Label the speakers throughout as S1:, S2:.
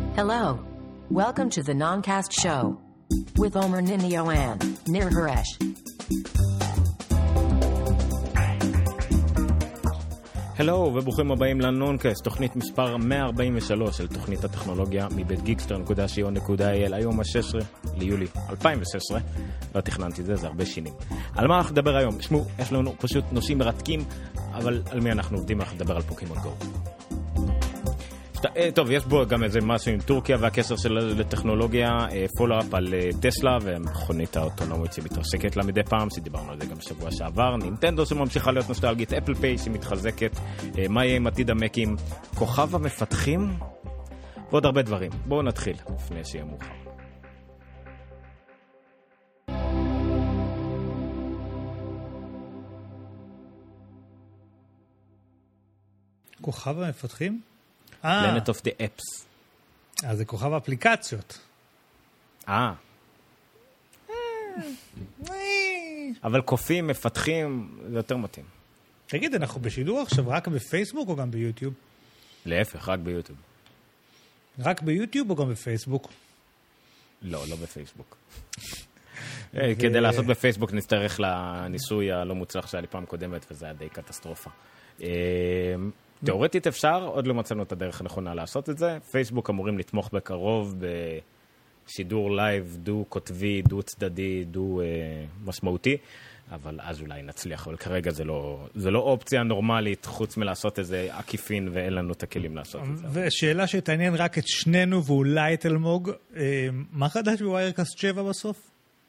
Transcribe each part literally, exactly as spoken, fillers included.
S1: Hello. Welcome to the Noncast Show with Omer Ninio and Nir Haresh.
S2: הלו וברוכים הבאים לנונקאסט, תוכנית מספר מאה ארבעים ושלוש של תוכנית הטכנולוגיה מבית גיקסטר נקודה סי או נקודה איי אל. היום ה-שישה עשר ליולי אלפיים ושש עשרה, לא תכננתי זה, זה הרבה שינים. על מה אנחנו נדבר היום? שמעו, יש לנו פשוט נושאים מרתקים, אבל על מי אנחנו עובדים? אנחנו נדבר על פוקימון גו. טוב, יש בו גם איזה משהו עם טורקיה והקשר של לטכנולוגיה, פולו-אפ על טסלה ומכונית האוטונומית שמתרסקת לה מדי פעם, שדיברנו על זה גם בשבוע שעבר, נינטנדו שממשיכה להיות נוסטלגית, אפל פיי שמתחזקת, מה יהיה עם עתיד המקים, כוכב המפתחים ועוד הרבה דברים. בואו נתחיל לפני שיהיה מאוחר.
S3: כוכב המפתחים?
S2: Planet of the Apps.
S3: אז זה כוכב האפליקציות.
S2: אה. אבל קופים, מפתחים, זה יותר מתאים.
S3: תגיד, אנחנו בשידור עכשיו רק בפייסבוק או גם ביוטיוב?
S2: להפך, רק ביוטיוב.
S3: רק ביוטיוב או גם בפייסבוק?
S2: לא, לא בפייסבוק. כדי לעשות בפייסבוק נצטרך לניסוי הלא מוצלח שהיה לי פעם קודמת, וזה היה די קטסטרופה. תיאורטית אפשר, עוד לא מצאנו את הדרך הנכונה לעשות את זה. פייסבוק אמורים לתמוך בקרוב בשידור לייב דו כותבי, דו צדדי, דו אה, משמעותי, אבל אז אולי נצליח, אבל כרגע זה לא, זה לא אופציה נורמלית, חוץ מלעשות איזה עקיפין, ואין לנו את הכלים לעשות את זה.
S3: ושאלה שתעניין רק את שנינו, ואולי את אלמוג, אה, מה חדש בוויירקאסט שבע בסוף?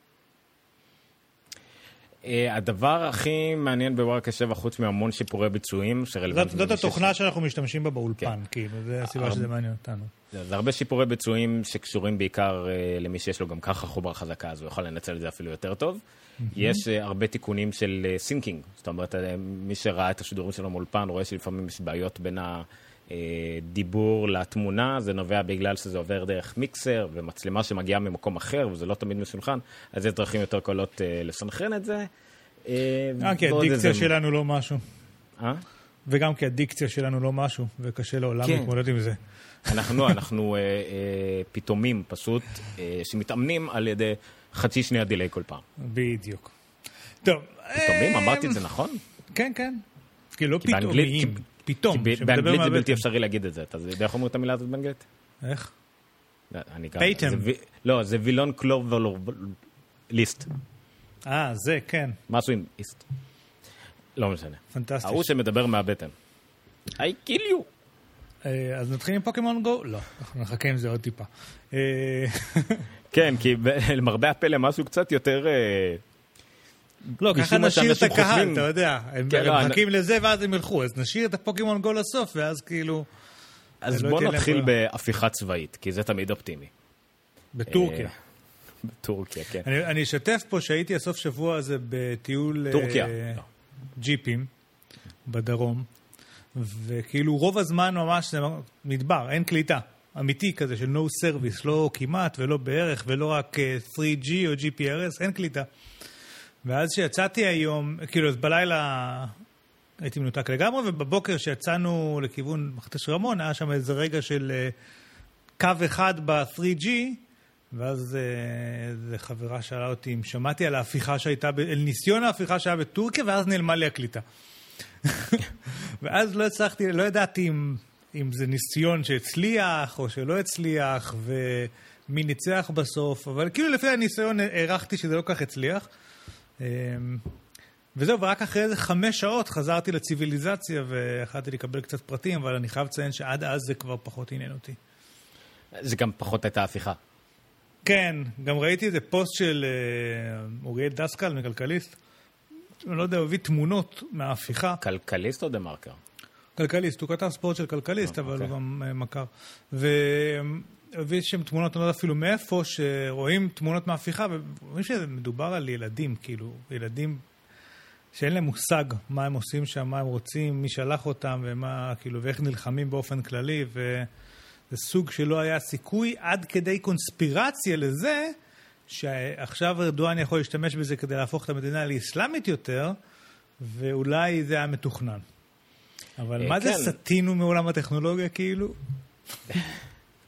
S2: הדבר הכי מעניין בוויירקאסט שבע, חוץ מהמון שיפורי ביצועים,
S3: זאת התוכנה שאנחנו משתמשים בה באולפן, כאילו, זה הסיבה שזה מעניין אותנו.
S2: זה הרבה שיפורי ביצועים שקשורים בעיקר למי שיש לו גם ככה חובר חזקה, אז הוא יכול לנצל את זה אפילו יותר טוב. יש הרבה תיקונים של סינקינג, זאת אומרת, מי שראה את השידורים שלו מאולפן, רואה שלפעמים יש בעיות בין הדיבור לתמונה, זה נובע בגלל שזה עובר דרך מיקסר ומצלמה שמגיעה ממקום אחר, וזה לא תמיד משולחן, אז יש דרכים יותר קולות לסנכרן את זה.
S3: אה, כי הדיקציה שלנו לא משהו.
S2: אה?
S3: וגם כי הדיקציה שלנו לא משהו, וקשה לעולם להתמודד עם זה.
S2: אנחנו, אנחנו פתאומים פשוט, שמתאמנים על ידי חצי שנייה דילי כל פעם.
S3: בדיוק. טוב.
S2: פתאומים, אמרתי את זה נכון?
S3: כן, כן. כי לא פתאומיים. פתאום.
S2: באנגלית זה בלתי אפשרי להגיד את זה. אתה יודע איך אומרים את המילה הזאת באנגלית?
S3: איך?
S2: פייטם. לא, זה וילון קלובר ליסט.
S3: אה, זה, כן.
S2: משהו עם איסט. לא משנה.
S3: פנטסטי.
S2: ההוא שמדבר מהבטן. I kill you.
S3: אז נתחיל עם פוקימון גו? לא, אנחנו נחכה עם זה עוד טיפה.
S2: כן, כי למרבה הפלא משהו קצת יותר...
S3: לא, ככה נשאיר את הקהל, אתה יודע. הם מחכים לזה ואז הם ילכו. אז נשאיר את הפוקימון גו לסוף, ואז כאילו...
S2: אז בוא נתחיל בהפיכה צבאית, כי זה תמיד אופטימי.
S3: בטורקיה.
S2: בטורקיה, כן.
S3: אני, אני אשתף פה שהייתי הסוף שבוע הזה בטיול...
S2: טורקיה.
S3: uh, ג'יפים בדרום, וכאילו רוב הזמן ממש זה מדבר, אין קליטה. אמיתי כזה של no service, לא כמעט ולא בערך, ולא רק uh, תרי ג'י או ג'י פי אר אס, אין קליטה. ואז שיצאתי היום, כאילו אז בלילה הייתי מנותק לגמרי, ובבוקר שיצאנו לכיוון מכתש רמון, היה שם איזה רגע של uh, קו אחד ב-תרי ג'י, ואז איזו חברה שאלה אותי אם שמעתי על ההפיכה שהייתה, על ניסיון ההפיכה שהיה בטורקיה, ואז נעלמה לי הקליטה. ואז לא הצלחתי, לא ידעתי אם, אם זה ניסיון שהצליח או שלא הצליח, ומי ניצח בסוף, אבל כאילו לפי הניסיון הערכתי שזה לא כך הצליח. וזהו, ורק אחרי איזה חמש שעות חזרתי לציביליזציה, והחלטתי לקבל קצת פרטים, אבל אני חייב לציין שעד אז זה כבר פחות עניין אותי.
S2: זה גם פחות הייתה הפיכה.
S3: כן, גם ראיתי איזה פוסט של uh, אוריאל דסקל מכלכליסט. אני לא יודע, הוא הביא תמונות מההפיכה.
S2: כלכליסט או דמרקר?
S3: כלכליסט, הוא כתב ספורט של כלכליסט, אבל הוא גם מכר. והביא שם תמונות, אני לא יודע אפילו מאיפה, שרואים תמונות מההפיכה, ורואים שמדובר על ילדים, כאילו, ילדים שאין להם מושג מה הם עושים שם, מה הם רוצים, מי שלח אותם, ומה, כאילו, ואיך נלחמים באופן כללי, ו... זה סוג שלא היה סיכוי עד כדי קונספירציה לזה, שעכשיו ארדואן יכול להשתמש בזה כדי להפוך את המדינה לאסלאמית יותר, ואולי זה היה מתוכנן. אבל מה זה סטינו מעולם הטכנולוגיה כאילו?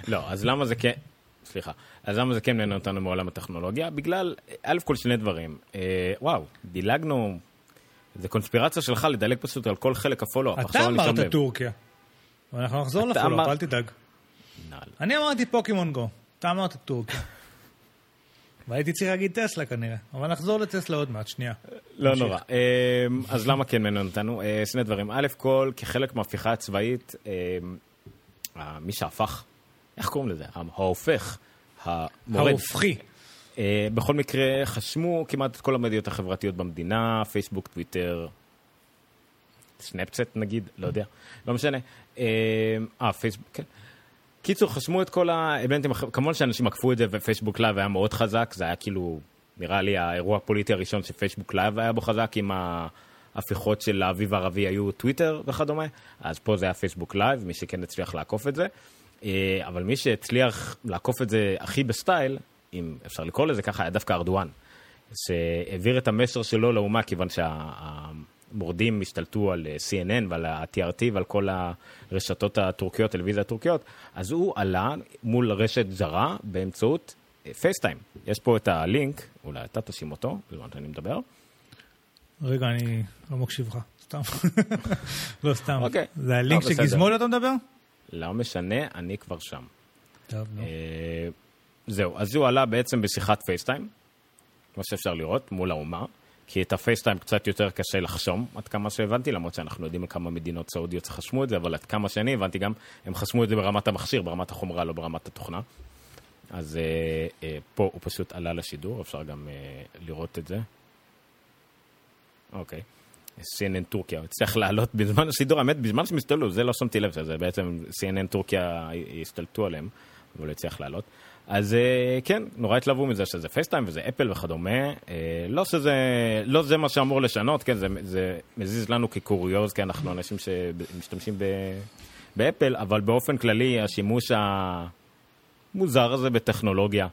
S2: לא, אז למה זה כן... סליחה. אז למה זה כן מעניין אותנו מעולם הטכנולוגיה? בגלל, א' כל שני דברים. אה, וואו, דילגנו... זה קונספירציה שלך לדלג פשוט על כל חלק הפולו.
S3: אתה אמרת טורקיה. ואנחנו נחזור לפולו, אל תדאג. אני אמרתי פוקימון גו. אתה אמרת טורקיה. והייתי צריך להגיד טסלה כנראה. אבל נחזור לטסלה עוד מעט, שנייה.
S2: לא נורא. אז למה כן מעניין אותנו? שני דברים. א' כל, כחלק מההפיכה הצבאית, מי שהפך, איך קוראים לזה? ההופך.
S3: ההופכי.
S2: בכל מקרה, חשמו כמעט את כל המדיות החברתיות במדינה, פייסבוק, טוויטר, סנאפצ'אט נגיד, לא יודע, לא משנה. אה, פייסבוק, כן. קיצור, חשמו את כל האלמנטים, כמובן שאנשים עקפו את זה, ופייסבוק לייב היה מאוד חזק, זה היה כאילו, נראה לי, האירוע הפוליטי הראשון שפייסבוק לייב היה בו חזק, עם ההפיכות של האביב הערבי היו טוויטר וכדומה, אז פה זה היה פייסבוק לייב, מי שכן הצליח לעקוף את זה, אבל מי שהצליח לעקוף את זה הכי בסטייל, אם אפשר לקרוא לזה ככה, היה דווקא ארדואן, שהעביר את המסר שלו לאומה, כיוון שהמורדים השתלטו על סי אן אן ועל ה-טי אר טי ועל כל הרשתות הטורקיות, טלוויזיה הטורקיות, אז הוא עלה מול רשת זרה באמצעות פייסטיים. יש פה את הלינק, אולי אתה תשים אותו, בזמן שאני מדבר.
S3: רגע, אני לא מקשיב לך, סתם. לא סתם. זה הלינק שגזמול אתה מדבר?
S2: לא משנה, אני כבר שם.
S3: טוב, נו.
S2: זהו, אז הוא עלה בעצם בשיחת פייסטיים, כמו שאפשר לראות, מול האומה, כי את הפייסטיים קצת יותר קשה לחשום, עד כמה שהבנתי, למרות שאנחנו יודעים כמה מדינות סעודיות חשמו את זה, אבל עד כמה שאני הבנתי גם, הם חשמו את זה ברמת המכשיר, ברמת החומרה, לא ברמת התוכנה. אז אה, אה, פה הוא פשוט עלה לשידור, אפשר גם אה, לראות את זה. אוקיי. סי אן אן טורקיה, הוא הצליח לעלות בזמן השידור, האמת, בזמן שהם הסתלו, זה לא שמתי לב, זה בעצם סי אן אן טורקיה הסתלטו עליהם, אבל הוא הצליח לעלות. אז כן, נורא התלהבו מזה שזה פייסטיים וזה אפל וכדומה, לא שזה, לא זה מה שאמור לשנות, כן, זה, זה מזיז לנו כקוריוז, כי אנחנו אנשים שמשתמשים ב, באפל, אבל באופן כללי השימוש המוזר הזה בטכנולוגיה,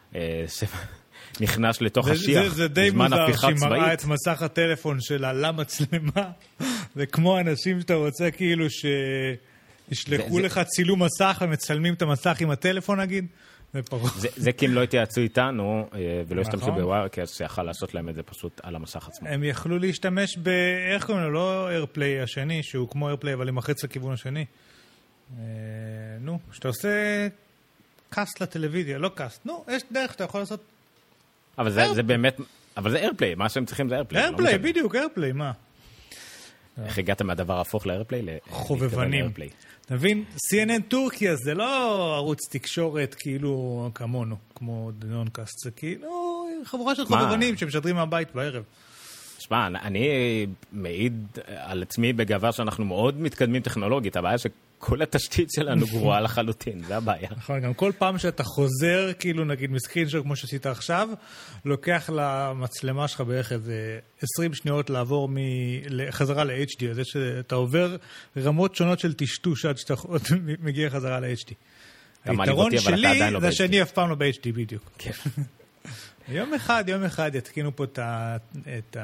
S2: נכנס לתוך השיח,
S3: זה די מוזר שהיא מראה את מסך הטלפון שלה למצלמה, וכמו אנשים שאתה רוצה כאילו שישלחו לך צילום מסך ומצלמים את המסך עם הטלפון נגיד,
S2: זה כי הם לא התייעצו איתנו ולא השתמשו בווירקאסט שיכל לעשות להם את זה פשוט על המסך עצמו.
S3: הם יכלו להשתמש ב... איך קוראים לו? לא איירפליי השני, שהוא כמו איירפליי אבל עם מחץ לכיוון השני. נו, שאתה עושה קאסט לטלוויזיה, לא קאסט. נו, יש דרך, אתה יכול לעשות...
S2: אבל זה באמת... אבל זה איירפליי, מה שהם צריכים זה איירפליי.
S3: איירפליי, בדיוק, איירפליי, מה?
S2: איך הגעת מהדבר ההפוך לאיירפליי?
S3: חובבנים. אתה מבין? סי אן אן טורקיה זה לא ערוץ תקשורת כאילו כמונו, כמו דנונקאסט, זה כאילו חבורה של חובבנים שמשדרים מהבית בערב.
S2: שמע, אני מעיד על עצמי בגאווה שאנחנו מאוד מתקדמים טכנולוגית, הבעיה שכל התשתית שלנו גרועה לחלוטין, זה הבעיה.
S3: נכון, גם כל פעם שאתה חוזר, כאילו נגיד מסקרינשור כמו שעשית עכשיו, לוקח למצלמה שלך בערך איזה עשרים שניות לעבור חזרה ל-אייץ' די, זה שאתה עובר רמות שונות של טשטוש עד שאתה מגיע חזרה ל-אייץ' די. היתרון שלי זה שאני אף פעם לא ב-אייץ' די בדיוק. כן. יום אחד, יום אחד יתקינו פה את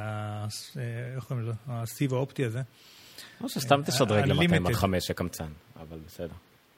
S3: הסיב האופטי הזה.
S2: לא שסתם תשדרג ל-מאתיים עד חמש הקמצן, אבל בסדר.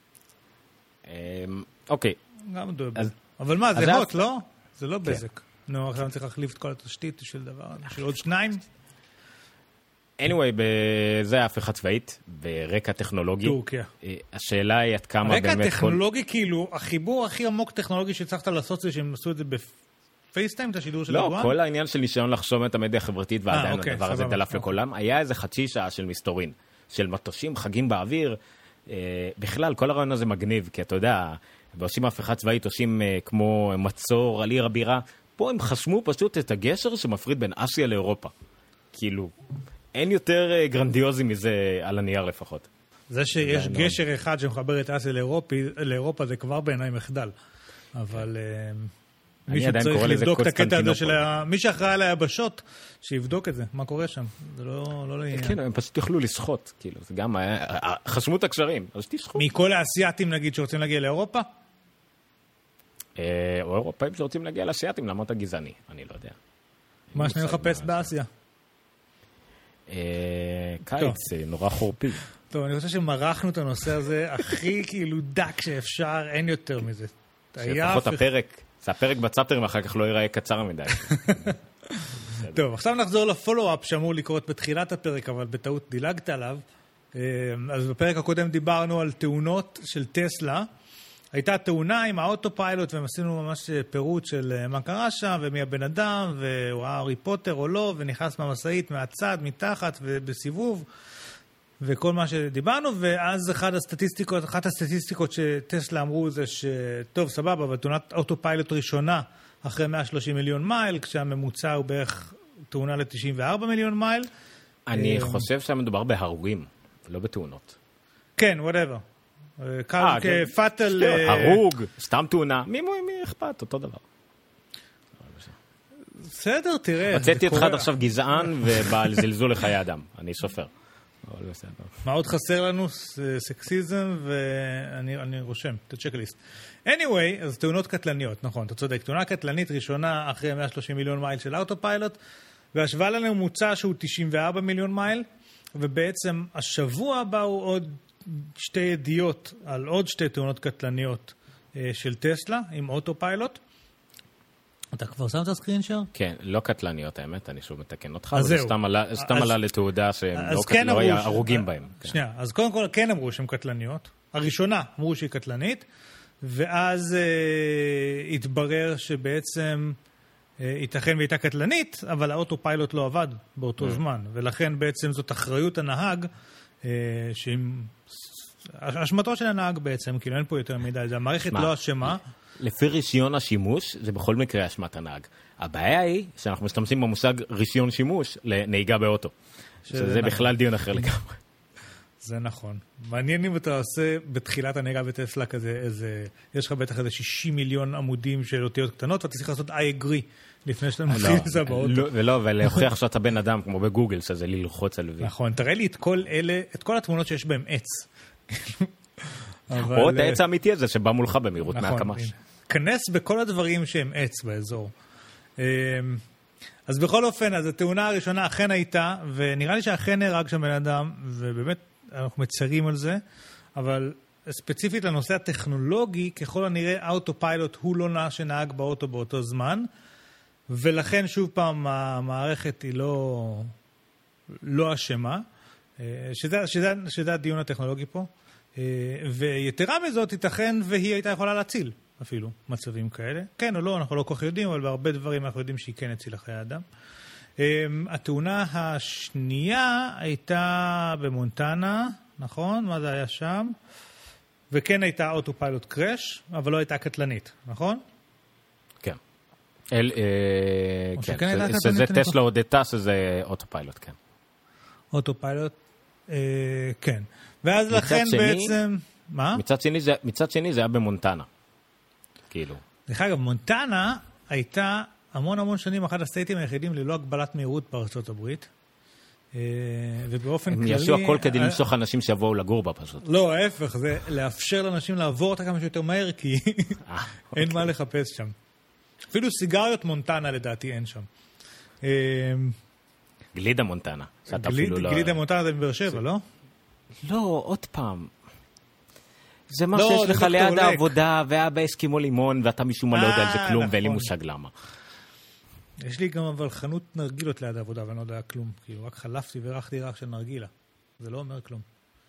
S2: אוקיי.
S3: גם דובר. אבל מה, זה הוט, לא? זה לא בזק. נו, עכשיו אני צריך להחליף את כל התשתית של דבר, של עוד שניים.
S2: anyway, זה ההפיכה צבאית, ברקע טכנולוגי.
S3: טורקיה.
S2: השאלה היא עד כמה באמת...
S3: רקע טכנולוגי, כאילו, החיבור הכי עמוק טכנולוגי שצריכת לעשות זה שהם עשו את זה בפייסטיים, את השידור של
S2: לא, כל העניין של ניסיון לחשום את המדיה החברתית, ועדיין הדבר הזה דלף לכולם, היה איזה חצי שעה של מסתורין, של מטושים, חגים באוויר. בכלל, כל הרעיון הזה מגניב, כי אתה יודע, ועושים ההפיכה צבאית, עושים כמו מצור על עיר הבירה, פה הם חשמו פשוט את הגשר שמפריד בין אסיה לאירופה. כאילו, אין יותר גרנדיוזי מזה על הנייר לפחות.
S3: זה שיש גשר אחד שמחבר את אסיה לאירופה, זה כבר בעיניי מחדל. אבל מישהו צריך לבדוק את הקטע הזה של... מי שאחראי על היבשות, שיבדוק את זה, מה קורה שם. זה לא לעניין.
S2: כן, הם פשוט יוכלו לשחות, כאילו, זה גם חשמו את הקשרים, אז תשחו.
S3: מכל האסייתים, נגיד, שרוצים להגיע לאירופה?
S2: או אירופאים שרוצים להגיע לאסייתים, למרות הגזעני, אני לא יודע.
S3: מה שאני מחפש באסיה?
S2: קיץ, נורא חורפי.
S3: טוב, אני חושב שמרחנו את הנושא הזה הכי כאילו דק שאפשר, אין יותר מזה.
S2: לפחות הפרק, זה הפרק בצפטרים אחר כך לא ייראה קצר מדי.
S3: טוב, עכשיו נחזור לפולו-אפ שאמור לקרות בתחילת הפרק, אבל בטעות דילגת עליו. אז בפרק הקודם דיברנו על תאונות של טסלה. הייתה תאונה עם האוטופיילוט, והם עשינו ממש פירוט של מה קרה שם, ומי הבן אדם, והוא היה הארי פוטר או לא, ונכנס מהמשאית, מהצד, מתחת, ובסיבוב, וכל מה שדיברנו, ואז אחת הסטטיסטיקות, אחת הסטטיסטיקות שטסלה אמרו זה שטוב, סבבה, אבל תאונת אוטופיילוט ראשונה, אחרי מאה ושלושים מיליון מייל, כשהממוצע הוא בערך תאונה ל-תשעים וארבעה מיליון מייל.
S2: אני חושב שמדובר בהרוגים, לא בתאונות.
S3: כן, whatever. כפאטל...
S2: הרוג, סתם תאונה, מי אכפת, אותו דבר.
S3: בסדר, תראה.
S2: רציתי אותך עד עכשיו גזען ובעל זלזול לחיי אדם. אני סופר.
S3: מה עוד חסר לנו? סקסיזם, ואני רושם, את הצ'קליסט. anyway, אז תאונות קטלניות, נכון, אתה צודק. תאונה קטלנית ראשונה אחרי מאה ושלושים מיליון מייל של אוטופיילוט, והשוואה לנו ממוצע שהוא תשעים וארבעה מיליון מייל, ובעצם השבוע הבא הוא עוד שתי ידיעות על עוד שתי תאונות קטלניות של טסלה עם אוטופיילוט. אתה כבר שם את הסקרין שר?
S2: כן, לא קטלניות האמת, אני שוב מתקן אותך, אבל סתם עלה לתעודה שהם לא היה הרוגים בהם.
S3: שנייה, אז קודם כל כן אמרו שהן קטלניות. הראשונה אמרו שהיא קטלנית, ואז התברר שבעצם ייתכן והייתה קטלנית, אבל האוטופיילוט לא עבד באותו זמן, ולכן בעצם זאת אחריות הנהג, שהיא אשמתו של הנהג בעצם, כאילו אין פה יותר מדי, זה המערכת לא אשמה.
S2: לפי רישיון השימוש, זה בכל מקרה אשמת הנהג. הבעיה היא שאנחנו משתמשים במושג רישיון שימוש לנהיגה באוטו. שזה בכלל דיון אחר לגמרי.
S3: זה נכון. מעניין אם אתה עושה בתחילת הנהיגה בטסלה כזה, איזה, יש לך בטח איזה שישים מיליון עמודים של אותיות קטנות, ואתה צריך לעשות I agree לפני שאתה מתחיל את זה באוטו.
S2: ולא, ולהוכיח שאתה בן אדם, כמו בגוגל, שזה ללחוץ על וי.
S3: נכון, תראה לי את כל אלה, את כל התמונות שיש בהם עץ.
S2: או את העץ האמיתי הזה שבא מולך במהירות מהקמש.
S3: כנס בכל הדברים שהם עץ באזור. אז בכל אופן, אז התאונה הראשונה אכן הייתה, ונראה לי שאכן נהרג שם בן אדם, ובאמת אנחנו מצרים על זה, אבל ספציפית לנושא הטכנולוגי, ככל הנראה האוטופיילוט הוא לא נע שנהג באוטו באותו זמן, ולכן שוב פעם המערכת היא לא, לא אשמה, שזה, שזה, שזה הדיון הטכנולוגי פה. ויתרה מזאת, ייתכן והיא הייתה יכולה להציל אפילו מצבים כאלה. כן או לא, אנחנו לא כל כך יודעים, אבל בהרבה דברים אנחנו יודעים שהיא כן הצילה חיי אדם. התאונה השנייה הייתה במונטנה, נכון? מה זה היה שם? וכן הייתה אוטופיילוט קרש, אבל לא הייתה קטלנית, נכון?
S2: כן. אל, אה, כן. זה, שזה טסלה הודתה שזה אוטופיילוט, כן.
S3: אוטופיילוט, אה, כן. ואז לכן שני, בעצם... מה?
S2: מצד שני, זה, מצד שני זה היה במונטנה. כאילו.
S3: דרך אגב, מונטנה הייתה המון המון שנים אחד הסטייטים היחידים ללא הגבלת מהירות בארצות הברית. ובאופן
S2: הם
S3: כללי...
S2: הם יעשו הכל כדי למשוך אנשים שיבואו לגור בה פשוט.
S3: לא, ההפך, זה לאפשר לאנשים לעבור אותה כמה שיותר מהר, כי אין מה לחפש שם. אפילו סיגריות מונטנה לדעתי אין שם.
S2: גלידה מונטנה.
S3: גלידה מונטנה זה מבאר שבע, לא?
S2: לא, עוד פעם. זה מה שיש לך ליד העבודה, ואבא הסכימו לימון, ואתה משום מה לא יודע על זה כלום, ואין לי מושג למה.
S3: יש לי גם אבל חנות נרגילות ליד העבודה, ואני לא יודע כלום. כאילו, רק חלפתי ורחתי ריח של נרגילה. זה לא אומר כלום.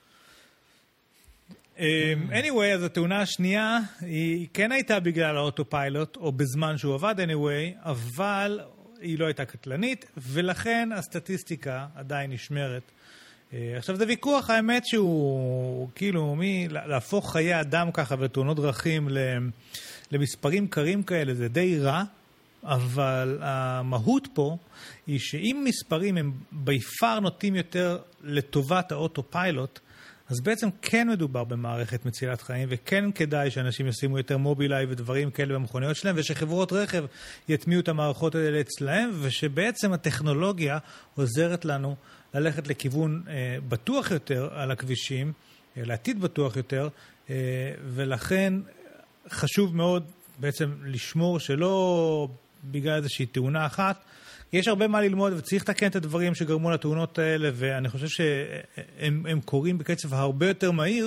S3: anyway, אז התאונה השנייה, היא כן הייתה בגלל האוטופיילוט, או בזמן שהוא עבד anyway, אבל היא לא הייתה קטלנית, ולכן הסטטיסטיקה עדיין נשמרת. עכשיו זה ויכוח, האמת שהוא כאילו מי להפוך חיי אדם ככה ותאונות דרכים למספרים קרים כאלה, זה די רע, אבל המהות פה היא שאם מספרים הם ביפר נוטים יותר לטובת האוטופיילוט, אז בעצם כן מדובר במערכת מצילת חיים, וכן כדאי שאנשים ישימו יותר מובילאיי ודברים כאלה במכוניות שלהם, ושחברות רכב יטמיעו את המערכות האלה אצלהם, ושבעצם הטכנולוגיה עוזרת לנו ללכת לכיוון אה, בטוח יותר על הכבישים, אה, לעתיד בטוח יותר, אה, ולכן חשוב מאוד בעצם לשמור שלא בגלל איזושהי תאונה אחת, יש הרבה מה ללמוד, וצריך לתקן את הדברים שגרמו לתאונות האלה, ואני חושב שהם הם קורים בקצב הרבה יותר מהיר,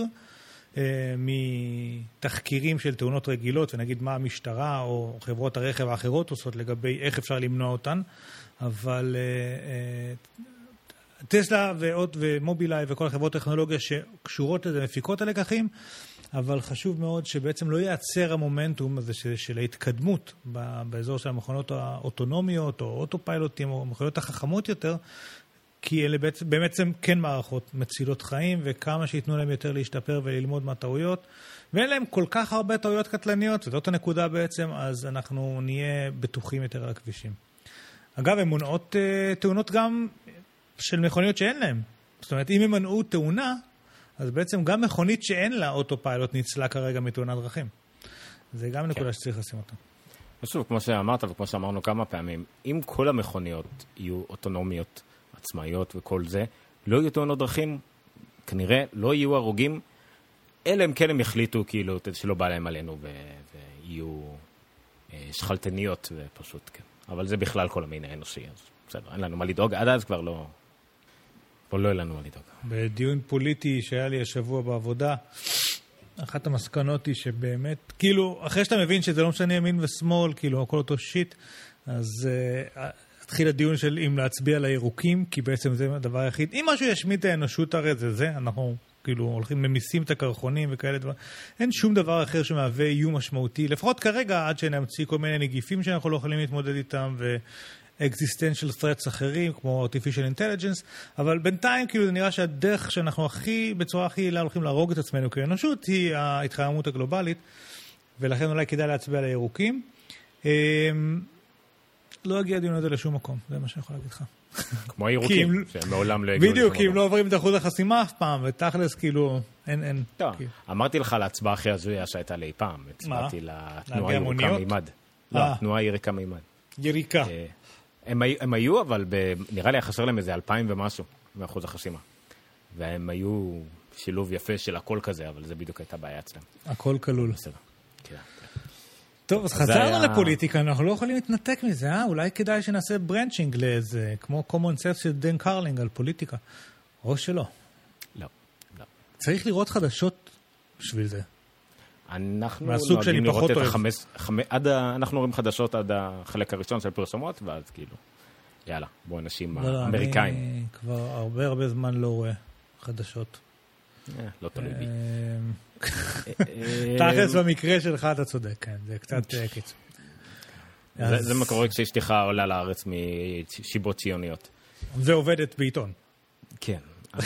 S3: מתחקירים של תאונות רגילות, ונגיד מה המשטרה או חברות הרכב האחרות עושות לגבי איך אפשר למנוע אותן, אבל טסלה ועוד ומובילאיי וכל החברות טכנולוגיה שקשורות לזה מפיקות הלקחים, אבל חשוב מאוד שבעצם לא ייעצר המומנטום הזה של, של ההתקדמות באזור של המכונות האוטונומיות או אוטופיילוטים או מכונות החכמות יותר, כי אלה בעצם, בעצם כן מערכות מצילות חיים, וכמה שיתנו להם יותר להשתפר וללמוד מהטעויות, ואין להם כל כך הרבה טעויות קטלניות, וזאת הנקודה בעצם, אז אנחנו נהיה בטוחים יותר על הכבישים. אגב, הן מונעות uh, תאונות גם של מכוניות שאין להם. זאת אומרת, אם הם מנעו תאונה, אז בעצם גם מכונית שאין לה אוטופיילוט ניצלה כרגע מתאונת דרכים. זה גם נקודה שצריך לשים אותה.
S2: ושוב, כמו שאמרת וכמו שאמרנו כמה פעמים, אם כל המכוניות יהיו אוטונומיות, עצמאיות וכל זה, לא יהיו תאונות דרכים, כנראה לא יהיו הרוגים, אלא הם כן הם יחליטו כאילו שלא בא להם עלינו ו... ויהיו אה, שחלטניות ופשוט כן. אבל זה בכלל כל המין האנושי, אז בסדר, אין לנו מה לדאוג, עד אז כבר לא, כבר לא אין לנו מה לדאוג.
S3: בדיון פוליטי שהיה לי השבוע בעבודה, אחת המסקנות היא שבאמת, כאילו, אחרי שאתה מבין שזה לא משנה ימין ושמאל, כאילו, הכל אותו שיט, אז uh, התחיל הדיון של אם להצביע לירוקים, כי בעצם זה הדבר היחיד. אם משהו ישמיד את האנושות הרי זה זה, אנחנו כאילו הולכים ממיסים את הקרחונים וכאלה דבר. אין שום דבר אחר שמהווה איום משמעותי, לפחות כרגע, עד שנמציא כל מיני נגיפים שאנחנו לא יכולים להתמודד איתם, ו-existential threats אחרים, כמו artificial intelligence, אבל בינתיים כאילו זה נראה שהדרך שאנחנו הכי, בצורה הכי יעילה הולכים להרוג את עצמנו כאנושות, היא ההתחממות הגלובלית, ולכן אולי כדאי להצביע לירוקים. לא הגיע הדיון הזה לשום מקום, זה מה שאני יכול להגיד לך.
S2: כמו הירוקים, שהם מעולם לא הגיעו.
S3: בדיוק, כי הם לא עוברים את אחוז החסימה אף פעם, ותכלס כאילו, אין, אין.
S2: טוב, אמרתי לך להצבעה הכי הזויה שהייתה לי פעם, הצבעתי לתנועה ירוקה מימד. לא, תנועה יריקה מימד.
S3: יריקה.
S2: הם היו, אבל נראה לי חסר להם איזה אלפיים ומשהו מאחוז החסימה. והם היו שילוב יפה של הכל כזה, אבל זה בדיוק הייתה בעיה אצלם.
S3: הכל כלול.
S2: בסדר. כן.
S3: טוב, אז חזרנו לפוליטיקה, אנחנו לא יכולים להתנתק מזה, אה? אולי כדאי שנעשה ברנצ'ינג לאיזה, כמו common sense של דן קרלינג על פוליטיקה. או שלא.
S2: לא, לא.
S3: צריך לראות חדשות בשביל זה.
S2: אנחנו נוהגים לראות את החמש, עד ה, אנחנו רואים חדשות עד החלק הראשון של פרסומות, ואז כאילו, יאללה, בואו אנשים האמריקאים.
S3: אני כבר הרבה הרבה זמן לא רואה חדשות.
S2: לא תלוי בי.
S3: תכלס במקרה שלך אתה צודק, כן, זה קצת קיצור.
S2: זה מה קורה כשאשתך עולה לארץ משיבות ציוניות.
S3: ועובדת בעיתון.
S2: כן.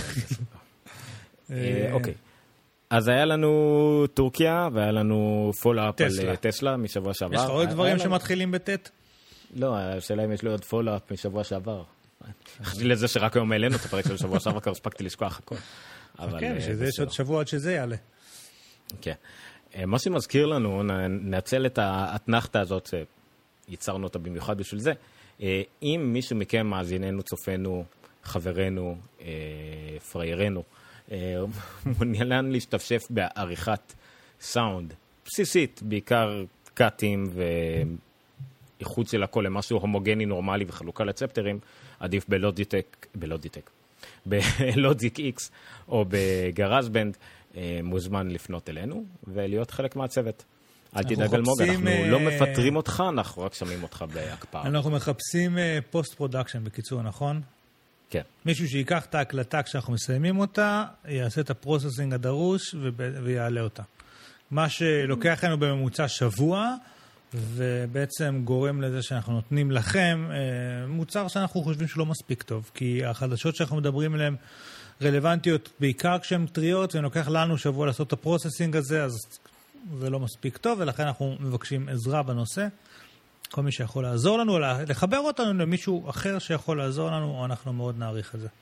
S2: אוקיי. אז היה לנו טורקיה, והיה לנו פולאפ על טסלה משבוע שעבר.
S3: יש לך עוד דברים שמתחילים בטט?
S2: לא, השאלה אם יש לי עוד פולאפ משבוע שעבר. חשבתי לזה שרק היום העלינו את הפרק של שבוע שעבר, כבר הספקתי לשכוח הכל.
S3: כן, שזה יש עוד שבוע עד שזה יעלה.
S2: כן. מה שמזכיר לנו, נעצל את האתנחתה הזאת, ייצרנו אותה במיוחד בשביל זה. אם מישהו מכם מאזיננו, צופנו, חברנו, פריירנו, מעוניין להשתפשף בעריכת סאונד בסיסית, בעיקר קאטים ואיחוד של הכל למשהו הומוגני, נורמלי וחלוקה לצפטרים, עדיף בלוגיטק, בלוגיטק, בלוג'יק איקס או בגראז'בנד, מוזמן לפנות אלינו ולהיות חלק מהצוות. אל תדאג אלמוג, אנחנו לא מפטרים אותך, אנחנו רק שמים אותך בהקפאה.
S3: אנחנו מחפשים פוסט פרודקשן בקיצור, נכון?
S2: כן.
S3: מישהו שיקח את ההקלטה כשאנחנו מסיימים אותה, יעשה את הפרוססינג הדרוש ויעלה אותה. מה שלוקח לנו בממוצע שבוע, ובעצם גורם לזה שאנחנו נותנים לכם מוצר שאנחנו חושבים שלא מספיק טוב, כי החדשות שאנחנו מדברים עליהן רלוונטיות בעיקר כשהן טריות, ולוקח לנו שבוע לעשות את הפרוססינג הזה, אז זה לא מספיק טוב, ולכן אנחנו מבקשים עזרה בנושא. כל מי שיכול לעזור לנו, לחבר אותנו למישהו אחר שיכול לעזור לנו, אנחנו מאוד נעריך את זה.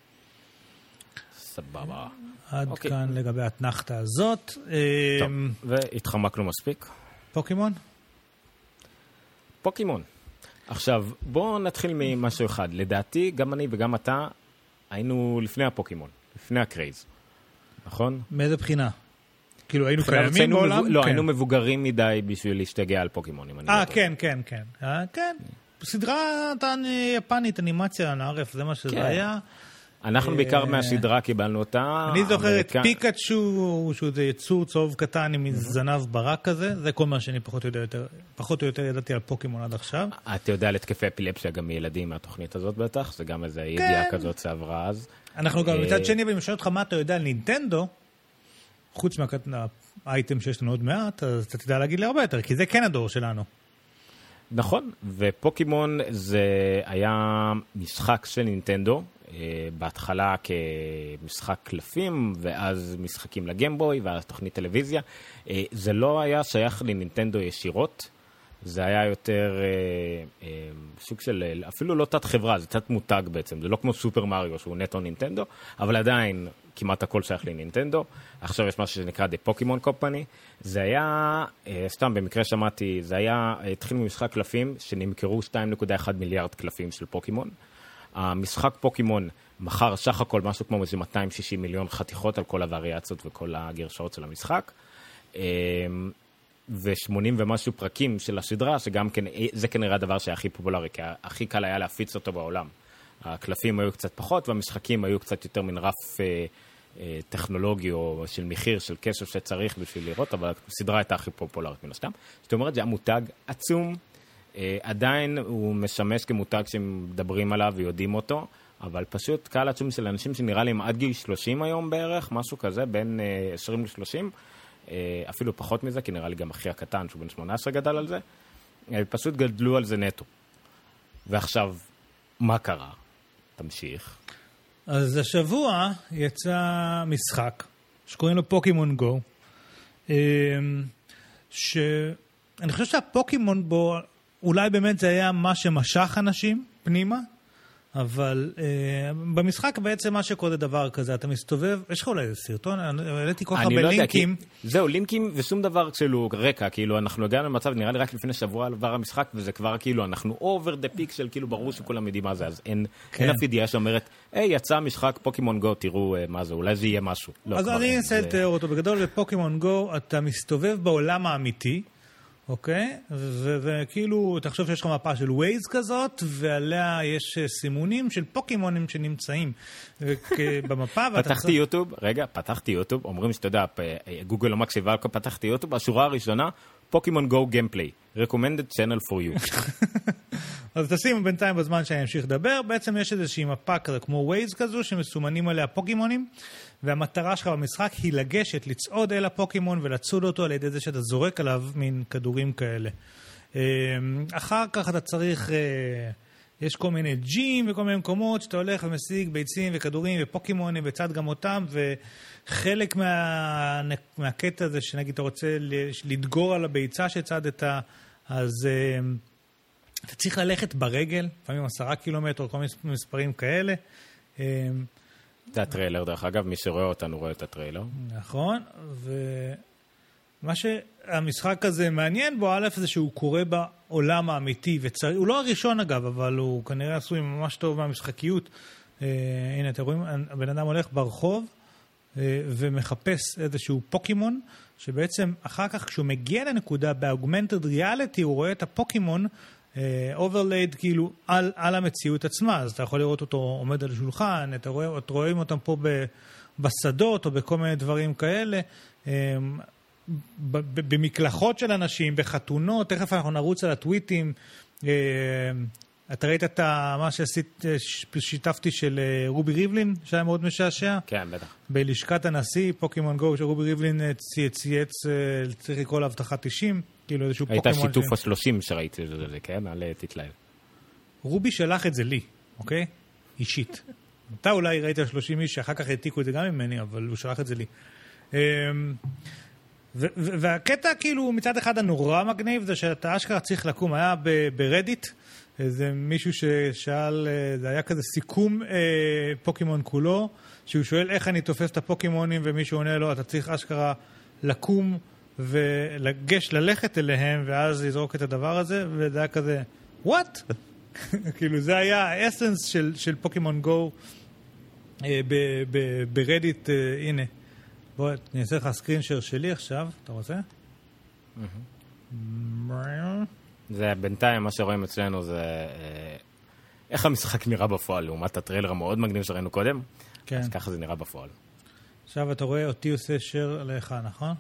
S2: סבבה.
S3: עד okay. כאן לגבי התנחתה הזאת.
S2: טוב, והתחמקנו מספיק.
S3: פוקימון?
S2: פוקימון. עכשיו, בואו נתחיל ממשהו אחד. לדעתי, גם אני וגם אתה היינו לפני הפוקימון, לפני הקרייז. נכון?
S3: מאיזה בחינה? כאילו היינו קיימים בעולם?
S2: לא, היינו מבוגרים מדי בשביל להשתגע על פוקימונים.
S3: אה, כן, כן, כן. כן. סדרה יפנית, אנימציה, נערף, זה מה שזה היה.
S2: אנחנו בעיקר מהסדרה קיבלנו אותה.
S3: אני זוכר את פיקאצ'ו, שהוא זה יצור צהוב קטן עם זנב ברק כזה, זה כל מה שאני פחות או יותר, פחות או יותר ידעתי על פוקימון עד עכשיו.
S2: אתה יודע על התקפי אפילפסיה גם מילדים מהתוכנית הזאת בטח, זה גם איזו ידיעה כזאת שעברה אז.
S3: אנחנו גם מצד שני, ואם שואל אותך מה אתה יודע על נינטנדו, חוץ מהאייטם שיש לנו עוד מעט, אז אתה תדע להגיד לי הרבה יותר, כי זה כן הדור שלנו.
S2: נכון, ופוקימון זה היה משחק של נינטנדו, בהתחלה כמשחק קלפים, ואז משחקים לגיימבוי, ואז תוכנית טלוויזיה. זה לא היה שייך לנינטנדו ישירות, זה היה יותר סוג של, אפילו לא תת חברה, זה תת מותג בעצם, זה לא כמו סופר מריו שהוא נטו נינטנדו, אבל עדיין כמעט הכל שייך לנינטנדו. עכשיו יש משהו שנקרא The Pokemon Company. זה היה, סתם במקרה שמעתי, זה היה, התחיל ממשחק קלפים שנמכרו שתיים נקודה אחת מיליארד קלפים של פוקימון. המשחק פוקימון מחר שח הכל משהו כמו איזה מאתיים ושישים מיליון חתיכות על כל הווריאציות וכל הגרשאות של המשחק. ו-שמונים ומשהו פרקים של הסדרה, שגם כן, זה כנראה הדבר שהיה הכי פופולרי, כי הכי קל היה להפיץ אותו בעולם. הקלפים היו קצת פחות, והמשחקים היו קצת יותר מן רף אה, אה, טכנולוגי או של מחיר, של כסף שצריך בשביל לראות, אבל הסדרה הייתה הכי פופולרית מן הסתם. זאת אומרת, זה היה מותג עצום, אה, עדיין הוא משמש כמותג שמדברים עליו ויודעים אותו, אבל פשוט קהל עצום של אנשים שנראה לי הם עד גיל שלושים היום בערך, משהו כזה, בין אה, עשרים ל-שלושים, אה, אפילו פחות מזה, כי נראה לי גם אחי הקטן, שהוא בן שמונה עשרה גדל על זה, אה, פשוט גדלו על זה נטו. ועכשיו, מה קרה? תמשיך.
S3: אז השבוע יצא משחק שקוראים לו פוקימון גו, שאני חושב שהפוקימון בו אולי באמת זה היה מה שמשך אנשים פנימה, אבל uh, במשחק בעצם מה שקורה דבר כזה, אתה מסתובב, יש לך אולי איזה סרטון? העליתי כל כך הרבה
S2: לא
S3: לינקים.
S2: יודע, כי, זהו, לינקים ושום דבר כאילו רקע, כאילו אנחנו הגענו למצב, נראה לי רק לפני שבוע על דבר המשחק, וזה כבר כאילו, אנחנו over the pixel, כאילו ברור שכולם יודעים מה זה, אז אין, כן. אין אף ידיעה שאומרת, היי, יצא משחק פוקימון גו, תראו uh, מה זה, אולי זה יהיה משהו. לא,
S3: אז אני אנסה לתאר אותו, בגדול בפוקימון גו, אתה מסתובב בעולם האמיתי, אוקיי? וכאילו, תחשוב שיש לך מפה של ווייז כזאת, ועליה יש סימונים של פוקימונים שנמצאים במפה.
S2: פתחתי יוטיוב, רגע, פתחתי יוטיוב, אומרים שאתה יודע, גוגל לא מקשיבה, פתחתי יוטיוב, השורה הראשונה, פוקימון גו גיימפליי, recommended channel for you.
S3: אז תשימו בינתיים בזמן שאני אמשיך לדבר, בעצם יש איזושהי מפה כזה, כמו ווייז כזו, שמסומנים עליה פוקימונים, והמטרה שלך במשחק היא לגשת, לצעוד אל הפוקימון ולצוד אותו על ידי זה שאתה זורק עליו מין כדורים כאלה. אחר כך אתה צריך, יש כל מיני ג'ים וכל מיני מקומות שאתה הולך ומשיג ביצים וכדורים ופוקימונים וצד גם אותם, וחלק מה, מהקטע הזה שנגיד אתה רוצה לדגור על הביצה שצדת, אז אתה צריך ללכת ברגל, לפעמים עשרה קילומטר, כל מיני מספרים כאלה.
S2: זה הטריילר, דרך אגב, מי שרואה אותנו רואה את הטריילר.
S3: נכון, ומה שהמשחק הזה מעניין בו, א' זה שהוא קורה בעולם האמיתי, וצר... הוא לא הראשון אגב, אבל הוא כנראה עשוי ממש טוב מהמשחקיות. אה, הנה, אתם רואים, הבן אדם הולך ברחוב, אה, ומחפש איזשהו פוקימון, שבעצם אחר כך כשהוא מגיע לנקודה, באוגמנטד ריאליטי, הוא רואה את הפוקימון, אוברלייד כאילו על, על המציאות עצמה, אז אתה יכול לראות אותו עומד על שולחן, אתה רואה, את רואים אותם פה ב, בשדות או בכל מיני דברים כאלה, במקלחות של אנשים, בחתונות, תכף אנחנו נרוץ על הטוויטים, אתה ראית את מה שעשית, שיתפתי של רובי ריבלין, שהיה מאוד משעשע?
S2: כן, בטח.
S3: בלשכת הנשיא, פוקימון גו, שרובי ריבלין צייץ, צריך לקרוא להבטחת תשעים, כאילו איזשהו פוקימון.
S2: הייתה שיתוף השלושים שראיתי את זה, כן? על תתלהב. רובי
S3: שלח את זה לי, אוקיי? אישית. אתה אולי ראית שלושים איש, שאחר כך העתיקו את זה גם ממני, אבל הוא שלח את זה לי. והקטע כאילו מצד אחד הנורא מגניב, זה שאתה אשכרה צריך לקום, היה ברדיט, זה מישהו ששאל, זה היה כזה סיכום פוקימון כולו, שהוא שואל איך אני תופס את הפוקימונים, ומישהו עונה לו, אתה צריך אשכרה לקום ולגש, ללכת אליהם, ואז לזרוק את הדבר הזה, וזה היה כזה, what? כאילו זה היה האסנס של, של פוקימון גו ברדיט, הנה. בוא, אני אעשה לך סקרינשר שלי עכשיו, אתה רוצה?
S2: זה בינתיים, מה שרואים אצלנו זה אה, איך המשחק נראה בפועל, לעומת הטריילר המאוד מגניב שראינו קודם, כן. אז ככה זה נראה בפועל.
S3: עכשיו אתה רואה אותי עושה שר עליך, נכון?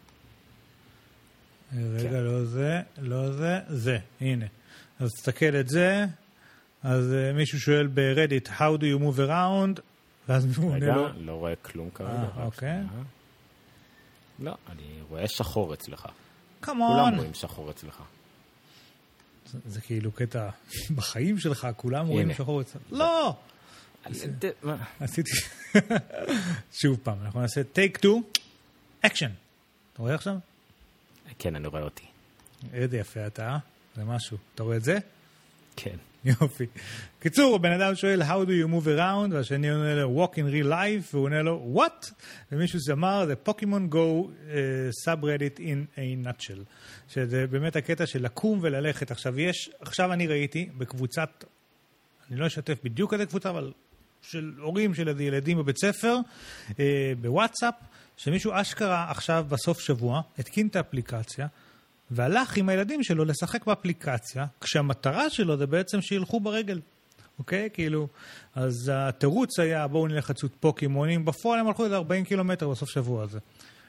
S3: רגע, כן. לא זה, לא זה, זה, הנה. אז תסתכל את זה, אז uh, מישהו שואל ברדיט, how do you move around? ואז הוא
S2: רגע,
S3: לו...
S2: לא רואה כלום כרגע.
S3: אה, אוקיי.
S2: לא, אני רואה שחור אצלך.
S3: כמון.
S2: כולם רואים שחור אצלך.
S3: זה, זה כאילו קטע בחיים שלך, כולם רואים שחור אצלך. לא! עשיתי... שוב פעם, אנחנו נעשה take two, action. אתה רואה עכשיו?
S2: כן, אני רואה אותי.
S3: איזה יפה אתה, זה משהו. אתה רואה את זה?
S2: כן.
S3: יופי. קיצור, בן אדם שואל, how do you move around? והשני עונה לו, walk in real life, והוא עונה לו, what? ומישהו שאמר, the Pokemon Go uh, subreddit in a nutshell. שזה באמת הקטע של לקום וללכת. עכשיו יש, עכשיו אני ראיתי בקבוצת, אני לא אשתף בדיוק איזה קבוצה, אבל של הורים של ילדים בבית ספר, uh, בוואטסאפ, שמישהו אשכרה עכשיו בסוף שבוע, התקין את האפליקציה, והלך עם הילדים שלו לשחק באפליקציה, כשהמטרה שלו זה בעצם שילכו ברגל. אוקיי? כאילו, אז התירוץ היה, בואו נלך לצוד פוקימונים, בפועל הם הלכו איזה ארבעים קילומטר בסוף שבוע הזה.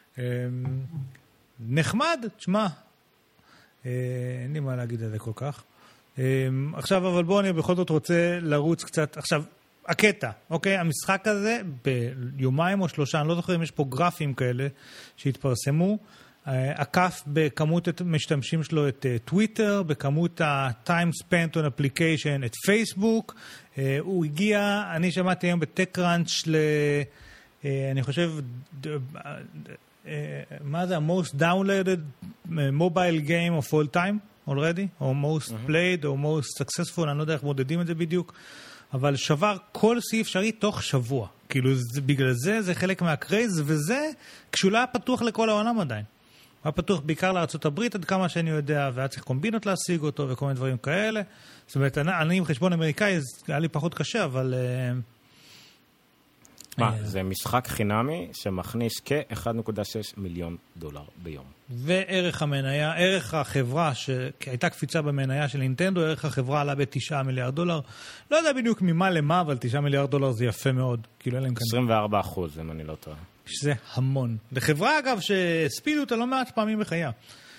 S3: נחמד, תשמע, אין לי מה להגיד על זה כל כך. עכשיו, אבל בואו אני בכל זאת רוצה לרוץ קצת, עכשיו, הקטע, אוקיי? המשחק הזה, ביומיים או שלושה, אני לא זוכר אם יש פה גרפים כאלה שהתפרסמו, עקף בכמות המשתמשים שלו את טוויטר, בכמות ה-time spent on application את פייסבוק. הוא הגיע, אני שמעתי היום בטק-קראנץ' ל... אני חושב, מה זה? ה-most downloaded mobile game of all time already, או most played, או most successful, אני לא יודע איך מודדים את זה בדיוק, אבל שבר כל סעיף אפשרי תוך שבוע. כאילו, בגלל זה, זה חלק מהקרייז, וזה כשהוא לא היה פתוח לכל העולם עדיין. היה פתוח בעיקר לארצות הברית, עד כמה שאני יודע, והיה צריך קומבינות להשיג אותו, וכל מיני דברים כאלה. זאת אומרת, אני, אני עם חשבון אמריקאי, זה היה לי פחות קשה, אבל...
S2: מה, זה משחק חינמי שמכניס כ-אחד נקודה שש מיליון דולר ביום.
S3: וערך המניה, ערך החברה, שהייתה קפיצה במניה של נינטנדו, ערך החברה עלה בתשעה מיליארד דולר. לא יודע בדיוק ממה למה, אבל תשעה מיליארד דולר זה יפה מאוד. כאילו,
S2: עשרים וארבעה אחוז, אם אני לא טועה.
S3: שזה המון. לחברה, אגב, שהספילו אותה לא מעט פעמים בחייה.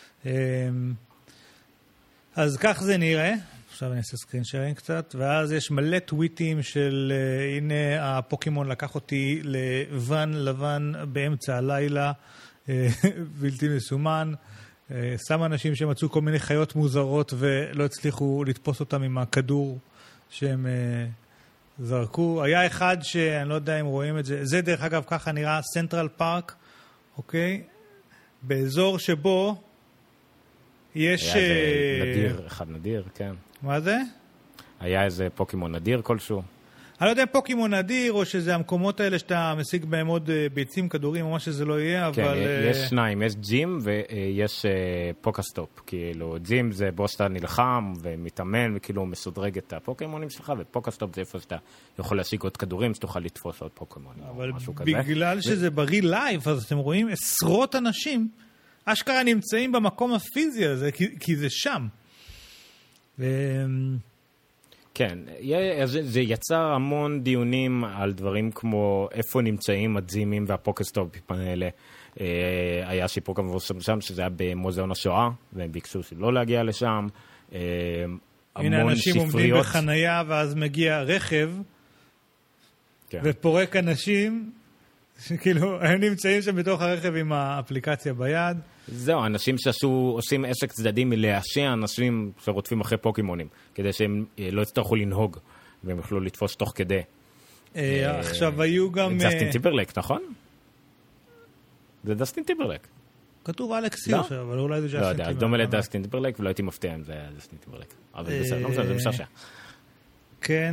S3: אז כך זה נראה. עכשיו אני אעשה סקרין שיירינג קצת, ואז יש מלא טוויטים של, uh, הנה הפוקימון לקח אותי לבן לבן באמצע הלילה, uh, בלתי מסומן. Uh, שם אנשים שמצאו כל מיני חיות מוזרות ולא הצליחו לתפוס אותם עם הכדור שהם uh, זרקו. היה אחד שאני לא יודע אם רואים את זה, זה דרך אגב ככה נראה סנטרל פארק, אוקיי? באזור שבו יש...
S2: היה איזה נדיר, אחד נדיר, כן.
S3: מה זה?
S2: היה איזה פוקימון נדיר כלשהו?
S3: אני לא יודע אם פוקימון נדיר, או שזה המקומות האלה שאתה משיג בהם עוד ביצים, כדורים, או מה שזה לא יהיה,
S2: כן,
S3: אבל...
S2: כן, יש שניים, יש ג'ים ויש פוקסטופ. כאילו, ג'ים זה בו שאתה נלחם ומתאמן, וכאילו מסודרג את הפוקימונים שלך, ופוקסטופ זה איפה שאתה יכול להשיג עוד כדורים, שתוכל לתפוס עוד פוקימונים,
S3: אבל בגלל שזה בריא לייב, אז אתם רואים עשרות אנשים, אשכרה נמצאים במקום הפיזי הזה, כי, כי זה שם. ו...
S2: כן, זה יצר המון דיונים על דברים כמו איפה נמצאים הג'ימים והפוקסטופים האלה. היה שיפור כמובן שם שזה היה במוזיאון השואה, והם ביקשו שלא להגיע לשם.
S3: הנה אנשים ספריות. עומדים בחנייה ואז מגיע רכב, כן. ופורק אנשים, כאילו הם נמצאים שם בתוך הרכב עם האפליקציה ביד.
S2: זהו, אנשים שעושים עסק צדדי מלהשע אנשים שרודפים אחרי פוקימונים, כדי שהם לא יצטרכו לנהוג, והם יוכלו לתפוס תוך כדי.
S3: עכשיו היו גם...
S2: דסטין טימברלייק, נכון? זה דסטין טימברלייק.
S3: כתוב אלכס הירשר, אבל אולי זה דסטין טימברלייק.
S2: לא יודע, דומה לדסטין טימברלייק, ולא הייתי מפתיע אם זה היה דסטין טימברלייק. אבל בסדר, לא משנה, זה משעשע.
S3: כן.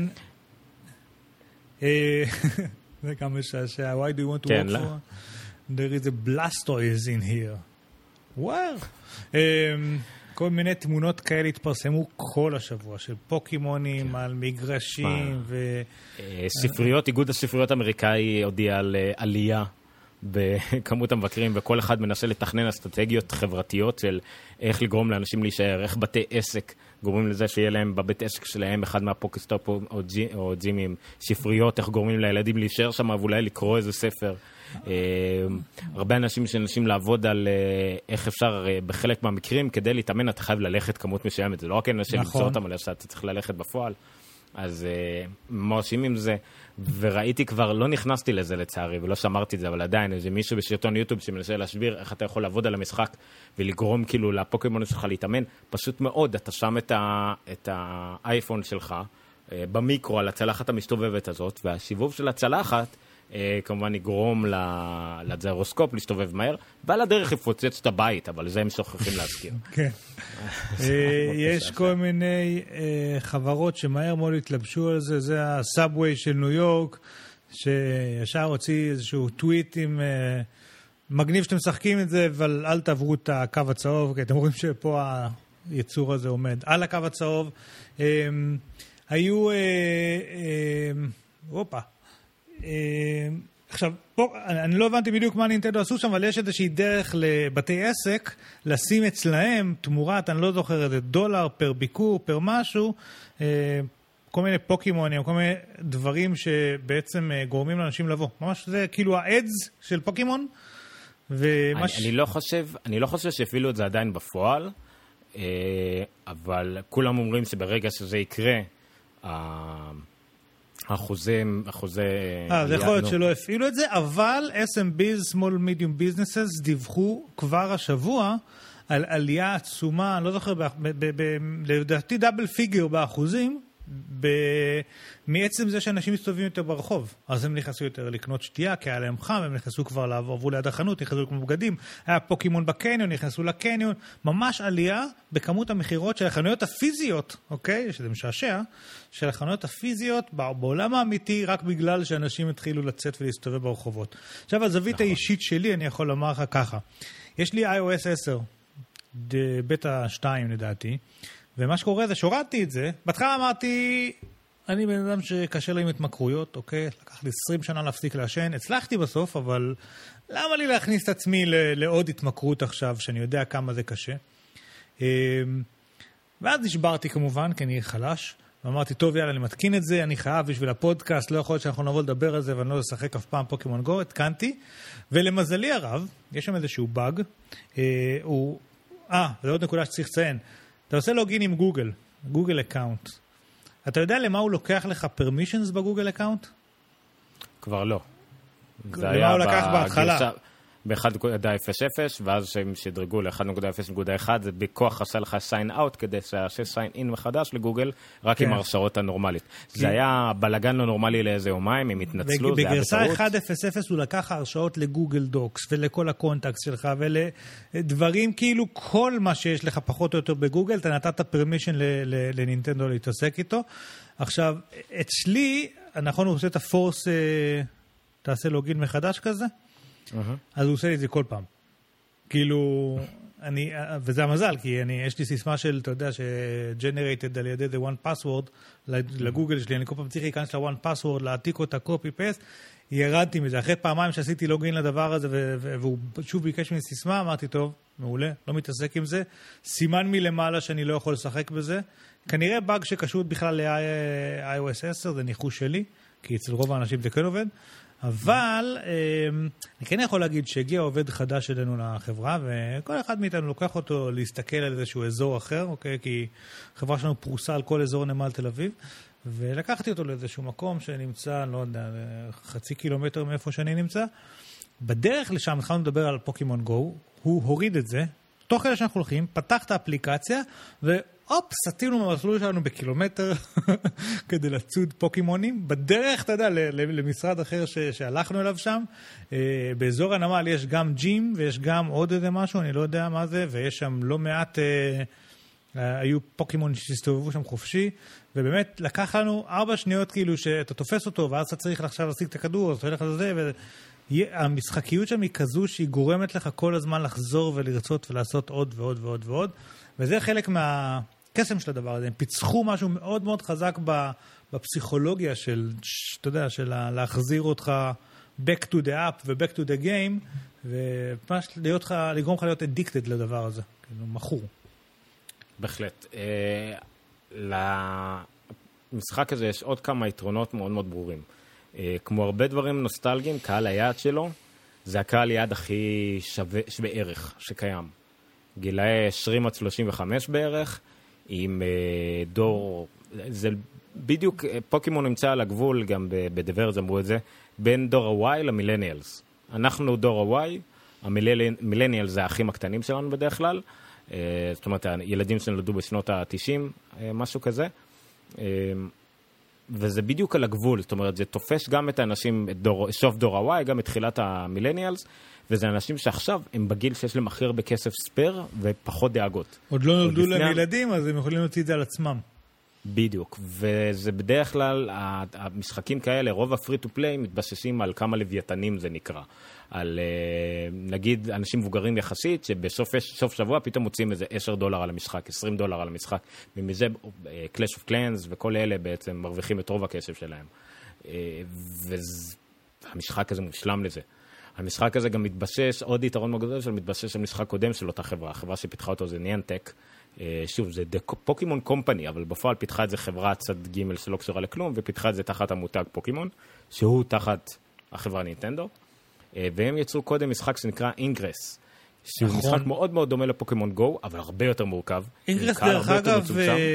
S3: זה גם משעשע. Why do you want to work for? There is a Blastoise in here. וואו. כל מיני תמונות כאלה התפרסמו כל השבוע, של פוקימונים על מגרשים ו...
S2: ספריות, איגוד הספריות האמריקאי הודיע על עלייה בכמות המבקרים, וכל אחד מנסה לתכנן אסטרטגיות חברתיות של איך לגרום לאנשים להישאר, איך בתי עסק גורמים לזה שיהיה להם בבית עסק שלהם אחד מהפוקסטופ או, ג'י, או ג'ימים, ספריות, איך גורמים לילדים להישאר שם ואולי לקרוא איזה ספר. הרבה אנשים שאנשים לעבוד על איך אפשר בחלק מהמקרים, כדי להתאמן אתה חייב ללכת כמות מסוימת, זה לא רק אנשים למצוא אותם, אלא שאתה צריך ללכת בפועל. אז מרשים עם זה, וראיתי כבר, לא נכנסתי לזה לצערי, ולא שמרתי את זה, אבל עדיין, איזה מישהו בשרטון יוטיוב שמנסה להשביר איך אתה יכול לעבוד על המשחק, ולגרום כאילו לפוקימון שלך להתאמן, פשוט מאוד, אתה שם את, ה, את האייפון שלך, במיקרו על הצלחת המסתובבת הזאת, והשיבוב של הצלחת, כמובן יגרום לג'יירוסקופ להסתובב מהר, ועל הדרך יפוצץ את הבית, אבל זה הם שוכחים להזכיר.
S3: כן. יש כל מיני חברות שמהר מאוד התלבשו על זה, זה הסאבווי של ניו יורק, שישר הוציא איזשהו טוויט עם מגניב שאתם משחקים את זה, אבל אל תעברו את הקו הצהוב, כי אתם רואים שפה היצור הזה עומד על הקו הצהוב. היו, אופה, עכשיו, פה, אני לא הבנתי בדיוק מה נינטנדו עשו שם, אבל יש איזושהי דרך לבתי עסק לשים אצלהם תמורת, אני לא זוכר איזה דולר פר ביקור, פר משהו, כל מיני פוקימונים, כל מיני דברים שבעצם גורמים לאנשים לבוא. ממש זה כאילו האדס של פוקימון. ומש...
S2: אני, אני לא חושב, אני לא חושב שהפעילו את זה עדיין בפועל, אבל כולם אומרים שברגע שזה יקרה, אחוזים, אחוזי...
S3: אה, זה יכול להיות שלא הפעילו את זה, אבל אס אם בי's, Small Medium Businesses, דיווחו כבר השבוע על עלייה עצומה, אני לא זוכר, לדעתי דאבל פיגר באחוזים, מעצם זה שאנשים מסתובבים יותר ברחוב. אז הם נכנסו יותר לקנות שתייה, כי היה להם חם, הם נכנסו כבר לעבור ליד החנות, נכנסו לקנות בגדים, היה פוקימון בקניון, נכנסו לקניון, ממש עלייה בכמות המחירות של החנויות הפיזיות, אוקיי? שזה משעשע, של החנויות הפיזיות בעולם האמיתי, רק בגלל שאנשים התחילו לצאת ולהסתובב ברחובות. עכשיו, הזווית האישית שלי, אני יכול לומר לך ככה. יש לי איי או אס עשר, בטא שתיים לדעתי, ומה שקורה זה, שהורדתי את זה, בהתחלה אמרתי, אני בן אדם שקשה לי עם התמכרויות, אוקיי? לקח לי עשרים שנה להפסיק לעשן, הצלחתי בסוף, אבל למה לי להכניס את עצמי לעוד התמכרות עכשיו, שאני יודע כמה זה קשה? ואז נשברתי כמובן, כי אני חלש, ואמרתי, טוב, יאללה, אני מתקין את זה, אני חייב בשביל הפודקאסט, לא יכול להיות שאנחנו נבוא לדבר על זה, ואני לא אשחק אף פעם פוקימון גו, התקנתי, ולמזלי הרב, יש שם איזשהו באג, הוא, אה, זה עוד נקודה שצריך לציין, אתה עושה לוגין עם גוגל, גוגל אקאונט. אתה יודע למה הוא לוקח לך פרמישנס בגוגל אקאונט?
S2: כבר לא.
S3: למה הוא לקח בהתחלה?
S2: ב-אחת נקודה אפס אפס, ואז שהם שדרגו ל-אחת נקודה אפס נקודה אחת, זה בכוח עשה לך sign out, כדי שעשה sign in מחדש לגוגל, רק עם הרשאות הנורמלית. זה היה בלגן לא נורמלי לאיזה יומיים, הם התנצלו, זה היה בטעות.
S3: בגרסה אחת אפס אפס הוא לקח הרשאות לגוגל דוקס, ולכל הקונטקט שלך, ולדברים כאילו כל מה שיש לך פחות או יותר בגוגל, אתה נתת פרמישן לנינטנדו להתעסק איתו. עכשיו, אצלי, נכון, הוא עושה את הפורס, תעשה לוגין מחדש כזה? אז הוא עושה לי את זה כל פעם. כאילו, אני, וזה המזל, כי אני, יש לי סיסמה של, אתה יודע, ש-generated על ידי the one password לגוגל שלי, אני כל פעם צריך להיכנס ל-one password, להעתיק אותה, copy paste, ירדתי מזה. אחרי פעמיים שעשיתי לוגין לדבר הזה, והוא שוב ביקש ממני סיסמה, אמרתי, טוב, מעולה, לא מתעסק עם זה. סימן מלמעלה שאני לא יכול לשחק בזה. כנראה באג שקשור בכלל ל-איי או אס עשר, זה ניחוש שלי, כי אצל רוב האנשים זה כן עובד. אבל אני כן יכול להגיד שהגיע עובד חדש אלינו לחברה, וכל אחד מאיתנו לוקח אותו להסתכל על איזשהו אזור אחר, אוקיי? כי החברה שלנו פרוסה על כל אזור נמל תל אביב, ולקחתי אותו לאיזשהו מקום שנמצא, לא יודע, חצי קילומטר מאיפה שאני נמצא. בדרך לשם התחלנו לדבר על פוקימון גו, הוא הוריד את זה, תוך כדי שאנחנו הולכים, פתח את האפליקציה, ואופ, סטינו מהמסלול שלנו בקילומטר כדי לצוד פוקימונים. בדרך, אתה יודע, למשרד אחר ש- שהלכנו אליו שם, באזור הנמל יש גם ג'ים, ויש גם עוד איזה משהו, אני לא יודע מה זה, ויש שם לא מעט, היו פוקימון שהסתובבו שם חופשי, ובאמת לקח לנו ארבע שניות כאילו שאתה תופס אותו, ואז אתה צריך עכשיו להשיג את הכדור, אז אתה הולך על זה, ו... המשחקיות שם היא כזו שהיא גורמת לך כל הזמן לחזור ולרצות ולעשות עוד ועוד ועוד ועוד, וזה חלק מהקסם של הדבר הזה. הם פיצחו משהו מאוד מאוד חזק בפסיכולוגיה של, אתה יודע, של להחזיר אותך back to the app ו-back to the game, וממש לגרום לך להיות addicted לדבר הזה, כאילו מכור.
S2: בהחלט. למשחק הזה יש עוד כמה יתרונות מאוד מאוד ברורים. כמו הרבה דברים נוסטלגיים, קהל היעד שלו, זה הקהל היעד הכי שווה, שווה ערך שקיים. גילאי עשרים עד שלושים וחמש בערך, עם דור, זה בדיוק, פוקימון נמצא על הגבול, גם בדברס אמרו את זה, בין דור ה-Y למילניאלס. אנחנו דור ה-Y, המילניאלס זה האחים הקטנים שלנו בדרך כלל, זאת אומרת, הילדים שנולדו בשנות ה-תשעים, משהו כזה, וזה בדיוק על הגבול, זאת אומרת, זה תופש גם את האנשים, את דור, סוף דור ה-Y, גם את תחילת המילניאלס, וזה אנשים שעכשיו הם בגיל שיש להם הכי הרבה כסף ספר ופחות דאגות.
S3: עוד לא נולדו להם ילדים, אז הם יכולים להוציא את זה על עצמם.
S2: בדיוק, וזה בדרך כלל, המשחקים כאלה, רוב הפרי טו פליי מתבססים על כמה לוויתנים זה נקרא. על נגיד אנשים מבוגרים יחסית, שבסוף סוף שבוע פתאום מוצאים איזה עשרה דולר על המשחק, עשרים דולר על המשחק, ומזה Clash of Clans וכל אלה בעצם מרוויחים את רוב הכסף שלהם. והמשחק הזה מושלם לזה. המשחק הזה גם מתבסס, עוד יתרון מגדול של מתבסס על משחק קודם של אותה חברה. החברה שפיתחה אותו זה ניאנטק. שוב, זה פוקימון קומפני, אבל בפועל פיתחה את זה חברה צד ג' שלא קשורה לכלום, ופיתחה את זה תחת המותג פוקימון, שהוא תחת החברה נינטנדו. והם יצרו קודם משחק שנקרא אינגרס, שהוא נכון. משחק מאוד מאוד דומה לפוקימון גו, אבל הרבה יותר מורכב.
S3: אינגרס דרך אגב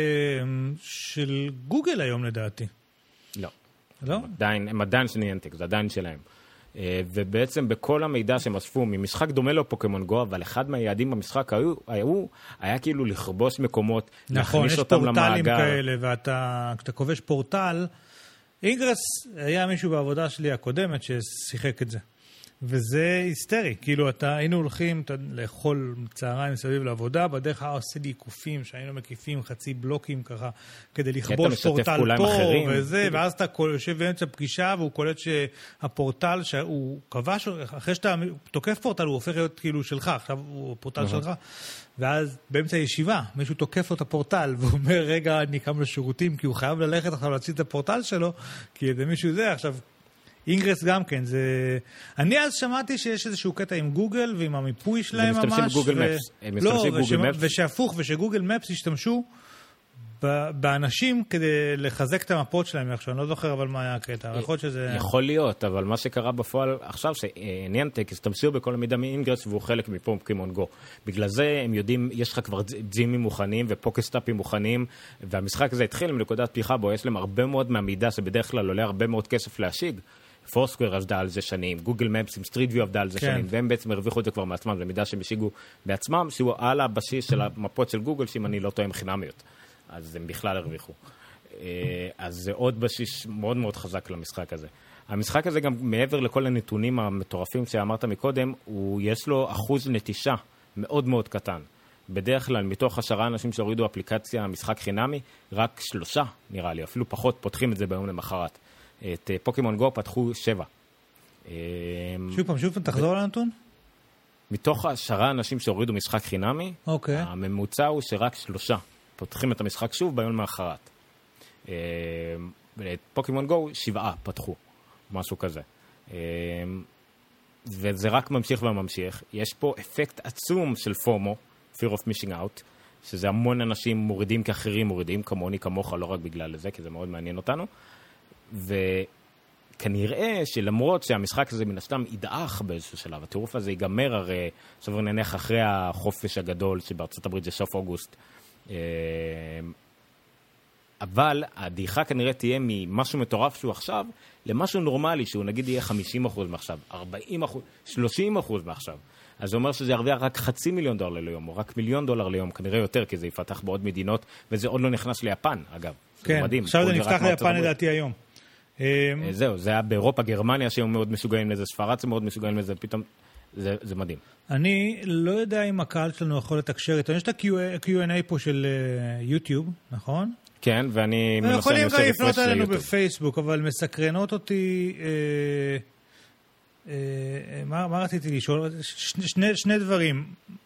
S3: של גוגל היום לדעתי.
S2: לא.
S3: לא?
S2: הם עדיין, הם עדיין של ניאנטק, זה עדיין שלהם. ובעצם בכל המידע שהם אספו ממשחק דומה לו פוקימון גו, אבל אחד מהיעדים במשחק היו, היו, היה כאילו לכבוש מקומות,
S3: נכון,
S2: להכניס אותם למאגר.
S3: נכון, יש פורטלים כאלה, ואתה, כשאתה כובש פורטל, אינגרס היה מישהו בעבודה שלי הקודמת ששיחק את זה. וזה היסטרי, כאילו אתה, היינו הולכים אתה, לאכול צהריים מסביב לעבודה, בדרך היה עושה לי עיקופים שהיינו מקיפים חצי בלוקים ככה, כדי לכבוש פורטל פה וזה, ואז אתה יושב באמצע פגישה והוא קולט שהפורטל שהוא כבש, אחרי שאתה תוקף פורטל הוא הופך להיות כאילו שלך, עכשיו הוא פורטל שלך, ואז באמצע הישיבה מישהו תוקף לו את הפורטל והוא אומר רגע אני קם לשירותים כי הוא חייב ללכת עכשיו להציל את הפורטל שלו, כי איזה מישהו זה עכשיו אינגרס גם כן, זה... אני אז שמעתי שיש איזשהו קטע עם גוגל ועם המיפוי שלהם ממש.
S2: ומשתמשים בגוגל
S3: ו...
S2: מפס. הם
S3: לא,
S2: משתמשים
S3: וש...
S2: בגוגל מפס.
S3: ושהפוך, ושגוגל מפס ישתמשו ב... באנשים כדי לחזק את המפות שלהם. עכשיו, אני לא זוכר אבל מה היה הקטע. יכול להיות שזה...
S2: יכול להיות, אבל מה שקרה בפועל עכשיו, שניאנטק השתמשו בכל המידע מאינגרס והוא חלק מפוקימון גו. בגלל זה הם יודעים, יש לך כבר ג'ימים מוכנים ופוקסטאפים מוכנים, והמשחק הזה התחיל מנקודת פתיחה בו, יש להם הרבה מאוד מהמידע שבדרך כלל עולה הרבה מאוד כסף להשיג. פורסקוור עבדה על זה שנים, גוגל מפס עם סטריט ויו עבדה על זה שנים, והם בעצם הרוויחו את זה כבר מעצמם, זה מידע שהם השיגו בעצמם, שהוא על הבסיס של המפות של גוגל, שאם אני לא טועה הם חינמיות, אז הם בכלל הרוויחו. אז זה עוד בסיס מאוד מאוד חזק למשחק הזה. המשחק הזה גם מעבר לכל הנתונים המטורפים שאמרת מקודם, הוא יש לו אחוז נטישה מאוד מאוד קטן. בדרך כלל מתוך עשרה אנשים שהורידו אפליקציה משחק חינמי, רק שלושה נראה לי, אפילו פחות פותחים את זה ביום למחרת. את פוקימון גו פתחו שבע.
S3: שוב פעם, שוב פעם, תחזור על הנתון?
S2: מתוך עשרה אנשים שהורידו משחק חינמי,
S3: אוקיי.
S2: הממוצע הוא שרק שלושה פותחים את המשחק שוב ביום למחרת. פוקימון גו שבעה פתחו, משהו כזה. וזה רק ממשיך וממשיך. יש פה אפקט עצום של פומו, Fear of Missing Out, שזה המון אנשים מורידים כאחרים, מורידים כמוני, כמוך, לא רק בגלל זה, כי זה מאוד מעניין אותנו. וכנראה שלמרות שהמשחק הזה מן הסתם ידעך באיזשהו שלב, הטירוף הזה ייגמר הרי, סובר נניח אחרי החופש הגדול שבארצות הברית זה סוף אוגוסט, אבל הדעיכה כנראה תהיה ממשהו מטורף שהוא עכשיו, למשהו נורמלי שהוא נגיד יהיה חמישים אחוז מעכשיו, ארבעים אחוז, שלושים אחוז מעכשיו. אז זה אומר שזה ירוויח רק חצי מיליון דולר ליום, או רק מיליון דולר ליום, כנראה יותר, כי זה יפתח בעוד מדינות, וזה עוד לא נכנס ליפן, אגב.
S3: כן, עכשיו זה נפתח ליפן לדעתי היום.
S2: זהו, זה היה באירופה, גרמניה, שהם מאוד משוגעים לזה, ספרד מאוד משוגעים לזה, פתאום, זה מדהים.
S3: אני לא יודע אם הקהל שלנו יכול לתקשר איתו, יש את ה-קיו אנד איי פה של יוטיוב, נכון?
S2: כן, ואני מנסה...
S3: יכולים גם לפנות עלינו בפייסבוק, אבל מסקרנות אותי... מה, מה רציתי לשאול? שני, שני דברים.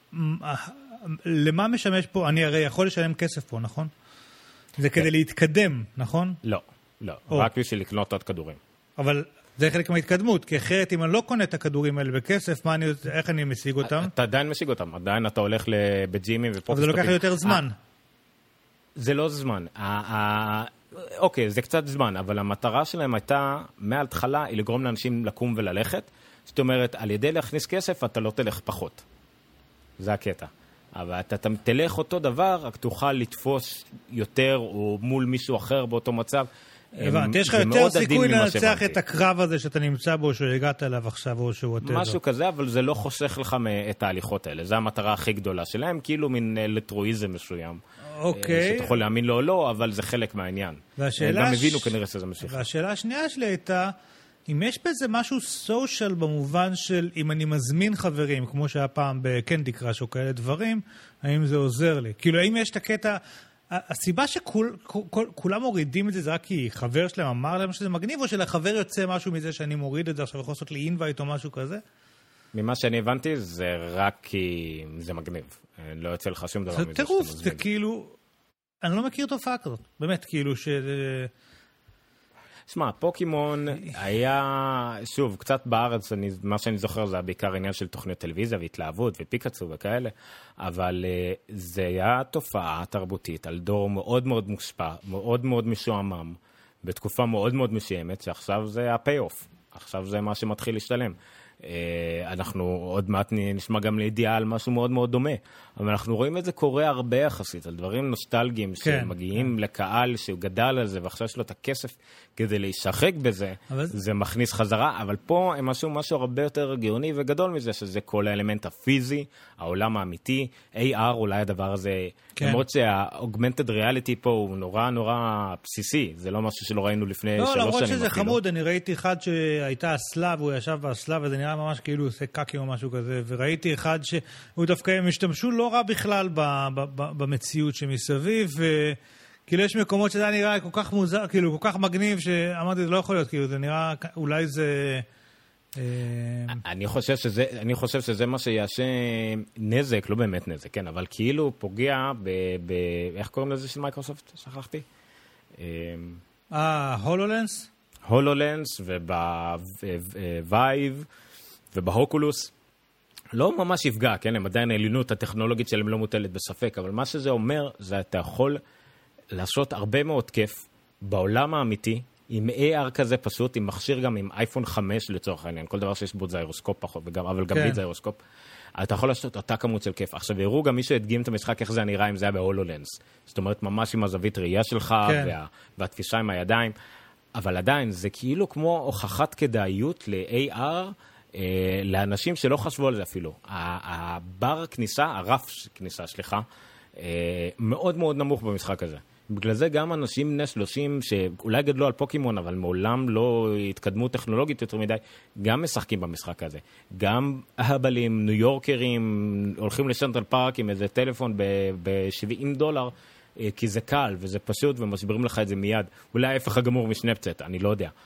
S3: למה משמש פה? אני הרי יכול לשלם כסף פה, נכון? זה כדי להתקדם, נכון?
S2: לא, לא. רק בשביל לקנות עוד כדורים.
S3: אבל זה חלק מההתקדמות, כי אחרת אם אני לא קונה את הכדורים האלה בכסף, מה אני, איך אני משיג אותם?
S2: אתה עדיין משיג אותם, עדיין אתה הולך בג'ימים ופוקסטופים.
S3: אבל זה לוקח יותר זמן.
S2: זה לא זמן. אוקיי, זה קצת זמן, אבל המטרה שלהם הייתה, מההתחלה, היא לגרום לאנשים לקום וללכת. זאת אומרת, על ידי להכניס כסף, אתה לא תלך פחות. זה הקטע. אבל אתה תלך אותו דבר, רק תוכל לתפוס יותר, או מול מישהו אחר באותו מצב.
S3: הבנתי, יש לך יותר סיכוי לנצח את הקרב הזה שאתה נמצא בו, שהוא הגעת אליו עכשיו, או שהוא יותר...
S2: משהו כזה, אבל זה לא חוסך לך את ההליכות האלה. זו המטרה הכי גדולה שלהם, כאילו מין לטרואיזם מסוים.
S3: אוקיי.
S2: שאתה יכול להאמין לו או לא, אבל זה חלק מהעניין.
S3: והשאלה...
S2: גם הבינו כנראה שזה משיכה.
S3: והשאלה השנייה שלי הייתה, אם יש בזה משהו סושיאל במובן של אם אני מזמין חברים, כמו שהיה פעם בקנדי קראש או כאלה דברים, האם זה עוזר לי? כאילו, האם יש את הקטע... הסיבה שכולם מורידים את זה, זה רק כי חבר שלהם אמר להם שזה מגניב, או שלחבר יוצא משהו מזה שאני מוריד את זה, עכשיו יכול לעשות לי אינווייט או משהו כזה?
S2: ממה שאני הבנתי, זה רק כי זה מגניב. לא יוצא לך שום דבר מזה שאתה מזמין.
S3: זה כאילו, אני לא מכיר תופעה כזאת. באמת, כאילו ש...
S2: שמע, פוקימון היה, שוב, קצת בארץ, אני, מה שאני זוכר זה היה בעיקר עניין של תוכניות טלוויזיה והתלהבות ופיקאצו וכאלה, אבל uh, זה היה תופעה תרבותית על דור מאוד מאוד מושפע, מאוד מאוד משועמם, בתקופה מאוד מאוד משיימת, שעכשיו זה הפי-אוף, עכשיו זה מה שמתחיל להשתלם. Uh, אנחנו עוד מעט נשמע גם לידיעה על משהו מאוד מאוד דומה, אבל אנחנו רואים את זה קורה הרבה יחסית, על דברים נוסטלגיים כן, שמגיעים כן. לקהל שהוא גדל על זה, ועכשיו יש לו את הכסף כדי להישחק בזה, אבל... זה מכניס חזרה, אבל פה הם משהו, משהו הרבה יותר גאוני וגדול מזה, שזה כל האלמנט הפיזי, העולם האמיתי, איי אר אולי הדבר הזה, כן. למרות שה-augmented reality פה הוא נורא נורא בסיסי, זה לא משהו שלא ראינו לפני
S3: לא,
S2: שלוש שנים.
S3: לא, למרות שזה אפילו. חמוד, אני ראיתי אחד שהייתה אסלה, והוא ישב באסלה, וזה נראה ממש כאילו הוא עושה קאקים או משהו כזה, וראיתי אחד שהוא דווקא, הם השתמשו לא רע בכלל ב- ב- ב- במציאות שמסביב, וכאילו יש מקומות שזה נראה כל כך מוזר, כאילו כל כך מגניב, שאמרתי, זה לא יכול להיות, כאילו זה נראה, אולי זה...
S2: אני חושב שזה, אני חושב שזה מה שיעשה נזק, לא באמת נזק, כן, אבל כאילו פוגע ב... ב איך קוראים לזה של מייקרוסופט? שכחתי.
S3: אה, הולולנס?
S2: הולולנס ובווייב ובהוקולוס. לא ממש יפגע, כן, הם עדיין העליונות הטכנולוגית שלהם לא מוטלת בספק, אבל מה שזה אומר, זה אתה יכול לעשות הרבה מאוד כיף בעולם האמיתי, עם איי אר כזה פשוט, עם מכשיר גם עם אייפון חמש לצורך העניין, כל דבר שיש בו זיירוסקופ פחות, וגם, אבל גם בלי כן. זיירוסקופ, אתה יכול לעשות אותה כמות של כיף. עכשיו, הראו גם מישהו הדגים את המשחק, איך זה נראה אם זה היה בהולולנס. זאת אומרת, ממש עם הזווית ראייה שלך, כן. וה, והתפישה עם הידיים, אבל עדיין, זה כאילו כמו הוכחת כדאיות ל-איי אר, אה, לאנשים שלא חשבו על זה אפילו. הבר כניסה, הרף כניסה, סליחה, אה, מאוד מאוד נמוך במשחק הזה. בגלל זה גם אנשים בני שלושים שאולי גדלו על פוקימון, אבל מעולם לא התקדמו טכנולוגית יותר מדי, גם משחקים במשחק הזה. גם אהבלים, ניו יורקרים, הולכים לשנטרל פארק עם איזה טלפון ב-שבעים דולר, כי זה קל וזה פשוט ומשברים לך את זה מיד. אולי ההפך הגמור משנפצט, אני לא יודע.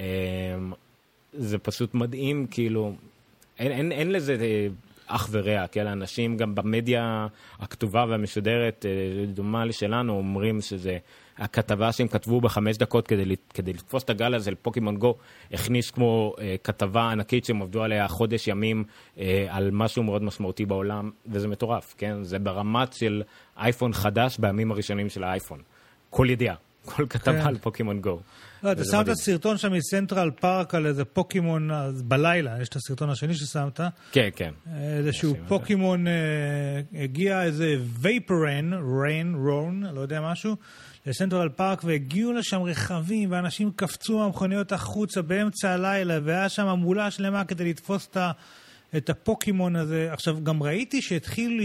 S2: זה פשוט מדהים, כאילו, אין, אין, אין לזה אח ורע, כן? אנשים גם במדיה הכתובה והמשודרת, דומה לשלנו, אומרים שזה הכתבה שהם כתבו בחמש דקות כדי, כדי לתפוס את הגל הזה לפוקימון גו, הכניס כמו אה, כתבה ענקית שהם עבדו עליה חודש ימים אה, על משהו מאוד משמעותי בעולם, וזה מטורף, כן? זה ברמת של אייפון חדש בימים הראשונים של האייפון. כל ידיעה, כל כתבה כן. על פוקימון גו.
S3: לא, אתה שמת סרטון שם מסנטרל פארק על איזה פוקימון בלילה, יש את הסרטון השני ששמת.
S2: כן, כן.
S3: איזשהו פוקימון הגיע איזה וייפרן, ריין, רון, לא יודע משהו, לסנטרל פארק, והגיעו לשם רכבים, ואנשים קפצו מהמכוניות החוצה באמצע הלילה, והיה שם המולה שלמה כדי לתפוס את, את הפוקימון הזה. עכשיו, גם ראיתי שהתחילו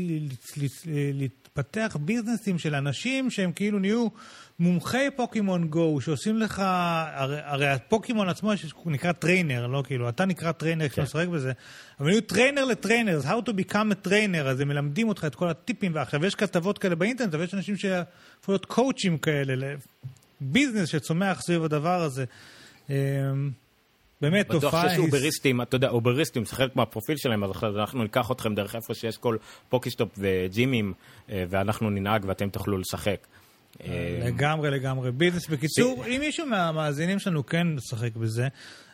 S3: להתפתח ביזנסים של אנשים שהם כאילו נהיו מומחי פוקימון גו, שעושים לך, הרי, הרי הפוקימון עצמו הוא נקרא טריינר, לא כאילו, אתה נקרא טריינר, כשאתה משחק בזה, אבל יהיו טריינר לטריינר, how to become a trainer, אז הם מלמדים אותך את כל הטיפים, ועכשיו יש כתבות כאלה באינטרנט, אבל יש אנשים שיכולים להיות קואוצ'ים כאלה, ביזנס שצומח סביב הדבר הזה. באמת, תופעה...
S2: בטוח שיש אובריסטים, אתה יודע, אובריסטים, זה חלק מהפרופיל שלהם, אז אנחנו ניקח אתכם דרך איפה שיש כל פוקיסטופ וג'ימים, ואנחנו ננהג ואתם תוכלו לשחק.
S3: לגמרי, לגמרי. ביזנס, בקיצור, אם מישהו מהמאזינים שלנו כן לשחק בזה,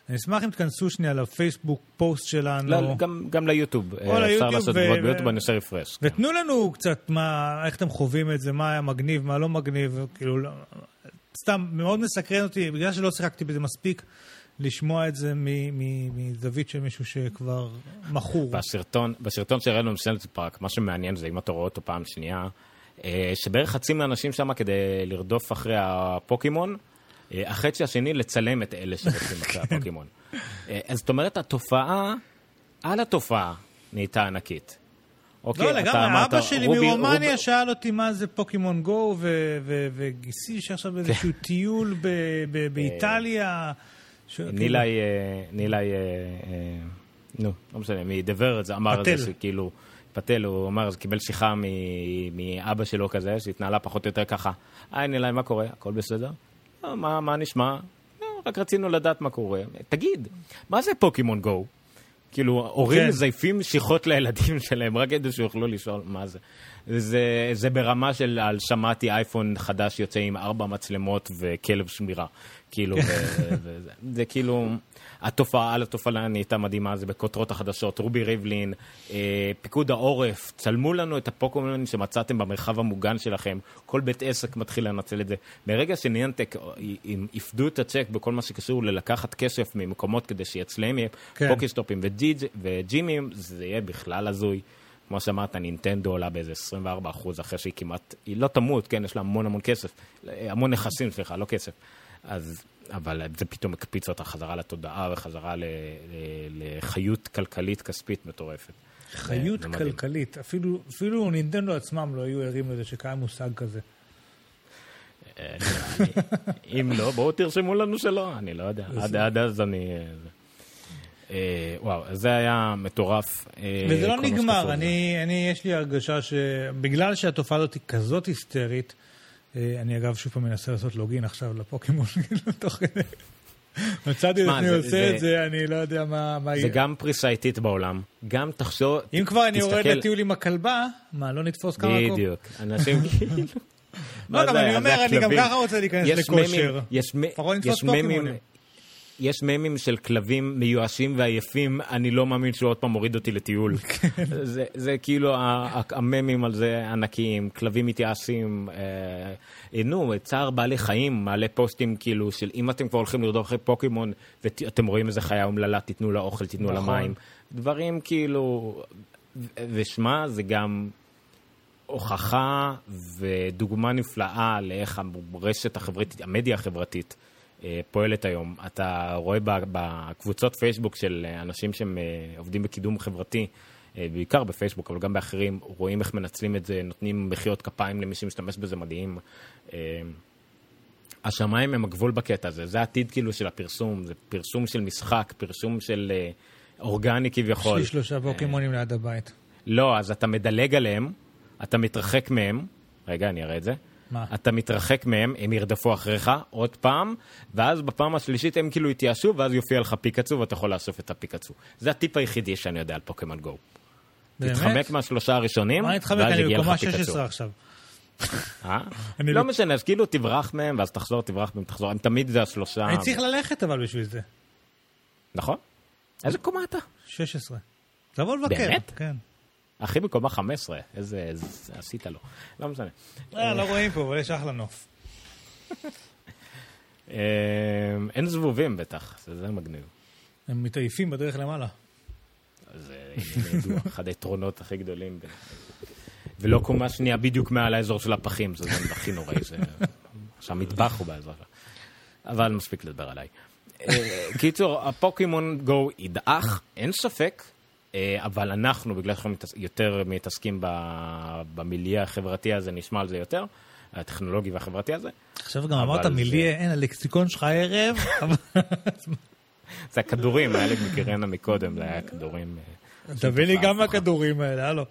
S3: אני אשמח אם תכנסו שנייה לפייסבוק פוסט שלנו.
S2: לא, גם, גם ליוטיוב. אפשר לעשות תגובות ביוטיוב, אני עושה רפרש.
S3: ותנו לנו קצת מה, איך אתם חווים את זה, מה היה מגניב, מה לא מגניב, כאילו, סתם, מאוד מסקרן אותי, בגלל שלא שיחקתי בזה מספיק, לשמוע את זה מזווית של מישהו שכבר מכור.
S2: בסרטון, בסרטון שהראינו במסלנט פארק, מה שמעניין זה, אם אתה רואה אותו פעם שנייה, שבערך חצי מהאנשים שם כדי לרדוף אחרי הפוקימון, החצי השני לצלם את אלה שרוצים אחרי הפוקימון. אז זאת אומרת, התופעה, על התופעה, נהייתה ענקית.
S3: לא, לגמרי, אבא שלי מרומניה שאל אותי מה זה פוקימון גו, וגיסי שעכשיו איזשהו טיול באיטליה.
S2: נילי, נילי, נו, לא משנה, מדבר, זה אמר את זה שכאילו, פטל, הוא אמר, זה קיבל שיחה מאבא שלו כזה, שהתנהלה פחות או יותר ככה, היי נילי, מה קורה? הכל בסדר? מה, מה נשמע? רק רצינו לדעת מה קורה. תגיד, מה זה פוקימון גו? כאילו, הורים מזייפים שיחות לילדים שלהם, רק כדי שיוכלו לשאול מה זה. זה, זה ברמה של, על שמעתי אייפון חדש יוצא עם ארבע מצלמות וכלב שמירה. כאילו, וזה, זה כאילו, התופעה על התופעה נהייתה מדהימה, זה בכותרות החדשות, רובי ריבלין, אה, פיקוד העורף, צלמו לנו את הפוקימון שמצאתם במרחב המוגן שלכם, כל בית עסק מתחיל לנצל את זה. ברגע שניאנטק יפדו את הצ'ק בכל מה שקשור ללקחת כסף ממקומות כדי שיצלם יהיה כן. פוקיסטופים וג'ימים, זה יהיה בכלל הזוי. כמו שאמרת, נינטנדו עולה באיזה עשרים וארבעה אחוז אחרי שהיא כמעט, היא לא תמות, כן, יש לה המון המון כסף, המון נכסים, סליחה, לא כסף. אז, אבל זה פתאום מקפיץ אותה חזרה לתודעה וחזרה ל, ל, לחיות כלכלית כספית מטורפת.
S3: חיות כלכלית, אפילו, אפילו נינטנדו עצמם לא היו ערים לזה שקיים מושג כזה.
S2: אם לא, בואו תרשמו לנו שלא, אני לא יודע. עד, עד אז אני... וואו, זה היה מטורף.
S3: וזה לא נגמר, אני, אני, יש לי הרגשה שבגלל שהתופעה הזאת היא כזאת היסטרית, אני אגב שוב פעם מנסה לעשות לוגין עכשיו לפוקימון, תוך כדי. מצאתי לפני עושה את זה, אני לא יודע מה יהיה.
S2: זה גם פריסה איטית בעולם, גם תחשוב,
S3: אם כבר אני יורד לטיול עם הכלבה, מה, לא נתפוס כמה מקום?
S2: בדיוק, אנשים כאילו...
S3: לא, גם אני אומר, אני גם ככה רוצה להיכנס לכושר. פחות נתפוס פוקימונים.
S2: יש ממים של כלבים מיואשים ועייפים, אני לא מאמין שהוא עוד פעם מוריד אותי לטיול. זה, זה כאילו הממים על זה ענקיים, כלבים מתייאשים, אה, נו, צער בעלי חיים, מעלה פוסטים כאילו של אם אתם כבר הולכים לרדוף אחרי פוקימון, ואתם רואים איזה חיה אומללה, תיתנו לה אוכל, תיתנו לה מים. דברים כאילו, ושמה זה גם הוכחה ודוגמה נפלאה לאיך הרשת החברתית, המדיה החברתית, פועלת היום. אתה רואה בקבוצות פייסבוק של אנשים שהם עובדים בקידום חברתי, בעיקר בפייסבוק, אבל גם באחרים, רואים איך מנצלים את זה, נותנים מחיאות כפיים למי שמשתמש בזה מדהים. השמיים הם הגבול בקטע הזה, זה העתיד כאילו של הפרסום, זה פרסום של משחק, פרסום של אורגני כביכול.
S3: יש לי שלושה פוקימונים ליד הבית.
S2: לא, אז אתה מדלג עליהם, אתה מתרחק מהם, רגע, אני אראה את זה. מה? אתה מתרחק מהם, הם ירדפו אחריך עוד פעם, ואז בפעם השלישית הם כאילו יתייאשו, ואז יופיע לך פיקצו, ואתה יכול לאסוף את הפיקצו. זה הטיפ היחידי שאני יודע על פוקימון גו. באמת? תתחמק מהשלושה הראשונים,
S3: ואז יגיע לך פיקצו. שש עשרה עכשיו.
S2: לא משנה, אז כאילו תברח מהם, ואז תחזור, תברח מהם, תחזור. הם תמיד זה השלושה.
S3: אני צריך ללכת אבל בשביל זה.
S2: נכון? איזה קומה אתה?
S3: שש עשרה. תבוא לבקר.
S2: באמת?
S3: כן.
S2: אחי בקומה חמש עשרה, איזה, עשית לו. לא משנה.
S3: לא רואים פה, אבל יש אחלה נוף.
S2: אין זבובים בטח, זה מגניב.
S3: הם מתעייפים בדרך למעלה.
S2: זה ידוע, אחד היתרונות הכי גדולים. ולא קומה שנייה בדיוק מעל האזור של הפחים, זה הכי נוראי. שהמטבח הוא באזור. אבל מספיק לדבר עליי. קיצור, הפוקימון גו ידעך, אין ספק, אבל אנחנו, בגלל שאנחנו יותר מתעסקים במיליה החברתי הזה, נשמע על זה יותר, הטכנולוגי והחברתי הזה.
S3: עכשיו גם אמרת מיליה, אין, הלקסיקון שלך ערב.
S2: זה הכדורים, היה לי מקרנה מקודם, זה היה כדורים.
S3: תביא לי גם הכדורים האלה, הלו.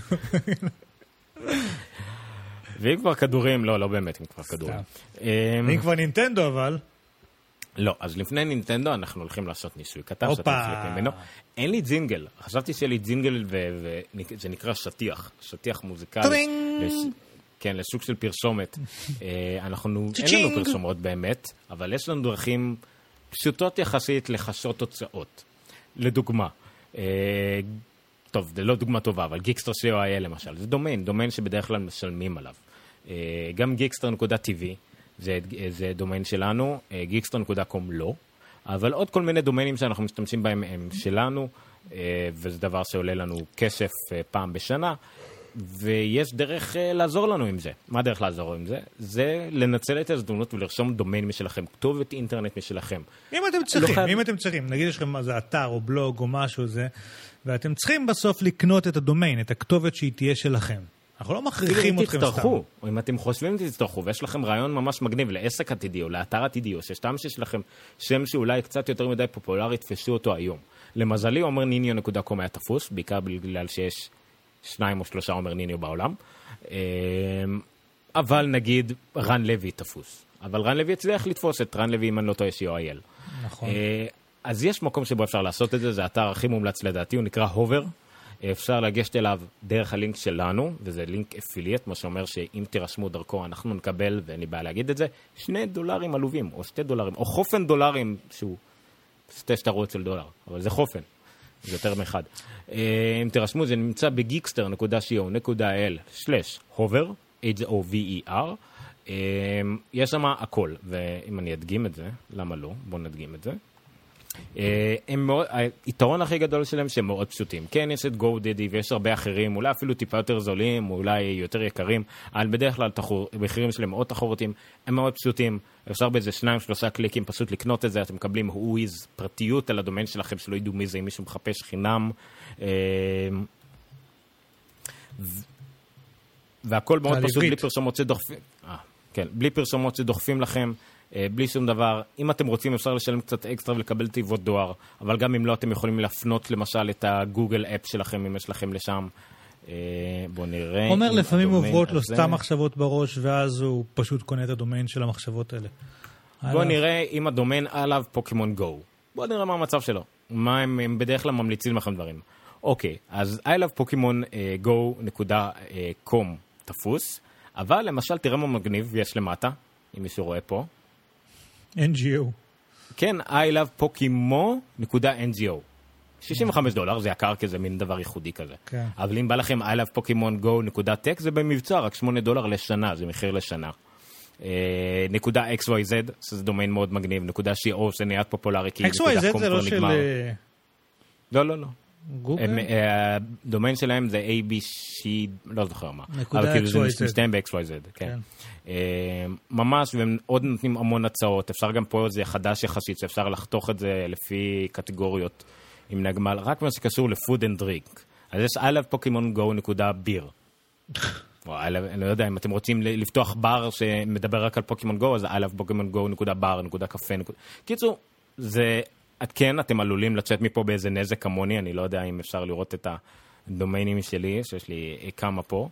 S2: ואם כבר כדורים, לא, לא באמת, אם כבר כדורים.
S3: אם כבר נינטנדו, אבל...
S2: לא, אז לפני נינטנדו אנחנו הולכים לעשות ניסוי. כתב שאתם פליפים ממנו. אין לי ג'ינגל. חשבתי שיהיה לי ג'ינגל וזה נקרא שטיח. שטיח מוזיקלי. כן, לסוג של פרסומת. אין לנו פרסומות באמת, אבל יש לנו דרכים פשוטות יחסית לחשות תוצאות. לדוגמה, טוב, זה לא דוגמה טובה, אבל גיקסטר סי או איי אל למשל, זה דומיין, דומיין שבדרך כלל משלמים עליו. גם גיקסטר נקודה טי וי, זה, זה דומיין שלנו, גיקסטר נקודה קום לא, אבל עוד כל מיני דומיינים שאנחנו משתמשים בהם הם שלנו, וזה דבר שעולה לנו כסף פעם בשנה, ויש דרך לעזור לנו עם זה. מה הדרך לעזור עם זה? זה לנצל את ההזדמנות ולרשום דומיין משלכם, כתובת אינטרנט משלכם.
S3: אם אתם צריכים, לא אם אתם צריכים, נגיד יש לכם איזה אתר או בלוג או משהו זה, ואתם צריכים בסוף לקנות את הדומיין, את הכתובת שהיא תהיה שלכם. אנחנו לא מכריחים אתכם סתם.
S2: או אם אתם חושבים תצטרכו, ויש לכם רעיון ממש מגניב לעסק עתידי או לאתר עתידי, או שסתם שיש לכם שם שאולי קצת יותר מדי פופולרי, תפסו אותו היום. למזלי, עומר ניניו נקודה קום היה תפוס, בעיקר בגלל שיש שניים או שלושה עומר ניניו בעולם. אבל נגיד, רן לוי תפוס. אבל רן לוי הצליח לתפוס את רן לוי, אם אני לא טועה, סי או איי אל.
S3: נכון.
S2: אז יש מקום שבו אפשר לעשות את זה, זה האתר הכי מומלץ לדעתי, הוא נקרא הובר. אפשר לגשת אליו דרך הלינק שלנו, וזה לינק אפילייט, מה שאומר שאם תירשמו דרכו, אנחנו נקבל, ואין לי בעיה להגיד את זה, שני דולרים עלובים, או שתי דולרים, או חופן דולרים, שהוא שתי שטרות של דולר, אבל זה חופן, זה יותר מאחד. אם תירשמו, זה נמצא בגיקסטר נקודה סי או נקודה איי אל סלש הובר, H O V E R, יש שם הכל, ואם אני אדגים את זה, למה לא? בואו נדגים את זה. הם מאוד, היתרון הכי גדול שלהם שהם מאוד פשוטים. כן, יש את GoDaddy ויש הרבה אחרים, אולי אפילו טיפה יותר זולים, אולי יותר יקרים, אבל בדרך כלל המחירים שלהם מאוד תחרותיים, הם מאוד פשוטים, אפשר באיזה שניים, שלושה קליקים פשוט לקנות את זה, אתם מקבלים וויז, פרטיות על הדומיין שלכם, שלא ידעו מי זה, אם מישהו מחפש חינם, והכל מאוד פשוט, בלי פרסומות שדוחפים, כן, בלי פרסומות שדוחפים לכם, בלי שום דבר. אם אתם רוצים אפשר לשלם קצת אקסטרה ולקבל תיבות דואר, אבל גם אם לא אתם יכולים להפנות למשל את הגוגל אפ שלכם אם יש לכם לשם. בואו נראה.
S3: אומר לפעמים עוברות לו סתם מחשבות בראש ואז הוא פשוט קונה את הדומיין של המחשבות האלה.
S2: בואו נראה אם הדומיין עליו פוקימון גו. בואו נראה מה המצב שלו. מה הם, הם בדרך כלל ממליצים לכם דברים. אוקיי, אז I love Pokemon go נקודה קום תפוס, אבל למשל תראה מה מגניב יש למטה, אם מישהו רואה פה.
S3: אן ג'י או.
S2: כן, I love Pokemon נקודה אן ג'י או. שישים וחמישה דולר, זה יקר כי זה מין דבר ייחודי כזה.
S3: כן.
S2: אבל אם בא לכם I love Pokemon go נקודה טק, זה במבצע, רק שמונה דולר לשנה, זה מחיר לשנה. נקודה אקס וואי זד, שזה דומיין מאוד מגניב, נקודה סי או, זה נהיה פופולרי, כי
S3: אקס וואי זד זה לא של...
S2: לא, לא, לא.
S3: גוגל?
S2: הדומיין שלהם זה איי בי סי, לא זוכר מה.
S3: נקודה אקס וואי זד.
S2: זה מסתיים ב-אקס וואי זד, כן. ממש, והם עוד נותנים המון הצעות, אפשר גם פה זה חדש יחסית, שאפשר לחתוך את זה לפי קטגוריות עם נגמל, רק מה שקשור לפוד אנד דריק. אז יש I love Pokemon go נקודה ביר. אני לא יודע, אם אתם רוצים לפתוח בר שמדבר רק על פוקימון גו, אז I love Pokemon go נקודה בר, נקודה קפה. קיצור, זה... כן, אתם עלולים לצאת מפה באיזה נזק כמוני, אני לא יודע אם אפשר לראות את הדומיינים שלי, שיש לי כמה פה.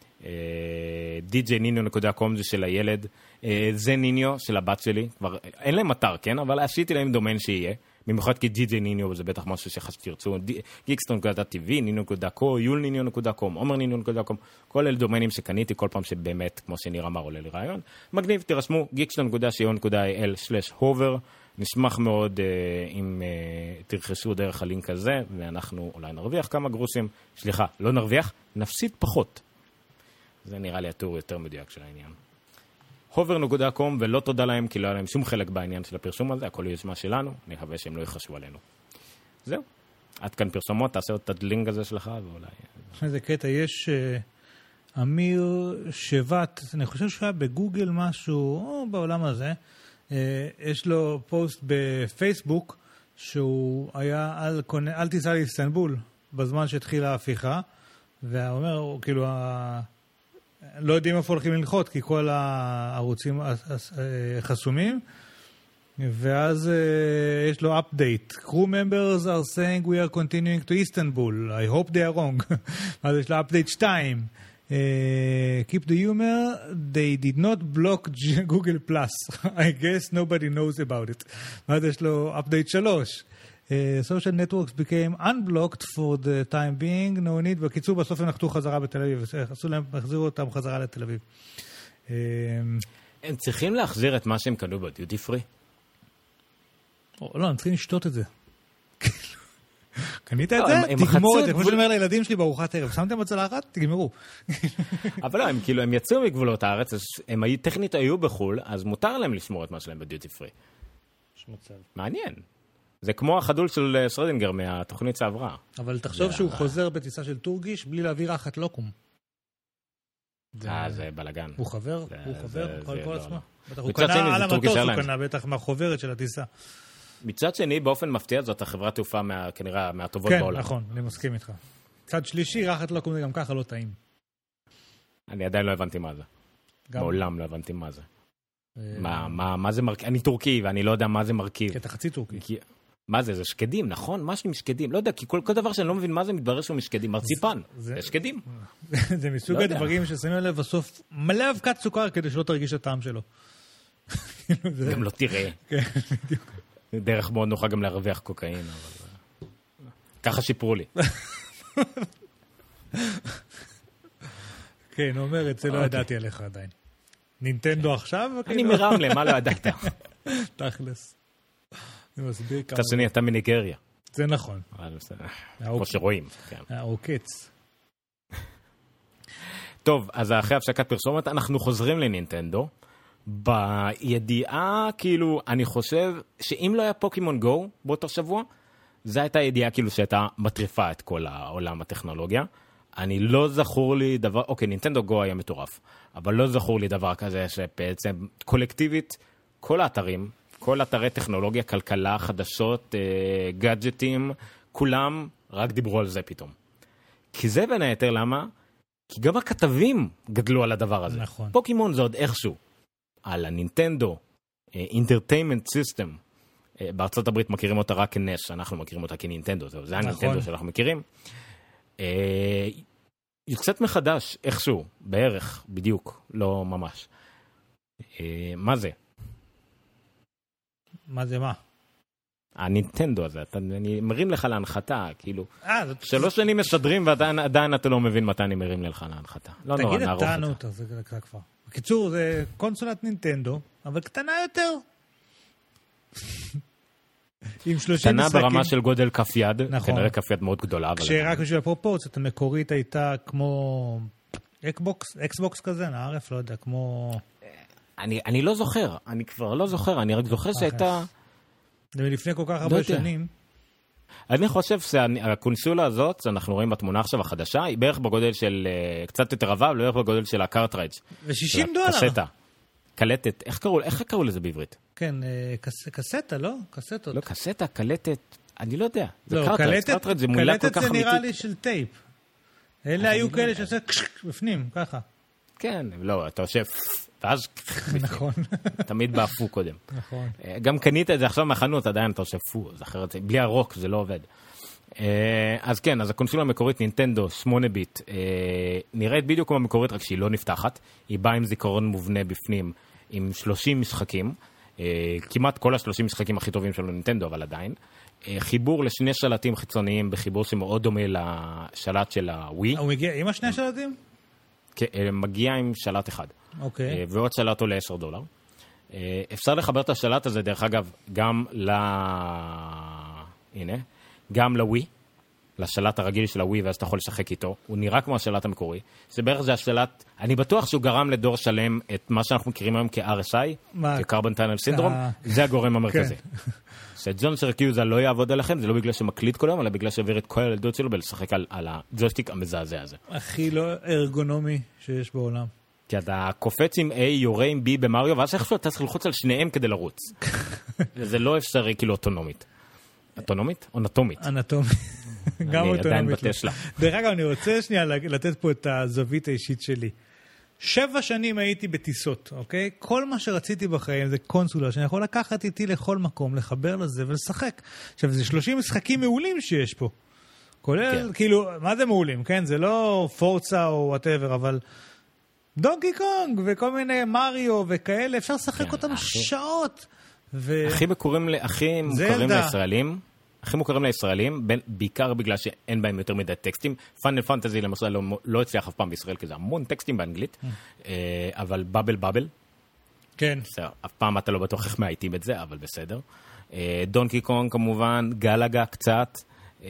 S2: די ג'יי ניניו נקודה קום זה של הילד, זה ניניו של הבת שלי, כבר אין להם אתר, כן? אבל עשיתי להם דומיין שיהיה, במיוחד כי די ג'יי ניניו זה בטח משהו שתרצו, גיקסטר נקודה טי וי, ניניו נקודה קו, יול ניניו נקודה קום, עומר ניניו נקודה קום, כל אלה דומיינים שקניתי כל פעם שבאמת, כמו שניר אמר, עולה לי רעיון. מגניב, תירשמו, גיקסטר נקודה סי או נקודה איי אל סלש הובר, נשמח מאוד uh, אם uh, תרכשו דרך הלינק הזה, ואנחנו אולי נרוויח כמה גרושים. סליחה, לא נרוויח, נפסיד פחות. זה נראה לי התיאור יותר מדויק של העניין. הובר נקודה קום, ולא תודה להם, כי לא היה להם שום חלק בעניין של הפרסום הזה, הכל יוזמה שלנו, אני מקווה שהם לא יחשבו עלינו. זהו. עד כאן פרסומות, תעשה עוד את הדלינג הזה שלך, ואולי...
S3: איזה קטע, יש uh, אמיר שבט, אני חושב שהוא היה בגוגל משהו, או בעולם הזה, Uh, יש לו פוסט בפייסבוק שהוא היה על, על טיסה לאיסטנבול בזמן שהתחילה ההפיכה, והוא אומר, כאילו, ה... לא יודעים איפה הולכים ללחוץ, כי כל הערוצים חסומים, ואז uh, יש לו update. Crew members are saying we are continuing to Istanbul. I hope they are wrong. אז יש לו update שתיים. Uh, keep the humor, they did not block Google Plus. I guess nobody knows about it. ואז יש לו update שלוש. Uh, social networks became unblocked for the time being, no need. בקיצור, בסוף הם נחתו חזרה בתל אביב. עשו להם, החזירו אותם חזרה לתל אביב. Uh,
S2: הם צריכים להחזיר את מה שהם קנו בדיוטי פרי?
S3: לא, אני צריכים לשתות את זה. קנית את זה? תגמור את זה. כמו שאני אומר לילדים שלי בארוחת ערב, שמתם בצלחת? תגמרו.
S2: אבל לא, הם כאילו, הם יצאו מגבולות הארץ, הם טכנית היו בחול, אז מותר להם לשמור את מה שלהם בדיוטי פרי. מעניין. זה כמו החדול של שרדינגר מהתוכנית שעברה.
S3: אבל תחשוב שהוא חוזר בטיסה של טורגיש בלי להביא רחת לוקום.
S2: אה, זה בלגן.
S3: הוא חבר? הוא חבר? הוא כל עצמו? הוא קנה על המטוס, הוא קנה בטח מהחוברת של הטיסה.
S2: מצד שני, באופן מפתיע, זאת החברת תעופה כנראה מהטובות בעולם.
S3: כן, נכון, אני מסכים איתך. צד שלישי, רחת לוקום זה גם ככה לא טעים.
S2: אני עדיין לא הבנתי מה זה. מעולם לא הבנתי מה זה. מה זה מרכיב? אני טורקי ואני לא יודע מה זה מרכיב.
S3: כי אתה חצי טורקי.
S2: מה זה? זה שקדים, נכון? משהו עם שקדים. לא יודע, כי כל דבר שאני לא מבין מה זה מתברר שהוא משקדים. מרציפן, זה שקדים.
S3: זה מסוג הדברים ששמים עליו בסוף מלא אבקת סוכר כדי שלא תרגיש את הטעם שלו.
S2: גם לא תראה. דרך מאוד נוחה גם להרוויח קוקאין, אבל ככה שיפרו לי.
S3: כן, אומרת, זה לא ידעתי עליך עדיין. נינטנדו עכשיו?
S2: אני מרמלה, מה לא ידעת?
S3: תכלס. אני מסביר כמה...
S2: תעשני, אתה מניגריה.
S3: זה נכון.
S2: כמו שרואים.
S3: העוקץ.
S2: טוב, אז אחרי הפסקת פרסומת, אנחנו חוזרים לנינטנדו. בידיעה, כאילו, אני חושב שאם לא היה פוקימון גו באותו שבוע, זו הייתה ידיעה כאילו שהייתה מטריפה את כל העולם הטכנולוגיה. אני לא זכור לי דבר, אוקיי, נינטנדו גו היה מטורף, אבל לא זכור לי דבר כזה שבעצם קולקטיבית, כל האתרים, כל אתרי טכנולוגיה, כלכלה, חדשות, אה, גאדג'טים, כולם רק דיברו על זה פתאום. כי זה בין היתר למה? כי גם הכתבים גדלו על הדבר הזה.
S3: נכון.
S2: פוקימון זה עוד איכשהו. על הנינטנדו, Entertainment System, בארצות הברית מכירים אותה רק כנש, אנחנו מכירים אותה כנינטנדו, זה הנינטנדו שאנחנו מכירים. יוצאת מחדש, איכשהו, בערך, בדיוק, לא ממש. מה זה?
S3: מה זה מה?
S2: הנינטנדו הזה, אני מרים לך להנחתה, כאילו, שלוש שנים משדרים ועדיין אתה לא מבין מתי אני מרים לך להנחתה.
S3: תגיד את טענות, זה כבר. בקיצור, זה קונסולת נינטנדו, אבל קטנה יותר. עם שלושים
S2: קטנה
S3: משחקים.
S2: ברמה של גודל כף יד,
S3: נכון.
S2: כנראה כף יד מאוד גדולה.
S3: כשרק בשביל הפרופורציות, המקורית הייתה כמו אקסבוקס, אקסבוקס כזה, נערף, לא יודע, כמו...
S2: אני, אני לא זוכר, אני כבר לא זוכר, אני רק זוכר שהייתה...
S3: זה מלפני כל כך הרבה שנים.
S2: אני חושב שהקונסולה הזאת, אנחנו רואים בתמונה עכשיו החדשה, היא בערך בגודל של, קצת יותר רבה, אבל בערך בגודל של הקארטרייג'.
S3: ו-שישים דולר.
S2: קסטה. קלטת. איך קראו, איך קראו לזה בעברית?
S3: כן, קסטה, לא? קסטות.
S2: לא, קסטה, קלטת, אני לא יודע.
S3: לא, קלטת, קלטת זה נראה לי של טייפ. אלה היו כאלה שעושה בפנים, ככה.
S2: כן, לא, אתה חושב... ואז...
S3: נכון.
S2: תמיד באפו קודם.
S3: נכון.
S2: גם קנית את זה עכשיו מהחנות, עדיין אתה חושב פו, זה אחרת, בלי הרוק זה לא עובד. אז כן, אז הקונסולה המקורית נינטנדו שמונה ביט, נראית בדיוק כמו המקורית, רק שהיא לא נפתחת, היא באה עם זיכרון מובנה בפנים, עם שלושים משחקים, כמעט כל ה-שלושים משחקים הכי טובים שלו נינטנדו, אבל עדיין, חיבור לשני שלטים חיצוניים, בחיבור שמאוד דומה לשלט של הווי.
S3: הוא מגיע עם השני שלטים?
S2: מגיע עם שלט אחד.
S3: אוקיי.
S2: ועוד שלט עולה עשרה דולר. אפשר לחבר את השלט הזה, דרך אגב, גם ל... הנה, גם לווי, לשלט הרגיל של הווי, ואז אתה יכול לשחק איתו. הוא נראה כמו השלט המקורי. זה בערך זה השלט... אני בטוח שהוא גרם לדור שלם את מה שאנחנו מכירים היום כ-אר אס איי, כ-Carbon Tunnel Syndrome, זה הגורם המרכזי. שג'ון סרקיוזה לא יעבוד עליכם, זה לא בגלל שמקליט כל היום, אלא בגלל שהעביר את כל הילדות שלו בלשחק על, על הג'ויסטיק המזעזע הזה.
S3: הכי לא ארגונומי שיש בעולם.
S2: כי אתה קופץ עם A, יורה עם B במריו, ואז איכשהו אתה צריך ללחוץ על שניהם כדי לרוץ. זה לא אפשרי כאילו אוטונומית. אוטונומית? אונטומית.
S3: אנטומית. גם אוטונומית.
S2: אני עדיין בטסלה.
S3: דרך אגב, אני רוצה שנייה לתת פה את הזווית האישית שלי. שבע שנים הייתי בטיסות, אוקיי? כל מה שרציתי בחיים זה קונסולה, שאני יכול לקחת איתי לכל מקום, לחבר לזה ולשחק. עכשיו, זה שלושים משחקים מעולים שיש פה. כולל, כאילו, מה זה מעולים, כן? זה לא פורצה או whatever, אבל דונקי קונג וכל מיני מריו וכאלה, אפשר לשחק אותם שעות.
S2: הכי מוכרים לישראלים, הכי מוכרים לישראלים, בעיקר בגלל שאין בהם יותר מדי טקסטים. פאנל פנטזי למשל לא הצליח אף פעם בישראל, כי זה המון טקסטים באנגלית, אבל בבל בבל,
S3: כן.
S2: בסדר, אף פעם אתה לא בטוח איך מאייתים את זה, אבל בסדר. דונקי קונג כמובן, גלגה קצת,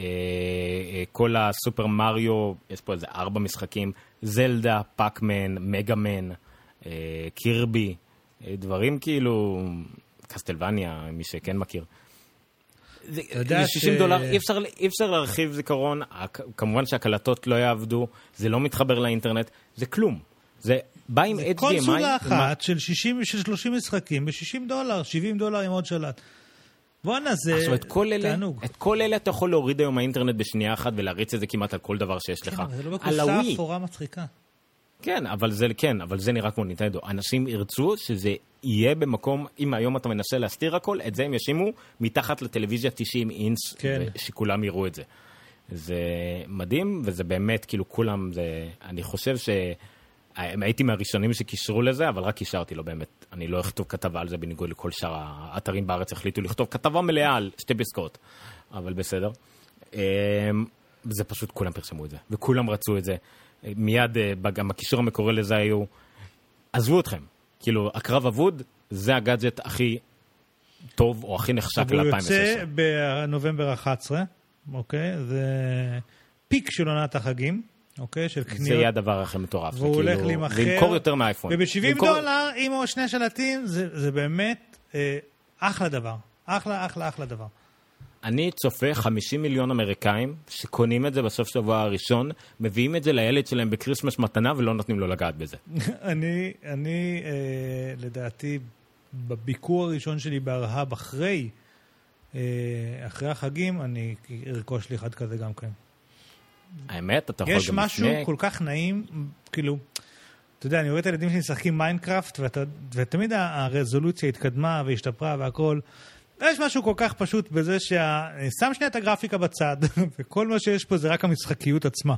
S2: כל הסופר מריו, יש פה איזה ארבע משחקים, זלדה, פאקמן, מגאמן, קירבי, דברים כאילו, קסטלווניה, מי שכן מכיר. זה שישים דולר, אי אפשר להרחיב זיכרון, כמובן שהקלטות לא יעבדו, זה לא מתחבר לאינטרנט, זה כלום. זה בא עם אייץ' די אם איי.
S3: קונסולה אחת של שלושים משחקים ב-שישים דולר, שבעים דולר עם עוד שלט. בואנה, זה תענוג.
S2: את כל אלה אתה יכול להוריד היום מהאינטרנט בשנייה אחת ולהריץ את זה כמעט על כל דבר שיש לך.
S3: כן, זה לא בקופסה אפורה מצחיקה.
S2: כן, אבל זה, כן, אבל זה נראה כמו ניטנדו. אנשים ירצו שזה יהיה במקום, אם היום אתה מנסה להסתיר הכל, את זה הם ישימו מתחת לטלוויזיה תשעים אינץ, כן. שכולם יראו את זה. זה מדהים, וזה באמת, כאילו כולם, זה, אני חושב ש... הייתי מהראשונים שקישרו לזה, אבל רק קישרתי לו באמת. אני לא אכתוב כתבה על זה בניגוד לכל שאר האתרים בארץ, החליטו לכתוב כתבה מלאה על שתי פסקאות. אבל בסדר. זה פשוט, כולם פרשמו את זה. וכולם רצו את זה. מיד, גם הקישור המקורי לזה היו, עזבו אתכם. כאילו, הקרב אבוד, זה הגאדג'ט הכי טוב, או הכי נחשק ל-אלפיים ושש עשרה.
S3: הוא יוצא בנובמבר אחת עשרה, אוקיי? זה פיק של עונת החגים. אוקיי, של קניות.
S2: זה יהיה הדבר הכי מטורף.
S3: והוא הולך להימחר.
S2: זה ימכור יותר מהאייפון.
S3: וב-שבעים דולר, עם או שני שלטים, זה, זה באמת אה, אחלה דבר. אחלה, אחלה, אחלה דבר.
S2: אני צופה חמישים מיליון אמריקאים שקונים את זה בסוף שבוע הראשון, מביאים את זה לילד שלהם בקריסמס מתנה ולא נותנים לו לגעת בזה.
S3: אני, אני אה, לדעתי, בביקור הראשון שלי בארהב אחרי, אה, אחרי החגים, אני ארכוש לי אחד כזה גם כן.
S2: האמת, אתה יכול גם
S3: יש משהו
S2: לפני...
S3: כל כך נעים, כאילו, אתה יודע, אני רואה את הילדים שלי משחקים מיינקראפט, ואתה, ותמיד הרזולוציה התקדמה והשתפרה והכל. יש משהו כל כך פשוט בזה שה... שם שנייה את הגרפיקה בצד, וכל מה שיש פה זה רק המשחקיות עצמה.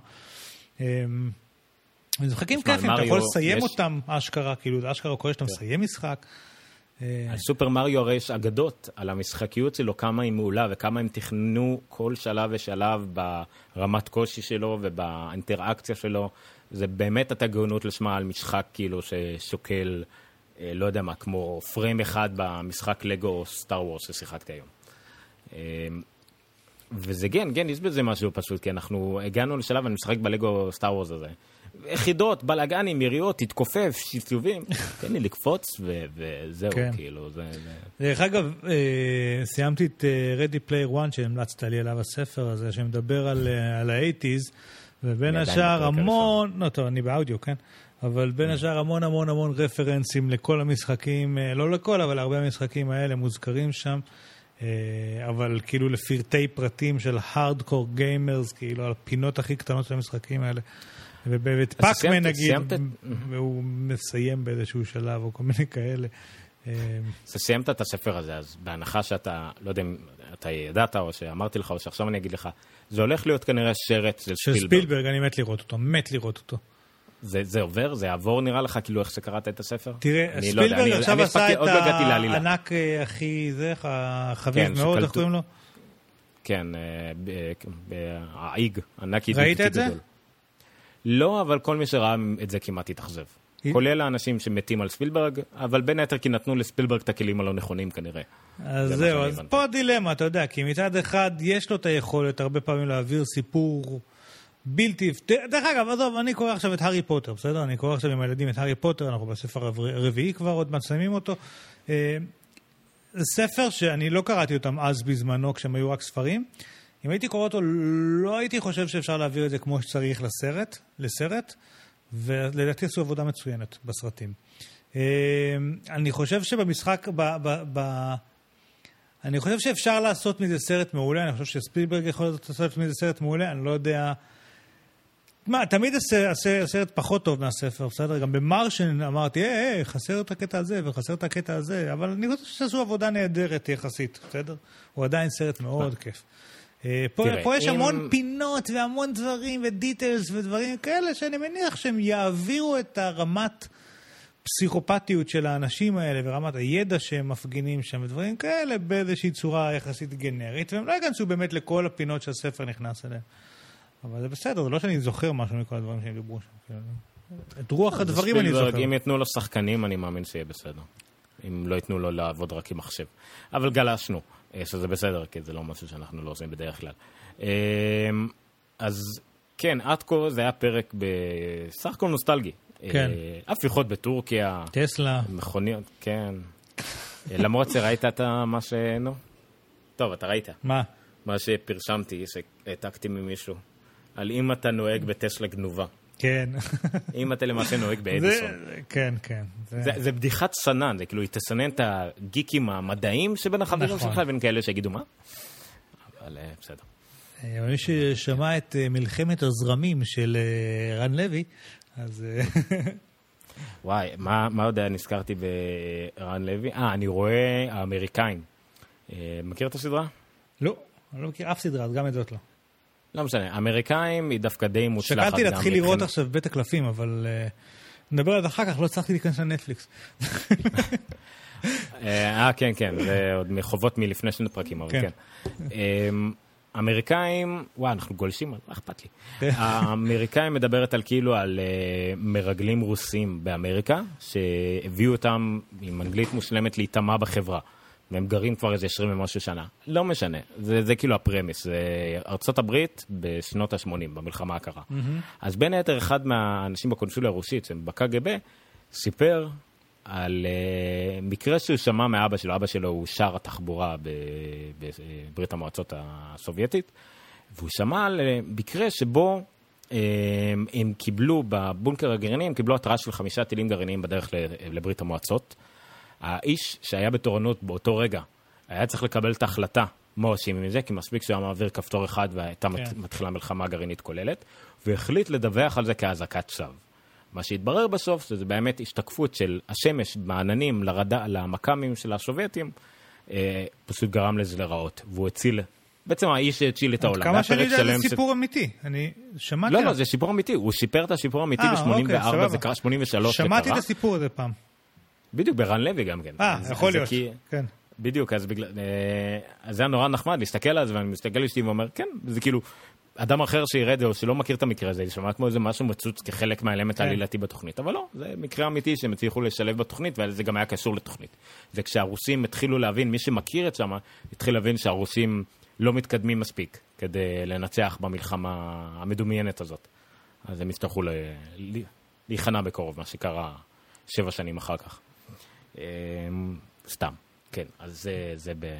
S3: משחקים כיפים, אתה יכול לסיים יש... אותם, אשכרה, כאילו, אשכרה כל שאתה מסיים משחק.
S2: על סופר מריו הרי יש אגדות על המשחקיות שלו, כמה היא מעולה וכמה הם תכננו כל שלב ושלב ברמת קושי שלו ובאינטראקציה שלו. זה באמת התגאונות לשמה על משחק כאילו ששוקל, לא יודע מה, כמו פריים אחד במשחק לגו סטאר וורס ששיחקתי היום. וזה כן, כן, יש בזה משהו פשוט, כי אנחנו הגענו לשלב, אני משחק בלגו סטאר וורס הזה. יחידות, בלגנים, יריות, תתכופף, שיצובים, תן לי לקפוץ וזהו, כאילו.
S3: דרך אגב, סיימתי את Ready Player One שהמלצת לי עליו הספר הזה, שמדבר על ה-שמונים, ובין השאר המון, לא טוב, אני באודיו, כן? אבל בין השאר המון המון המון רפרנסים לכל המשחקים, לא לכל, אבל הרבה המשחקים האלה מוזכרים שם, אבל כאילו לפרטי פרטים של הארדקור גיימרס, כאילו על הפינות הכי קטנות של המשחקים האלה. ובית פאקמן נגיד, והוא מסיים באיזשהו שלב, או כל מיני כאלה.
S2: אז סיימת את הספר הזה, אז בהנחה שאתה, לא יודע אם אתה ידעת, או שאמרתי לך, או שעכשיו אני אגיד לך, זה הולך להיות כנראה שרץ של ספילברג.
S3: של ספילברג, אני מת לראות אותו, מת לראות אותו.
S2: זה עובר? זה יעבור נראה לך, כאילו איך שקראת את הספר?
S3: תראה, ספילברג עכשיו עשה את הענק הכי, זה, החביב מאוד, איך קוראים לו?
S2: כן, העיג, ענק ידיד.
S3: ראית את זה?
S2: לא, אבל כל מי שראה את זה כמעט התאכזב. כולל האנשים שמתים על ספילברג, אבל בין היתר כי נתנו לספילברג את הכלים הלא נכונים כנראה.
S3: אז זהו, אז פה דילמה, אתה יודע, כי מצד אחד יש לו את היכולת הרבה פעמים להעביר סיפור בלתי... דרך אגב, עזוב, אני קורא עכשיו את הארי פוטר, בסדר? אני קורא עכשיו עם הילדים את הארי פוטר, אנחנו בספר הרביעי כבר, עוד מצלמים אותו. זה ספר שאני לא קראתי אותם אז בזמנו, כשהם היו רק ספרים. אם הייתי קורא אותו, לא הייתי חושב שאפשר להעביר את זה כמו שצריך לסרט, לסרט, ולדעתי עשו עבודה מצוינת בסרטים. אני חושב שבמשחק, ב, ב, ב, אני חושב שאפשר לעשות מזה סרט מעולה, אני חושב שספילברג יכול לעשות מזה סרט מעולה, אני לא יודע... מה, תמיד הסרט פחות טוב מהספר, בסדר? גם במרשן אמרתי, היי, היי, חסר את הקטע הזה וחסר את הקטע הזה, אבל אני חושב שעשו עבודה נהדרת יחסית, בסדר? הוא עדיין סרט מאוד כיף. פה, פה יש המון פינות והמון דברים ודיטלס ודברים כאלה שאני מניח שהם יעבירו את הרמת פסיכופתיות של האנשים האלה ורמת הידע שהם מפגינים שם ודברים כאלה באיזושהי צורה יחסית גנרית, והם לא יגנסו באמת לכל הפינות שהספר נכנס אליהם. אבל זה בסדר, זה לא שאני זוכר משהו מכל הדברים שהם דיברו שם. את רוח הדברים אני זוכר.
S2: אם יתנו לו שחקנים אני מאמין שיהיה בסדר. אם לא ייתנו לו לעבוד רק עם מחשב. אבל גלשנו, שזה בסדר, כי זה לא משהו שאנחנו לא עושים בדרך כלל. אז כן, עד כה זה היה פרק בסך הכל נוסטלגי.
S3: כן.
S2: הפיכות בטורקיה.
S3: טסלה.
S2: מכוניות, כן. למרות שראית את מה ש... נו. טוב, אתה ראית.
S3: מה?
S2: מה שפרשמתי, שהעתקתי ממישהו. על אם אתה נוהג בטסלה גנובה.
S3: כן.
S2: אם אתה למעשה נוהג באדיסון.
S3: כן, כן.
S2: זה, זה בדיחת סנן, זה כאילו, היא תסנן את הגיקים המדעיים שבין החברים
S3: נכון.
S2: שלך, ובין כאלה שיגידו מה? אבל בסדר.
S3: מי ששמע את מלחמת הזרמים של רן לוי, אז...
S2: וואי, מה, מה עוד נזכרתי ברן לוי? אה, אני רואה האמריקאים. מכיר את הסדרה?
S3: לא, אני לא מכיר אף סדרה, אז גם את זאת לא.
S2: לא משנה, האמריקאים היא דווקא די מוצלחת.
S3: שקעתי להתחיל לראות עכשיו בית הקלפים, אבל נדבר על זה אחר כך, לא הצלחתי להיכנס לנטפליקס.
S2: אה, כן, כן, זה עוד מחובות מלפני שני פרקים, אבל כן. האמריקאים, וואי, אנחנו גולשים, מה אכפת לי? האמריקאים מדברת על כאילו על מרגלים רוסים באמריקה, שהביאו אותם עם אנגלית מושלמת להתאמה בחברה. והם גרים כבר איזה עשרים ומשהו שנה. לא משנה, זה, זה כאילו הפרמיס. זה ארצות הברית בשנות ה-שמונים, במלחמה הקרה. Mm-hmm. אז בין היתר, אחד מהאנשים בקונסוליה הרוסית, שהם בקג"ב, סיפר על uh, מקרה שהוא שמע מאבא שלו. אבא שלו הוא שר התחבורה בברית המועצות הסובייטית, והוא שמע על uh, מקרה שבו uh, הם קיבלו, בבונקר הגרעיני, הם קיבלו התראה של חמישה טילים גרעיניים בדרך לברית המועצות. האיש שהיה בתורנות באותו רגע, היה צריך לקבל את ההחלטה מה עושים עם זה, כי מספיק שהוא היה מעביר כפתור אחד והייתה כן. מתחילה מלחמה גרעינית כוללת, והחליט לדווח על זה כהזעקת שווא. מה שהתברר בסוף, שזה באמת השתקפות של השמש בעננים לרדע, למקמים של הסובייטים, אה, פשוט גרם לזה לראות, והוא הציל, בעצם האיש שהציל את העולם.
S3: כמה שאני יודע, זה סיפור ש... אמיתי, אני שמעתי...
S2: לא, לא, זה סיפור אמיתי, הוא סיפר את הסיפור האמיתי ב-שמונים וארבע, זה קרה שמונים ושלוש,
S3: שמעתי את הסיפור הזה פעם.
S2: בדיוק, ברן לוי גם כן.
S3: אה, יכול להיות,
S2: כי,
S3: כן.
S2: בדיוק, אז, בגלל, אז זה היה נורא נחמד להסתכל על זה, ואני מסתכל לשתי ואומר, כן, זה כאילו, אדם אחר שירד או שלא מכיר את המקרה הזה, שמע כמו איזה משהו מצוץ כחלק מהאלמנט העלילתי בתוכנית, אבל לא, זה מקרה אמיתי שהם הצליחו לשלב בתוכנית, וזה גם היה קשור לתוכנית. זה כשהרוסים התחילו להבין, מי שמכיר את שמה, התחיל להבין שהרוסים לא מתקדמים מספיק, כדי לנצח במלחמה המדומיינת הזאת. אז הם הצטרכו להיכנע בקרוב, מה שקרה שבע שנים אחר כך. סתם, כן, אז זה, זה ב...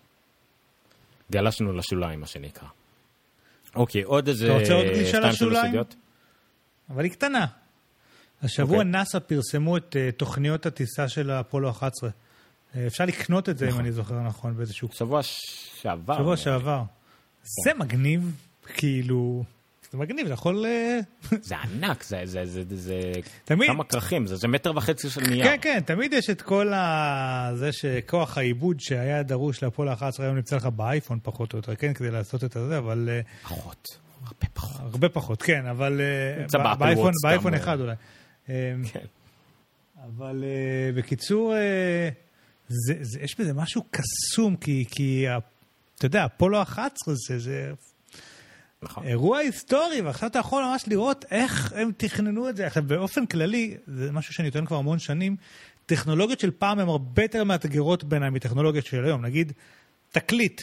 S2: גלשנו לשוליים, מה שנקרא. אוקיי, עוד איזה...
S3: אתה רוצה עוד גלישה לשוליים? אבל היא קטנה. השבוע נאסא פרסמו את תוכניות הטיסה של אפולו אחת עשרה. אפשר לקנות את זה, אם אני זוכר נכון, באיזשהו...
S2: שבוע שעבר.
S3: שבוע שעבר. זה מגניב, כאילו... זה מגניב, זה יכול...
S2: זה ענק, זה, זה, זה, זה כמה כרכים, זה, זה מטר וחצי של נייר.
S3: כן, כן, תמיד יש את כל ה... זה שכוח העיבוד שהיה דרוש לאפולו אחת עשרה, היום נמצא לך באייפון פחות או יותר, כן, כדי לעשות את זה, אבל...
S2: פחות, הרבה פחות.
S3: הרבה פחות, כן, אבל... באייפון, באייפון אחד אולי.
S2: כן.
S3: אבל בקיצור, זה, זה, יש בזה משהו קסום, כי, כי אתה יודע, אפולו אחת עשרה זה... זה
S2: נכון.
S3: אירוע היסטורי, ועכשיו אתה יכול ממש לראות איך הם תכננו את זה. עכשיו, באופן כללי, זה משהו שאני טוען כבר המון שנים, טכנולוגיות של פעם הן הרבה יותר מאתגרות בעיניי מטכנולוגיות של היום. נגיד, תקליט.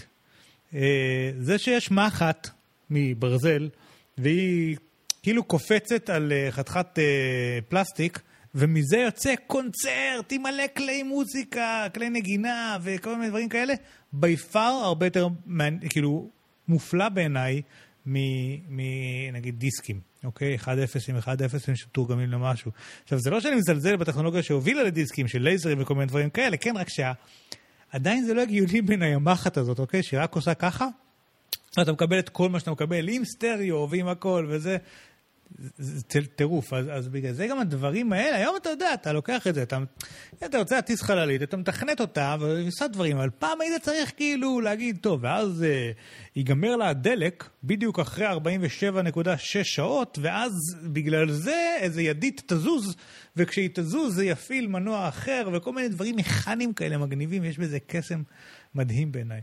S3: זה שיש מחט מברזל, והיא כאילו קופצת על חתיכת פלסטיק, ומזה יוצא קונצרט עם מלא כלי מוזיקה, כלי נגינה וכל מיני דברים כאלה, ביפר הרבה יותר כאילו מופלא בעיניי, מנגיד דיסקים, אוקיי? אחד אפס עם אחד אפס שתורגמים למשהו. עכשיו, זה לא שאני מזלזל בטכנולוגיה שהובילה לדיסקים, של לייזרים וכל מיני דברים כאלה, כן, רק שעדיין זה לא הגיוני בין הימחת הזאת, אוקיי? שרק עושה ככה, אתה מקבל את כל מה שאתה מקבל, עם סטריאו ועם הכל, וזה זה טירוף. אז, אז בגלל זה גם הדברים האלה, היום אתה יודע, אתה לוקח את זה, אתה, אתה רוצה להטיס חללית, אתה מתכנת אותה, ועושה דברים, אבל פעם היית צריך כאילו להגיד, טוב, ואז אה, ייגמר לה הדלק, בדיוק אחרי ארבעים ושבע נקודה שש שעות, ואז בגלל זה איזה ידית תזוז, וכשהיא תזוז זה יפעיל מנוע אחר, וכל מיני דברים מכניים כאלה מגניבים, יש בזה קסם מדהים בעיניי.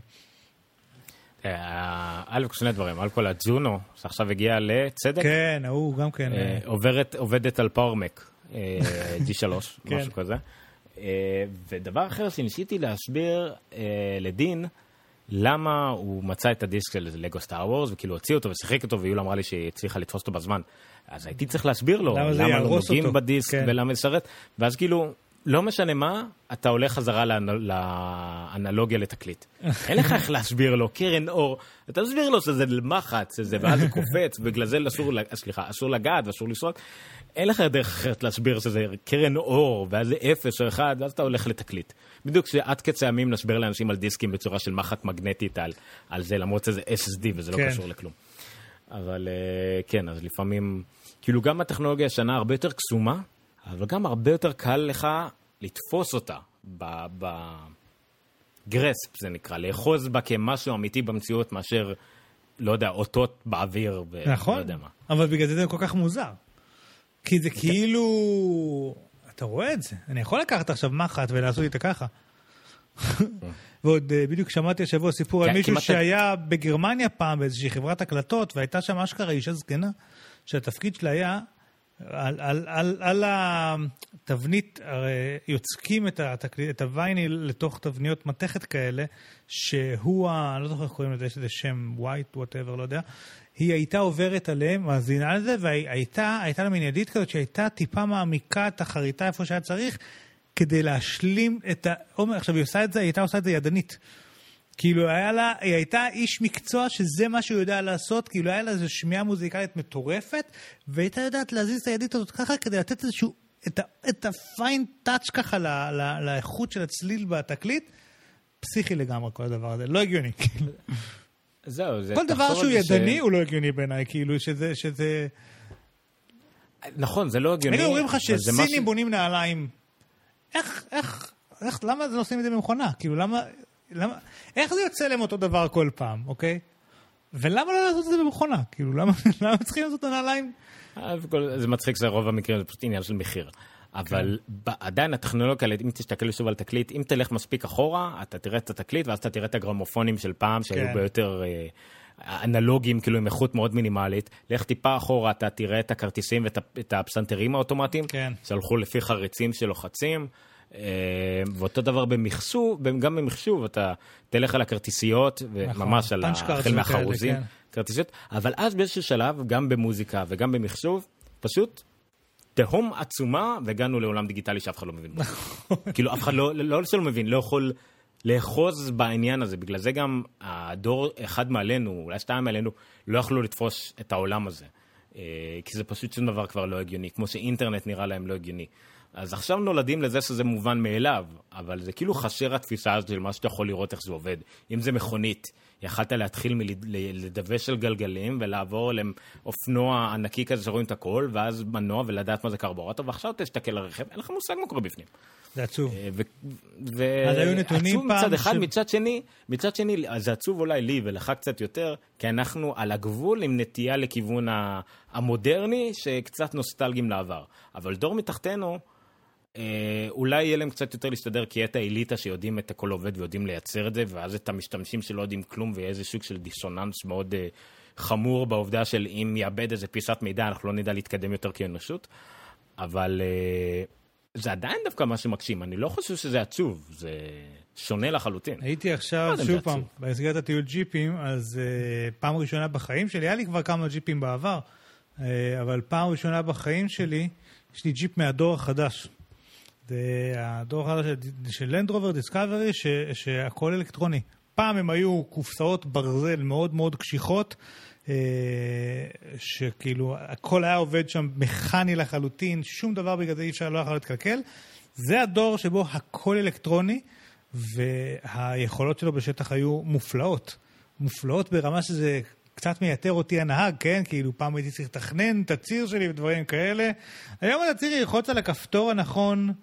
S2: א' שני דברים, על כל הג'ונו, שעכשיו הגיע לצדק.
S3: כן, הוא גם כן.
S2: עובדת על פאורמק, ג'י שלוש, משהו כזה. ודבר אחר שניסיתי להסביר לדין, למה הוא מצא את הדיסק של לגו סטאר וורס, וכאילו הוציא אותו ושיחק אותו, ויולה אמרה לי שהיא הצליחה לתפוס אותו בזמן. אז הייתי צריך להסביר לו, למה, למה לא נוגעים בדיסק כן. ולמה לשרת, ואז כאילו, לא משנה מה, אתה הולך חזרה לאנלוגיה לתקליט. אין לך איך להסביר לו, קרן אור, אתה מסביר לו שזה מחץ, שזה ואז זה קופץ, בגלל זה אסור, סליחה, אסור לגעת ואסור לסרוק, אין לך דרך אחרת להסביר שזה קרן אור, ואז זה אפס או אחד, ואז אתה הולך לתקליט. בדיוק שעד קץ הימים נסבר לאנשים על דיסקים בצורה של מחט מגנטית על, על זה, למרות שזה אס אס די וזה כן. לא קשור לכלום. אבל כן, אז לפעמים, כאילו גם הטכנולוגיה השנה הרבה יותר קסומה, אבל גם הרבה יותר קל לך לתפוס אותה בגרספ, זה נקרא, לאחוז בה כמשהו אמיתי במציאות, מאשר, לא יודע, אותות באוויר,
S3: נכון,
S2: לא יודע מה.
S3: אבל בגלל זה זה כל כך מוזר. כי זה כאילו, אתה רואה את זה, אני יכול לקחת עכשיו מחט ולעשות איתה ככה. ועוד בדיוק שמעתי השבוע סיפור על מישהו שהיה בגרמניה פעם באיזושהי חברת הקלטות, והייתה שם אשכרה אישה זקנה, שהתפקיד שלה היה על, על, על, על התבנית, יוצקים את, התקליט, את הווייניל לתוך תבניות מתכת כאלה, שהוא, ה, לא זוכר איך קוראים לזה, יש איזה שם, white, whatever, לא יודע, היא הייתה עוברת עליהם, מאזינה לזה, והייתה הייתה לה מין ידית כזאת, שהייתה טיפה מעמיקה את החריטה איפה שהיה צריך, כדי להשלים את ה... עכשיו, היא עושה את זה, היא הייתה עושה את זה ידנית. כאילו, היה לה, היא הייתה איש מקצוע שזה מה שהוא יודע לעשות, כאילו, היה לה איזו שמיעה מוזיקלית מטורפת, והייתה יודעת להזיז את הידית הזאת ככה, כדי לתת איזשהו, את ה, את הפיין טאץ' ככה ל, ל, לאיכות של הצליל בתקליט, פסיכי לגמרי כל הדבר הזה, לא הגיוני.
S2: זהו, זה...
S3: כל דבר שהוא ידני הוא לא הגיוני בעיניי, כאילו, שזה, שזה...
S2: נכון, זה לא הגיוני.
S3: אני אומרים לך שסינים בונים נעליים, איך, איך, איך, למה זה לא עושים את זה במכונה? כאילו, למה... למה, איך זה יוצא להם אותו דבר כל פעם, אוקיי? ולמה לא לעשות את זה במכונה? כאילו, למה, למה צריכים לעשות את הנעליים?
S2: זה מצחיק, זה רוב המקרים, זה פשוט עניין של מחיר. אבל עדיין הטכנולוגיה, אם תסתכל שוב על תקליט, אם תלך מספיק אחורה, אתה תראה את התקליט, ואז אתה תראה את הגרמופונים של פעם, שהיו ביותר אנלוגיים, כאילו עם איכות מאוד מינימלית. לך טיפה אחורה, אתה תראה את הכרטיסים ואת הפסנתרים האוטומטיים, שהלכו לפי חריצים שלוחצים, ואותו דבר במחשוב, גם במחשוב, אתה תלך על הכרטיסיות, וממש על החל מהחרוזים, כרטיסיות, אבל אז באיזשהו שלב, גם במוזיקה וגם במחשוב, פשוט תהום עצומה, והגענו לעולם דיגיטלי שאף אחד לא מבין. כאילו, אף אחד לא, לא שלא מבין, לא יכול לאחוז בעניין הזה, בגלל זה גם הדור אחד מעלינו, אולי שתיים מעלינו, לא יכלו לתפוס את העולם הזה, כי זה פשוט שום דבר כבר לא הגיוני, כמו שאינטרנט נראה להם לא הגיוני. אז עכשיו נולדים לזה שזה מובן מאליו, אבל זה כאילו חשר התפיסה הזאת של מה שאתה יכול לראות איך זה עובד. אם זה מכונית, יכלת להתחיל מלדווש על גלגלים ולעבור לאופנוע ענקי כזה שרואים את הכל, ואז מנוע ולדעת מה זה קרבורטור, ועכשיו תסתכל לרכב, אין לך מושג מה קורה בפנים.
S3: זה עצוב.
S2: ועצוב מצד אחד, מצד שני, מצד שני, זה עצוב אולי לי ולך קצת יותר, כי אנחנו על הגבול עם נטייה לכיוון המודרני, שקצת נוסטלגיים לעבר. אבל דור מתחתנו, אולי יהיה להם קצת יותר להסתדר, כי את האליטה שיודעים את הכל עובד ויודעים לייצר את זה, ואז את המשתמשים שלא יודעים כלום, ויהיה איזה שוק של דיסוננס מאוד חמור בעובדה של אם יאבד איזה פיסת מידע, אנחנו לא נדע להתקדם יותר כאנושות. אבל זה עדיין דווקא מה שמקשים. אני לא חושב שזה עצוב, זה שונה לחלוטין.
S3: הייתי עכשיו, שוב פעם, במסגרת הטיול ג'יפים, אז פעם ראשונה בחיים שלי, היה לי כבר כמה ג'יפים בעבר, אבל פעם ראשונה בחיים שלי, יש לי ג'יפ מהדור החדש. זה הדור החדש של Land Rover Discovery, שהכל אלקטרוני. פעם הם היו קופסאות ברזל מאוד מאוד קשיחות, שכאילו הכל היה עובד שם מכני לחלוטין, שום דבר בגלל זה אי אפשר לא יכול להתקלקל. זה הדור שבו הכל אלקטרוני, והיכולות שלו בשטח היו מופלאות. מופלאות ברמה שזה קצת מייתר אותי הנהג, כן? כאילו פעם הייתי צריך לתכנן את הציר שלי ודברים כאלה. היום אתה צריך ללחוץ על הכפתור הנכון,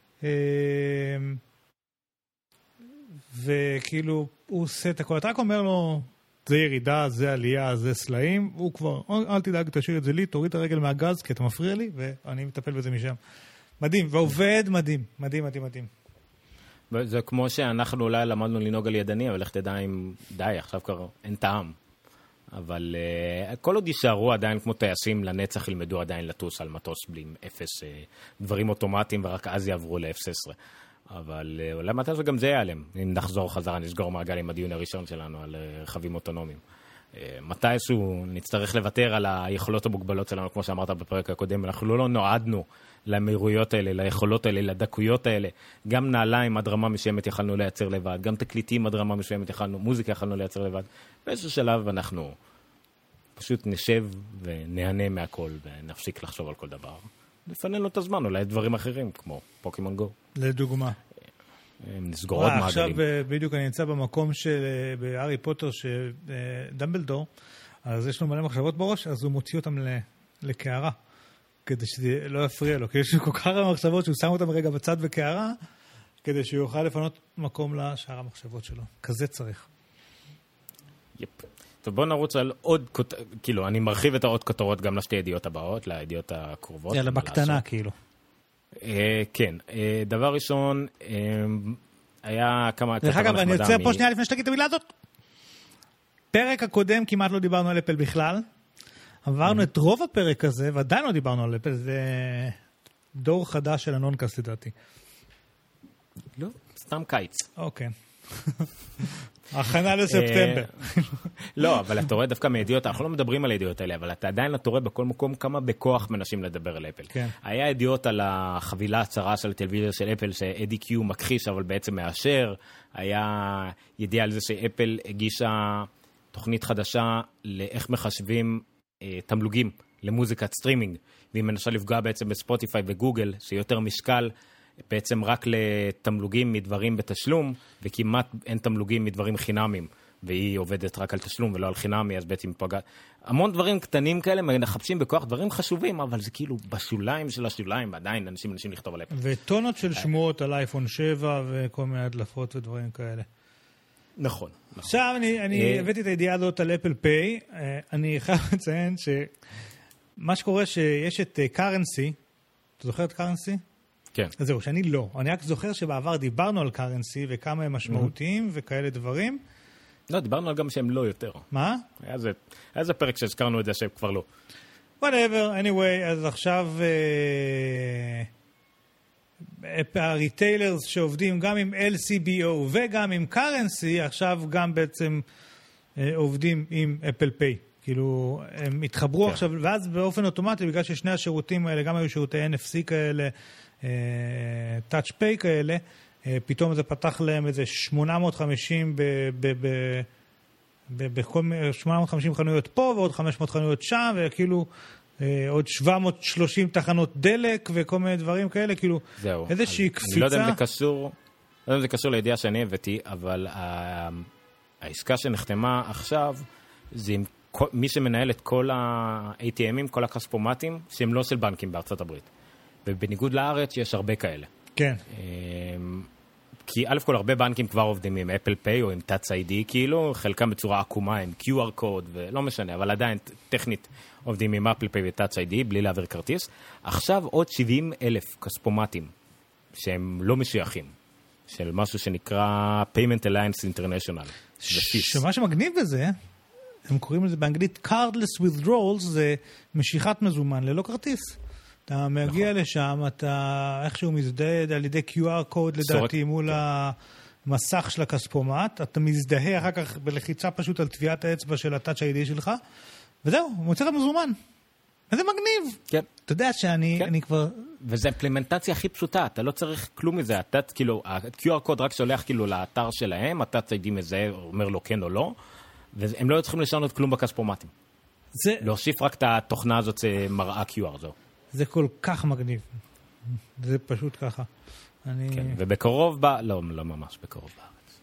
S3: וכאילו הוא עושה את הכל. אתה רק אומר לו, זה ירידה, זה עלייה, זה סלעים, הוא כבר, אל תדאג, תשאיר את זה לי, תוריד את הרגל מהגז, כי אתה מפריע לי, ואני מטפל בזה משם. מדהים, ועובד מדהים, מדהים, מדהים, מדהים.
S2: זה כמו שאנחנו אולי למדנו לנהוג על ידני, אבל איך תדע אם די, עכשיו כבר אין טעם. אבל uh, כל עוד יישארו עדיין כמו טייסים לנצח, ילמדו עדיין לטוס על מטוס בלי אפס uh, דברים אוטומטיים, ורק אז יעברו ל-אף שש עשרה. אבל אולי מתי שגם זה ייעלם. אם נחזור חזרה, נסגור מעגל עם הדיון הראשון שלנו על רכבים אוטונומיים. מתישהו נצטרך לוותר על היכולות המוגבלות שלנו, כמו שאמרת בפרק הקודם, אנחנו לא נועדנו למהירויות האלה, ליכולות האלה, לדקויות האלה. גם נעליים עד רמה מסוימת יכלנו לייצר לבד, גם תקליטים עד רמה מסוימת יכלנו, מוזיקה יכלנו לייצר לבד. באיזשהו שלב אנחנו פשוט נשב ונהנה מהכל, ונפסיק לחשוב על כל דבר. לפנינו את הזמן, אולי דברים אחרים, כמו פוקימון גו.
S3: לדוגמה.
S2: נסגור עוד מעגלים.
S3: עכשיו בדיוק אני נמצא במקום של בהארי פוטר של דמבלדור, אז יש לו מלא מחשבות בראש, אז הוא מוציא אותם לקערה, כדי שזה לא יפריע לו, כי יש לו כל כך הרבה מחשבות שהוא שם אותם רגע בצד בקערה, כדי שהוא יוכל לפנות מקום לשאר המחשבות שלו. כזה צריך.
S2: יפ. טוב, בוא נרוץ על עוד, כאילו, אני מרחיב את העוד כותרות גם לשתי ידיעות הבאות, לידיעות הקרובות.
S3: יאללה, בקטנה כאילו.
S2: כן, דבר ראשון, היה כמה...
S3: דרך אגב, אני יוצא פה שנייה לפני שתגיד את המילה הזאת. פרק הקודם כמעט לא דיברנו על אפל בכלל. עברנו את רוב הפרק הזה, ועדיין לא דיברנו על אפל. זה דור חדש של הנונקאסט, לדעתי.
S2: לא, סתם קיץ.
S3: אוקיי. הכנה לספטמבר.
S2: לא, אבל אתה רואה דווקא מידיעות, אנחנו לא מדברים על הידיעות האלה, אבל אתה עדיין אתה רואה בכל מקום כמה בכוח מנשים לדבר על אפל. היה ידיעות על החבילה הצרה של הטלוויזיה של אפל, שאדי קיו מכחיש, אבל בעצם מאשר. היה ידיעה על זה שאפל הגישה תוכנית חדשה לאיך מחשבים תמלוגים למוזיקת סטרימינג, והיא מנסה לפגוע בעצם בספוטיפיי וגוגל, שיותר משקל בעצם רק לתמלוגים מדברים בתשלום, וכמעט אין תמלוגים מדברים חינמים, והיא עובדת רק על תשלום ולא על חינמי, אז בעצם פגע... המון דברים קטנים כאלה, מחפשים בכוח דברים חשובים, אבל זה כאילו בשוליים של השוליים, ועדיין אנשים אנשים לכתוב על אפל.
S3: וטונות של שמועות על אייפון שבע, וכל מיני הדלפות ודברים כאלה.
S2: נכון.
S3: עכשיו אני, אני הבאתי את הידיעה הזאת על אפל פיי, אני חייב לציין שמה שקורה שיש את קרנסי, אתה זוכר את קרנסי?
S2: כן.
S3: אז זהו, שאני לא. אני רק זוכר שבעבר דיברנו על קרנסי וכמה הם משמעותיים וכאלה דברים.
S2: לא, דיברנו על גם שהם לא יותר.
S3: מה?
S2: היה זה, היה זה פרק שהזכרנו את זה שהם כבר לא.
S3: whatever, anyway, אז עכשיו הריטיילרס שעובדים גם עם אל סי בי או וגם עם קרנסי, עכשיו גם בעצם עובדים עם אפל פיי. כאילו, הם התחברו עכשיו, ואז באופן אוטומטי, בגלל ששני השירותים האלה, גם היו שירותי אן אף סי כאלה, טאץ' פיי כאלה, פתאום זה פתח להם איזה שמונה מאות וחמישים בכל שמונה מאות וחמישים חנויות פה, ועוד חמש מאות חנויות שם, וכאילו עוד שבע מאות ושלושים תחנות דלק, וכל מיני דברים כאלה, כאילו, איזושהי קפיצה.
S2: אני לא יודע אם זה קשור, לא יודע אם זה קשור לידיעה שאני הבאתי, אבל העסקה שנחתמה עכשיו, זה עם מי שמנהל את כל ה-איי טי אמים, כל הכספומטים, שהם לא של בנקים בארצות הברית. ובניגוד לארץ יש הרבה כאלה.
S3: כן.
S2: כי א' כל הרבה בנקים כבר עובדים עם אפל פיי או עם טאץ' איי די, כאילו, חלקם בצורה עקומה עם קיו אר קוד, ולא משנה, אבל עדיין טכנית עובדים עם אפל פיי וטאץ' איי די, בלי להעביר כרטיס. עכשיו עוד שבעים אלף כספומטים, שהם לא משויכים, של משהו שנקרא Payment Alliance International.
S3: שמה שמגניב בזה, הם קוראים לזה באנגלית cardless withdrawals, זה משיכת מזומן ללא כרטיס. אתה מגיע נכון. לשם, אתה איכשהו מזדהה על ידי קיו אר קוד לדעתי מול כן. המסך של הכספומט, אתה מזדהה אחר כך בלחיצה פשוט על טביעת האצבע של הטאץ' איי די שלך, וזהו, מוצא לך מזומן. וזה מגניב. כן. אתה יודע שאני כן. אני כבר...
S2: וזו אימפלמנטציה הכי פשוטה, אתה לא צריך כלום מזה, אתה, כאילו, ה-קיו אר קוד רק שולח כאילו לאתר שלהם, הטאץ' איי די מזהה, אומר לו כן או לא, והם לא צריכים לשנות כלום בכספומטים. זה... להוסיף רק את התוכנה הזאת שמראה קיו אר זו.
S3: זה כל כך מגניב. זה פשוט ככה. אני...
S2: כן, ובקרוב בא... לא, לא ממש בקרוב בארץ.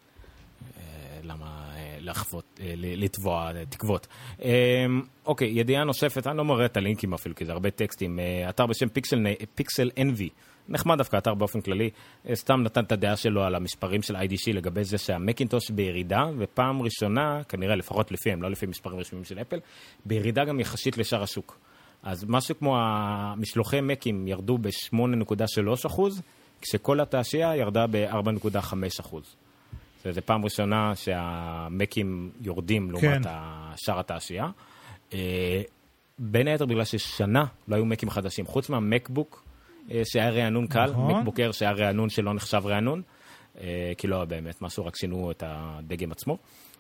S2: למה לחוות, לתבוע תקוות. אוקיי, ידיעה נוספת, אני לא מראה את הלינקים אפילו, כי זה הרבה טקסטים. אתר בשם פיקסל אנבי. נחמד דווקא, אתר באופן כללי. סתם נתן את הדעה שלו על המספרים של איי די סי לגבי זה שהמקינטוש בירידה, ופעם ראשונה, כנראה לפחות לפיהם, לא לפי מספרים רשמיים של אפל, בירידה גם יחסית לשאר השוק. אז משהו כמו המשלוחי מקים ירדו ב-שמונה נקודה שלוש אחוז, כשכל התעשייה ירדה ב-ארבע נקודה חמש אחוז. זה פעם ראשונה שהמקים יורדים לעומת כן. שאר התעשייה. בין היתר בגלל ששנה לא היו מקים חדשים. חוץ מהמקבוק שהיה רענון קל, מקבוק אייר שהיה רענון שלא נחשב רענון, כי לא באמת משהו, רק שינו את הדגם עצמו.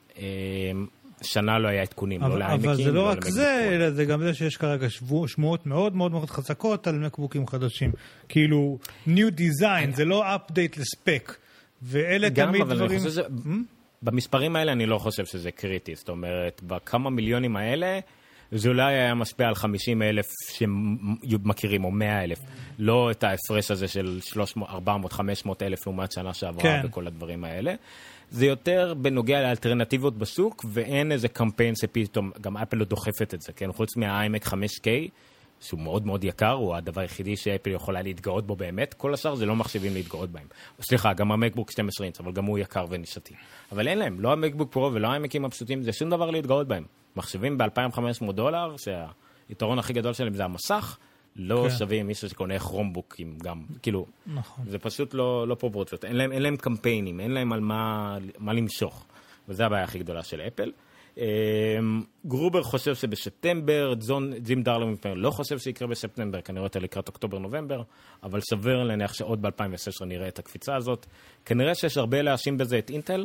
S2: שנה לא היה עדכונים, לא לעמקים.
S3: אבל זה לא רק זה, אלא זה גם זה שיש כרגע שמועות מאוד מאוד מאוד חזקות על מקבוקים חדשים. כאילו, new design, זה לא update לספק. ואלה תמיד דברים...
S2: במספרים האלה אני לא חושב שזה קריטי. זאת אומרת, בכמה מיליונים האלה, זה אולי היה משפיע על חמישים אלף שמכירים, או מאה אלף. לא את ההפרש הזה של ארבע מאות חמש מאות אלף לעומת שנה שעברה וכל הדברים האלה. זה יותר בנוגע לאלטרנטיבות בשוק, ואין איזה קמפיין שפתאום, גם אפל לא דוחפת את זה, כן? חוץ מה-איי-מק חמש קיי, שהוא מאוד מאוד יקר, הוא הדבר היחידי שאפל יכולה להתגאות בו באמת, כל השאר זה לא מחשבים להתגאות בהם. סליחה, גם המקבוק שתים עשרה אינץ', אבל גם הוא יקר ונישתי. אבל אין להם, לא המקבוק פרו ולא האי-מקים הפשוטים, זה שום דבר להתגאות בהם. מחשבים ב-אלפיים וחמש מאות דולר, שהיתרון הכי גדול שלהם זה המסך, לא כן. שווים מישהו שקונה כרומבוקים גם, כאילו,
S3: נכון.
S2: זה פשוט לא, לא פרופורציות, אין להם, אין להם קמפיינים, אין להם על מה, מה למשוך, וזה הבעיה הכי גדולה של אפל. גרובר חושב שבספטמבר, ג'ים דרלם לא חושב שיקרה בספטמבר, כנראה יותר לקראת אוקטובר-נובמבר, אבל סבר להניח שעוד ב-אלפיים ושש עשרה נראה את הקפיצה הזאת. כנראה שיש הרבה להאשים בזה את אינטל,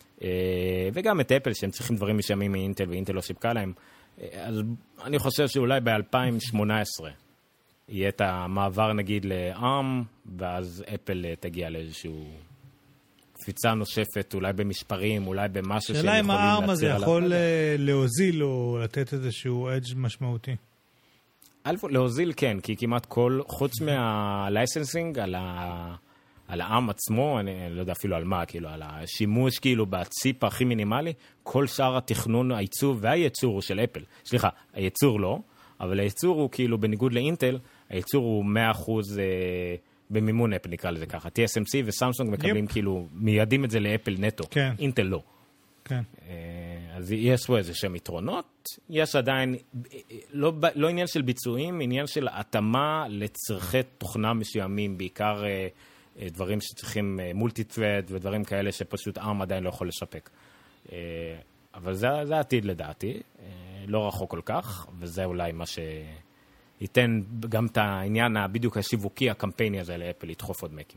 S2: וגם את אפל, שהם צריכים דברים משמים מאינטל, ואינטל לא סיפקה להם. אז אני חושב שאולי ב-אלפיים שמונה עשרה יהיה את המעבר נגיד לארם, ואז אפל תגיע לאיזשהו קפיצה נוספת, אולי במספרים, אולי במשהו שהם יכולים להציר עליו.
S3: שאלה אם הארם הזה יכול להוזיל או לתת איזשהו אדג' משמעותי?
S2: להוזיל כן, כי כמעט כל, חוץ מהלייסנסינג על ה... על העם עצמו, אני לא יודע אפילו על מה, כאילו, על השימוש כאילו בציפ הכי מינימלי, כל שאר התכנון, הייצור והייצור של אפל. סליחה, הייצור לא, אבל הייצור הוא כאילו בניגוד לאינטל, הייצור הוא מאה אחוז אה, במימון אפל, נקרא לזה ככה. טי אס אם סי וסמסונג מקבלים yep. כאילו, מיידים את זה לאפל נטו.
S3: כן.
S2: אינטל לא.
S3: כן.
S2: אה, אז יש פה איזה שם יתרונות, יש עדיין, לא, לא עניין של ביצועים, עניין של התאמה לצרכי תוכנה מסוימים, בעיקר... אה, דברים שצריכים מולטי-טרד ודברים כאלה שפשוט ארם עדיין לא יכול לשפק. אבל זה, זה העתיד לדעתי, לא רחוק כל כך, וזה אולי מה שייתן גם את העניין הבדיוק השיווקי, הקמפייני הזה לאפל, לדחוף עוד מקים.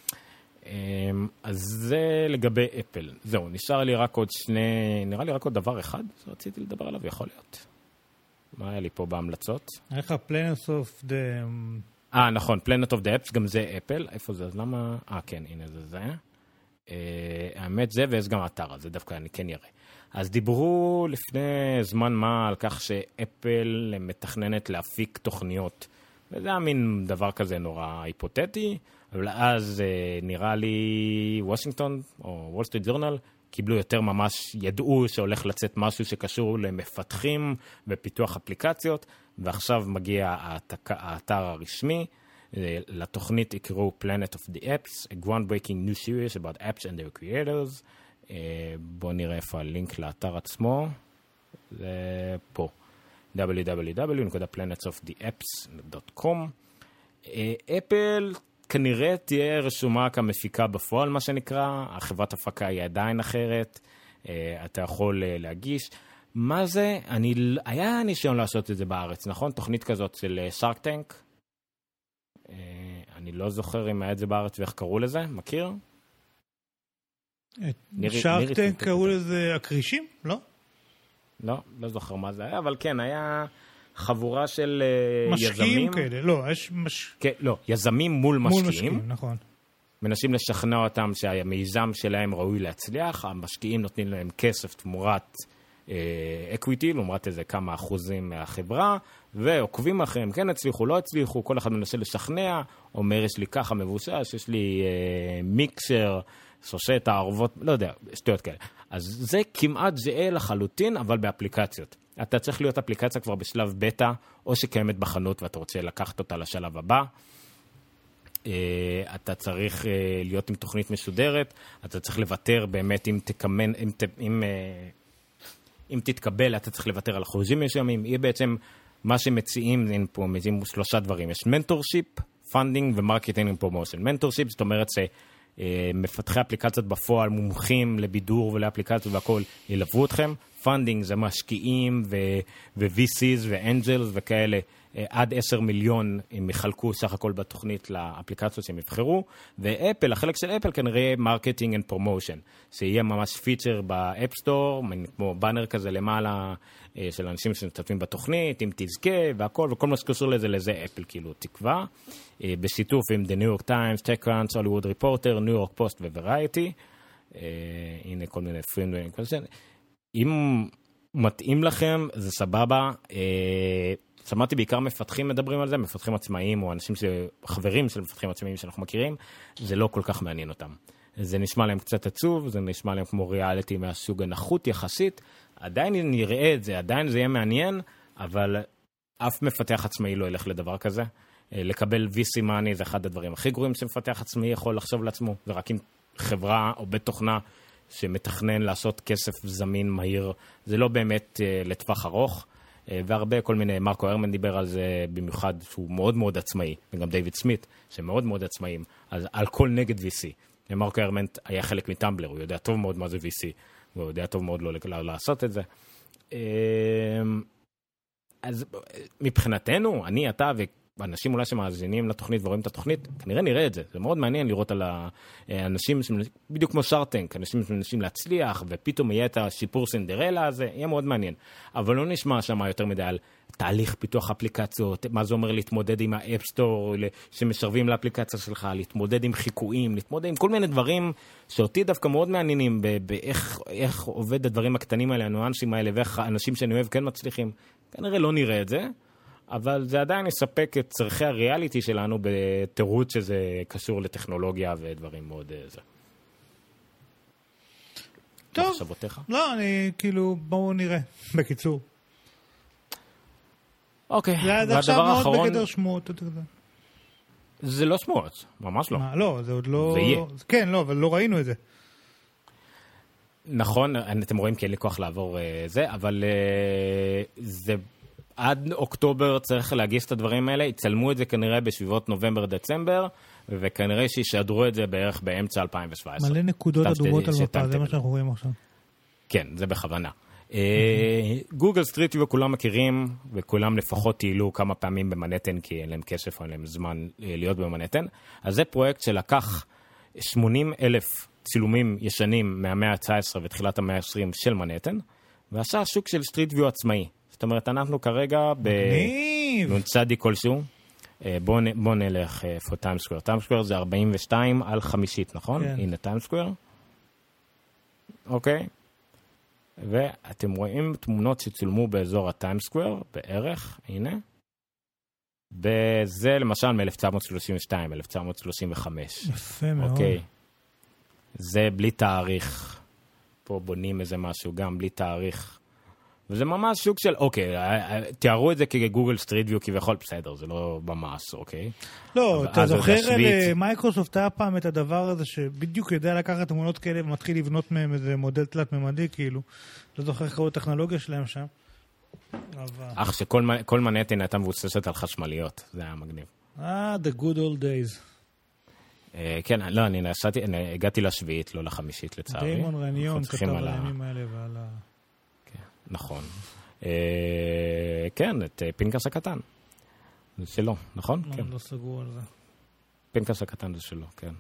S2: אז זה לגבי אפל. זהו, נשאר לי רק עוד שני, נראה לי רק עוד דבר אחד, רציתי לדבר עליו, יכול להיות. מה היה לי פה בהמלצות?
S3: היה לך Planet of the...
S2: אה, נכון, Planet of the Apps, גם זה אפל. איפה זה? אז למה? אה, כן, הנה זה זה. אה, האמת זה, ויש גם אתר, אז זה דווקא אני כן יראה. אז דיברו לפני זמן מה על כך שאפל מתכננת להפיק תוכניות. וזה היה מין דבר כזה נורא היפותטי, אבל אז אה, נראה לי וושינגטון, או וול סטריט ג'ורנל, קיבלו יותר ממש, ידעו שהולך לצאת משהו שקשור למפתחים ופיתוח אפליקציות, ועכשיו מגיע האתר הרשמי, לתוכנית יקראו Planet of the Apps, a groundbreaking new series about apps and their creators. בואו נראה איפה הלינק לאתר עצמו, זה פה, דאבליו דאבליו דאבליו דוט פלנטס אוף די אפס דוט קום. אפל כנראה תהיה רשומה כמפיקה בפועל, מה שנקרא, החברת הפקה היא עדיין אחרת, אתה יכול להגיש. מה זה? אני, היה ניסיון לעשות את זה בארץ, נכון? תוכנית כזאת של שרק טנק. אני לא זוכר אם היה את זה בארץ ואיך קראו לזה, מכיר?
S3: שרק טנק קראו לזה הקרישים? לא?
S2: לא, לא זוכר מה זה היה, אבל כן, היה חבורה של יזמים.
S3: משקיעים כאלה, לא, יש מש...
S2: כן, לא, יזמים מול משקיעים.
S3: מול משקיעים, נכון.
S2: מנסים לשכנע אותם שהמיזם שלהם ראוי להצליח, המשקיעים נותנים להם כסף תמורת אקוויטי, לעומת איזה כמה אחוזים מהחברה, ועוקבים אחריהם, כן הצליחו, לא הצליחו, כל אחד מנסה לשכנע, אומר, יש לי ככה מבושש, יש לי אה, מיקסר, שושת הערבות, לא יודע, שטויות כאלה. אז זה כמעט זהה לחלוטין, אבל באפליקציות. אתה צריך להיות אפליקציה כבר בשלב בטא, או שקיימת בחנות ואתה רוצה לקחת אותה לשלב הבא. אתה צריך להיות עם תוכנית מסודרת, אתה צריך לוותר באמת אם תקמן, אם, אם, אם תתקבל, אתה צריך לוותר על אחוזים מסוימים. יהיה בעצם מה שמציעים, אין פה, מציעים שלושה דברים. יש מנטורשיפ, פנדינג ומרקטינג פרומושן. מנטורשיפ, זאת אומרת ש... מפתחי אפליקציות בפועל, מומחים לבידור ולאפליקציות והכל, ילוו אתכם. פנדינג זה משקיעים ו-וי סי'ס ו-אנג'לס וכאלה, עד עשרה מיליון הם יחלקו סך הכל בתוכנית לאפליקציות שהם יבחרו, ואפל, החלק של אפל כנראה מרקטינג אנד פרומושן, שיהיה ממש פיצ'ר באפסטור, כמו באנר כזה למעלה של אנשים שמשתתפים בתוכנית, אם תזכה והכל, וכל מה שקשור לזה, לזה אפל כאילו תקווה, בשיתוף עם The New York Times, TechCrunch, Hollywood Reporter, New York Post ו-Variety, הנה כל מיני פרינדויים, אם מתאים לכם, זה סבבה, שמעתי בעיקר מפתחים מדברים על זה, מפתחים עצמאיים, או אנשים שחברים של מפתחים עצמאיים שאנחנו מכירים, זה לא כל כך מעניין אותם. זה נשמע להם קצת עצוב, זה נשמע להם כמו ריאליטי מהסוג הנחות יחסית, עדיין נראה את זה, עדיין זה יהיה מעניין, אבל אף מפתח עצמאי לא ילך לדבר כזה. לקבל וי סי money זה אחד הדברים הכי גרועים שמפתח עצמאי יכול לחשוב לעצמו, זה רק עם חברה או בית תוכנה שמתכנן לעשות כסף זמין מהיר, זה לא באמת לטווח ארוך, והרבה כל מיני, מרקו הרמן דיבר על זה במיוחד, שהוא מאוד מאוד עצמאי, וגם דיוויד סמית, שמאוד מאוד עצמאיים, אז על כל נגד וי סי. מרקו הרמן היה חלק מטמבלר, הוא יודע טוב מאוד מה זה וי סי, הוא יודע טוב מאוד לא לעשות את זה. אז מבחינתנו, אני, אתה ואנשים אולי שמאזינים לתוכנית ורואים את התוכנית, כנראה נראה את זה. זה מאוד מעניין לראות על האנשים, בדיוק כמו שרטנק, אנשים שמנסים להצליח, ופתאום יהיה את השיפור סינדרלה הזה, יהיה מאוד מעניין. אבל לא נשמע שם יותר מדי על תהליך פיתוח אפליקציות, מה זה אומר להתמודד עם האפסטור, שמשרבים לאפליקציה שלך, להתמודד עם חיקויים, להתמודד עם כל מיני דברים שאותי דווקא מאוד מעניינים, באיך איך עובד הדברים הקטנים האלה, הנואנסים האלה, ואיך האנשים שאני אוהב כן מצליחים. כנראה לא נראה את זה. אבל זה עדיין יספק את צרכי הריאליטי שלנו בתירוץ שזה קשור לטכנולוגיה ודברים מאוד זה.
S3: טוב, לא, אני כאילו, בואו נראה, בקיצור.
S2: אוקיי,
S3: זה עכשיו מאוד בגדר שמועות.
S2: זה לא שמועות, ממש לא.
S3: לא, זה עוד לא...
S2: זה יהיה.
S3: כן, לא, אבל לא ראינו את זה.
S2: נכון, אתם רואים כי אין לי כוח לעבור זה, אבל זה... עד אוקטובר צריך להגיש את הדברים האלה, יצלמו את זה כנראה בשבועות נובמבר-דצמבר, וכנראה שישדרו את זה בערך באמצע אלפיים שבע עשרה.
S3: מלא נקודות אדומות על מפה, זה מה שאנחנו רואים עכשיו.
S2: כן, זה בכוונה. גוגל סטריט ויו כולם מכירים, וכולם לפחות טיילו כמה פעמים במנהטן, כי אין להם כסף או אין להם זמן להיות במנהטן. אז זה פרויקט שלקח שמונים אלף צילומים ישנים מהמאה ה-תשע עשרה ותחילת המאה ה-עשרים של מנהטן, ועשה שוק של סטריט ויו עצמאי. זאת אומרת, אנחנו כרגע בנונצדי כלשהו. בואו בוא נלך איפה טיימסקוור. טיימסקוור זה ארבעים ושתיים על חמישית, נכון?
S3: כן.
S2: הנה טיימסקוור. אוקיי. ואתם רואים תמונות שצולמו באזור הטיימסקוור, בערך, הנה. וזה למשל מ-אלף תשע מאות שלושים ושתיים, אלף תשע מאות שלושים וחמש.
S3: יפה מאוד.
S2: אוקיי. זה בלי תאריך. פה בונים איזה משהו, גם בלי תאריך. וזה ממש שוק של, אוקיי, תיארו את זה כגוגל סטריט ויו כביכול, בסדר, זה לא במס, אוקיי?
S3: לא, אתה זוכר למייקרוסופט היה פעם את הדבר הזה שבדיוק יודע לקחת תמונות כאלה ומתחיל לבנות מהם איזה מודל תלת-ממדי, כאילו, לא זוכר איך קראו את הטכנולוגיה שלהם שם.
S2: אך שכל מנהטן הייתה מבוססת על חשמליות, זה היה מגניב.
S3: אה, the good old days.
S2: כן, לא, אני נסעתי, הגעתי לשביעית, לא לחמישית לצערי.
S3: דיימון רניון כתב על הימים האלה ועל ה...
S2: נכון. כן, את פינקס הקטן. זה שלו, נכון?
S3: לא, לא סגרו על זה.
S2: פינקס הקטן זה שלו, כן.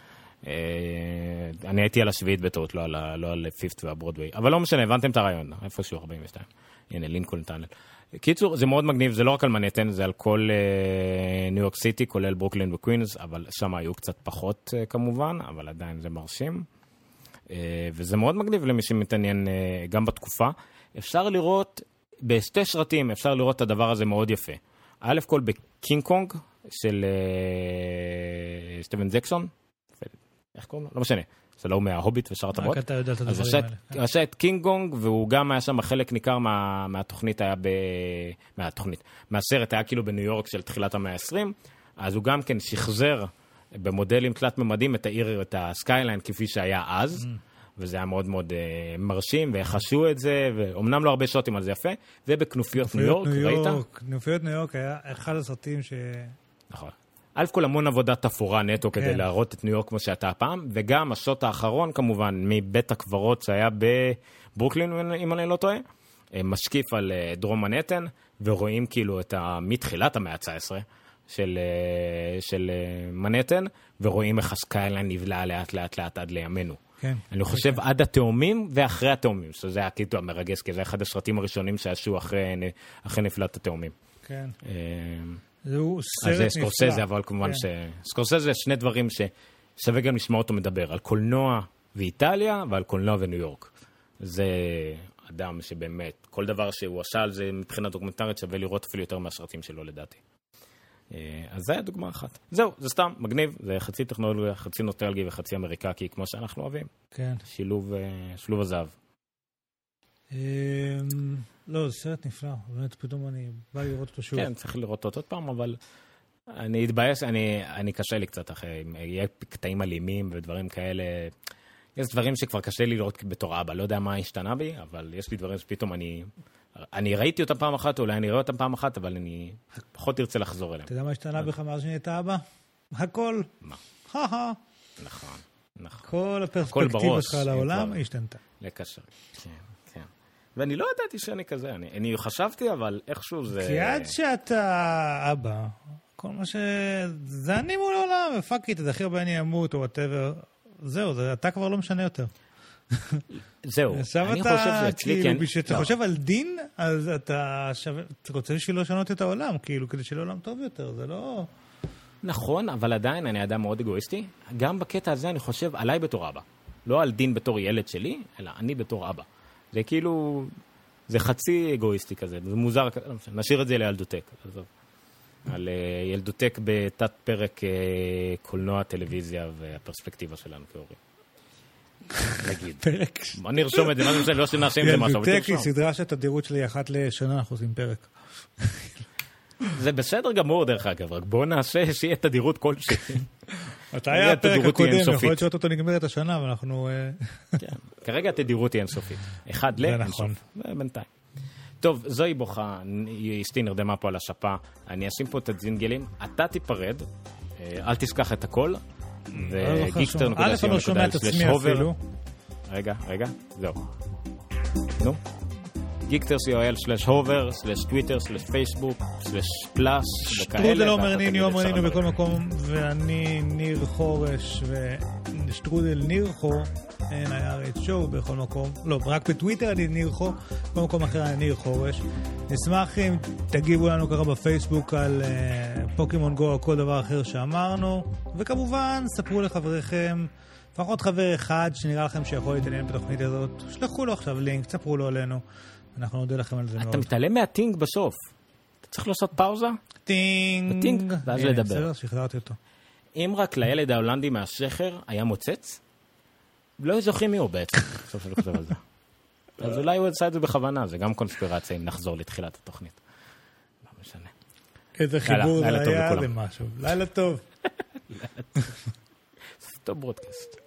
S2: אני הייתי על השביעית בטעות, לא על פיפט והברודווי. אבל לא משנה, הבנתם את הרעיון. איפשהו ארבעים ושתיים. הנה, לינקולן טאנל. קיצור, זה מאוד מגניב, זה לא רק על מנהטן, זה על כל ניו יורק סיטי, כולל ברוקלין וקווינס, אבל שם היו קצת פחות כמובן, אבל עדיין זה מרשים. וזה מאוד מגניב למי שמתעניין גם בתקופה. אפשר לראות, בשתי שרתים אפשר לראות את הדבר הזה מאוד יפה. א' כל בקינג קונג של uh, סטיבן זקסון, איך קוראים לו? לא משנה, זה לא מההוביט ושר הטבות.
S3: רק אתה יודע את הדברים האלה.
S2: אז עשה את קינג קונג, והוא גם היה שם חלק ניכר מה, מהתוכנית היה ב... מהתוכנית. מהסרט היה כאילו בניו יורק של תחילת המאה ה-עשרים, אז הוא גם כן שחזר במודלים תלת-ממדים את העיר, את הסקייליין כפי שהיה אז, וזה היה מאוד מאוד uh, מרשים, והחשו את זה, ואומנם לא הרבה שוטים, אבל זה יפה. ובכנופיות ניו יורק, ראית?
S3: כנופיות ניו יורק היה אחד הסרטים ש...
S2: נכון. אלף כל המון עבודת תפורה נטו כן. כדי להראות את ניו יורק כמו שאתה הפעם, וגם השוט האחרון כמובן, מבית הקברות שהיה בברוקלין, אם אני לא טועה, משקיף על דרום מנהטן, ורואים כאילו את ה... מתחילת המאה ה-תשע עשרה של, של מנהטן, ורואים איך הסקייליין נבלע לאט לאט לאט עד לימינו. כן, אני חושב כן. עד התאומים ואחרי התאומים, שזה היה כאילו המרגש, כי זה אחד הסרטים הראשונים שעשו אחרי, אחרי נפילת התאומים. כן.
S3: זהו סרט נפלא.
S2: אז זה סקורסזה, אבל כמובן כן. ש... סקורסזה זה שני דברים ששווה גם לשמוע אותו מדבר, על קולנוע ואיטליה ועל קולנוע וניו יורק. זה אדם שבאמת, כל דבר שהוא עשה על זה מבחינה דוקומנטרית שווה לראות אפילו יותר מהסרטים שלו לדעתי. אז זה היה דוגמה אחת. זהו, זה סתם, מגניב, זה חצי טכנולוגיה, חצי נוטלגי וחצי אמריקקי, כמו שאנחנו אוהבים. כן. שילוב, שילוב הזהב.
S3: לא, זה סרט נפלא, באמת פתאום אני בא לראות אותו שוב.
S2: כן, צריך לראות אותו עוד פעם, אבל אני אתבייש, אני, אני קשה לי קצת אחרי, יהיה קטעים אלימים ודברים כאלה, יש דברים שכבר קשה לי לראות בתור אבא, לא יודע מה השתנה בי, אבל יש לי דברים שפתאום אני, אני ראיתי אותם פעם אחת, אולי אני רואה אותם פעם אחת, אבל אני פחות ארצה לחזור אליהם.
S3: אתה יודע מה השתנה בך מאז שנהיית אבא? הכל.
S2: מה? נכון, נכון.
S3: כל הפרספקטיבה שלך על העולם השתנתה.
S2: לקשר, כן. ואני לא ידעתי שאני כזה, אני, אני חשבתי, אבל איכשהו זה...
S3: כי עד שאתה אבא, כל מה ש... זה אני מול העולם, ופאקית, זה הכי הרבה אני אמות, או whatever, זהו, זה, אתה כבר לא משנה יותר.
S2: זהו,
S3: אני
S2: אתה, חושב שאצלי
S3: כאילו,
S2: כן...
S3: כשאתה לא. חושב על דין, אז אתה שווה, אתה רוצה בשביל לא לשנות את העולם, כאילו, כדי שיהיה עולם טוב יותר, זה לא...
S2: נכון, אבל עדיין אני אדם מאוד אגואיסטי, גם בקטע הזה אני חושב עליי בתור אבא. לא על דין בתור ילד שלי, אלא אני בתור אבא. זה כאילו, זה חצי אגואיסטי כזה, זה מוזר, נשאיר את זה לילדותק. על ילדותק בתת פרק קולנוע, טלוויזיה והפרספקטיבה שלנו כהורים. נגיד.
S3: פרק.
S2: מה נרשום את זה? מה זה משנה? לא שנעשה עם זה משהו.
S3: ילדותק היא סדרה שהתדירות שלי אחת לשנה אנחנו עושים פרק.
S2: זה בסדר גמור דרך אגב, רק בואו נעשה שיהיה תדירות כלשהי.
S3: אתה היה הפרק הקודם, יכול להיות שאותו נגמרת השנה, ואנחנו...
S2: כרגע התדירות היא אינסופית. אחד ל...
S3: זה נכון.
S2: בינתיים. טוב, זוהי בוכה, אשתי נרדמה פה על השפה, אני אשים פה את הזינגלים, אתה תיפרד, אל תשכח את הכל, וגיקסטר נקודה
S3: סיום נקודה סלש הובר.
S2: רגע, רגע, זהו. נו. גיקטר סי או אל סלש הובר, סלש טוויטר, סלש פייסבוק, סלש פלאס,
S3: שטרודל עומר ניני, עומר ניני בכל מקום, ואני ניר חורש, ושטרודל ניר חור, אין היה שואו בכל מקום, לא, רק בטוויטר אני ניר חור, בכל מקום אחר אני ניר חורש. נשמח אם תגיבו לנו ככה בפייסבוק על פוקימון גו או כל דבר אחר שאמרנו, וכמובן ספרו לחבריכם, לפחות חבר אחד שנראה לכם שיכול להתעניין בתוכנית הזאת, שלחו לו עכשיו לינק, ספרו לו עלינו. אנחנו נודה לכם על זה מאוד.
S2: אתה מתעלם מהטינג בסוף. אתה צריך לעשות פאוזה?
S3: טינג.
S2: טינג, ואז לדבר.
S3: בסדר, שחזרתי אותו.
S2: אם רק לילד ההולנדי מהשכר היה מוצץ, לא זוכרים מי הוא בעצם. בסוף שלא חושב על זה. אז אולי הוא עשה את זה בכוונה, זה גם קונספירציה אם נחזור לתחילת התוכנית. לא משנה.
S3: איזה חיבור זה היה למשהו. לילה טוב.
S2: טוב ברודקאסט.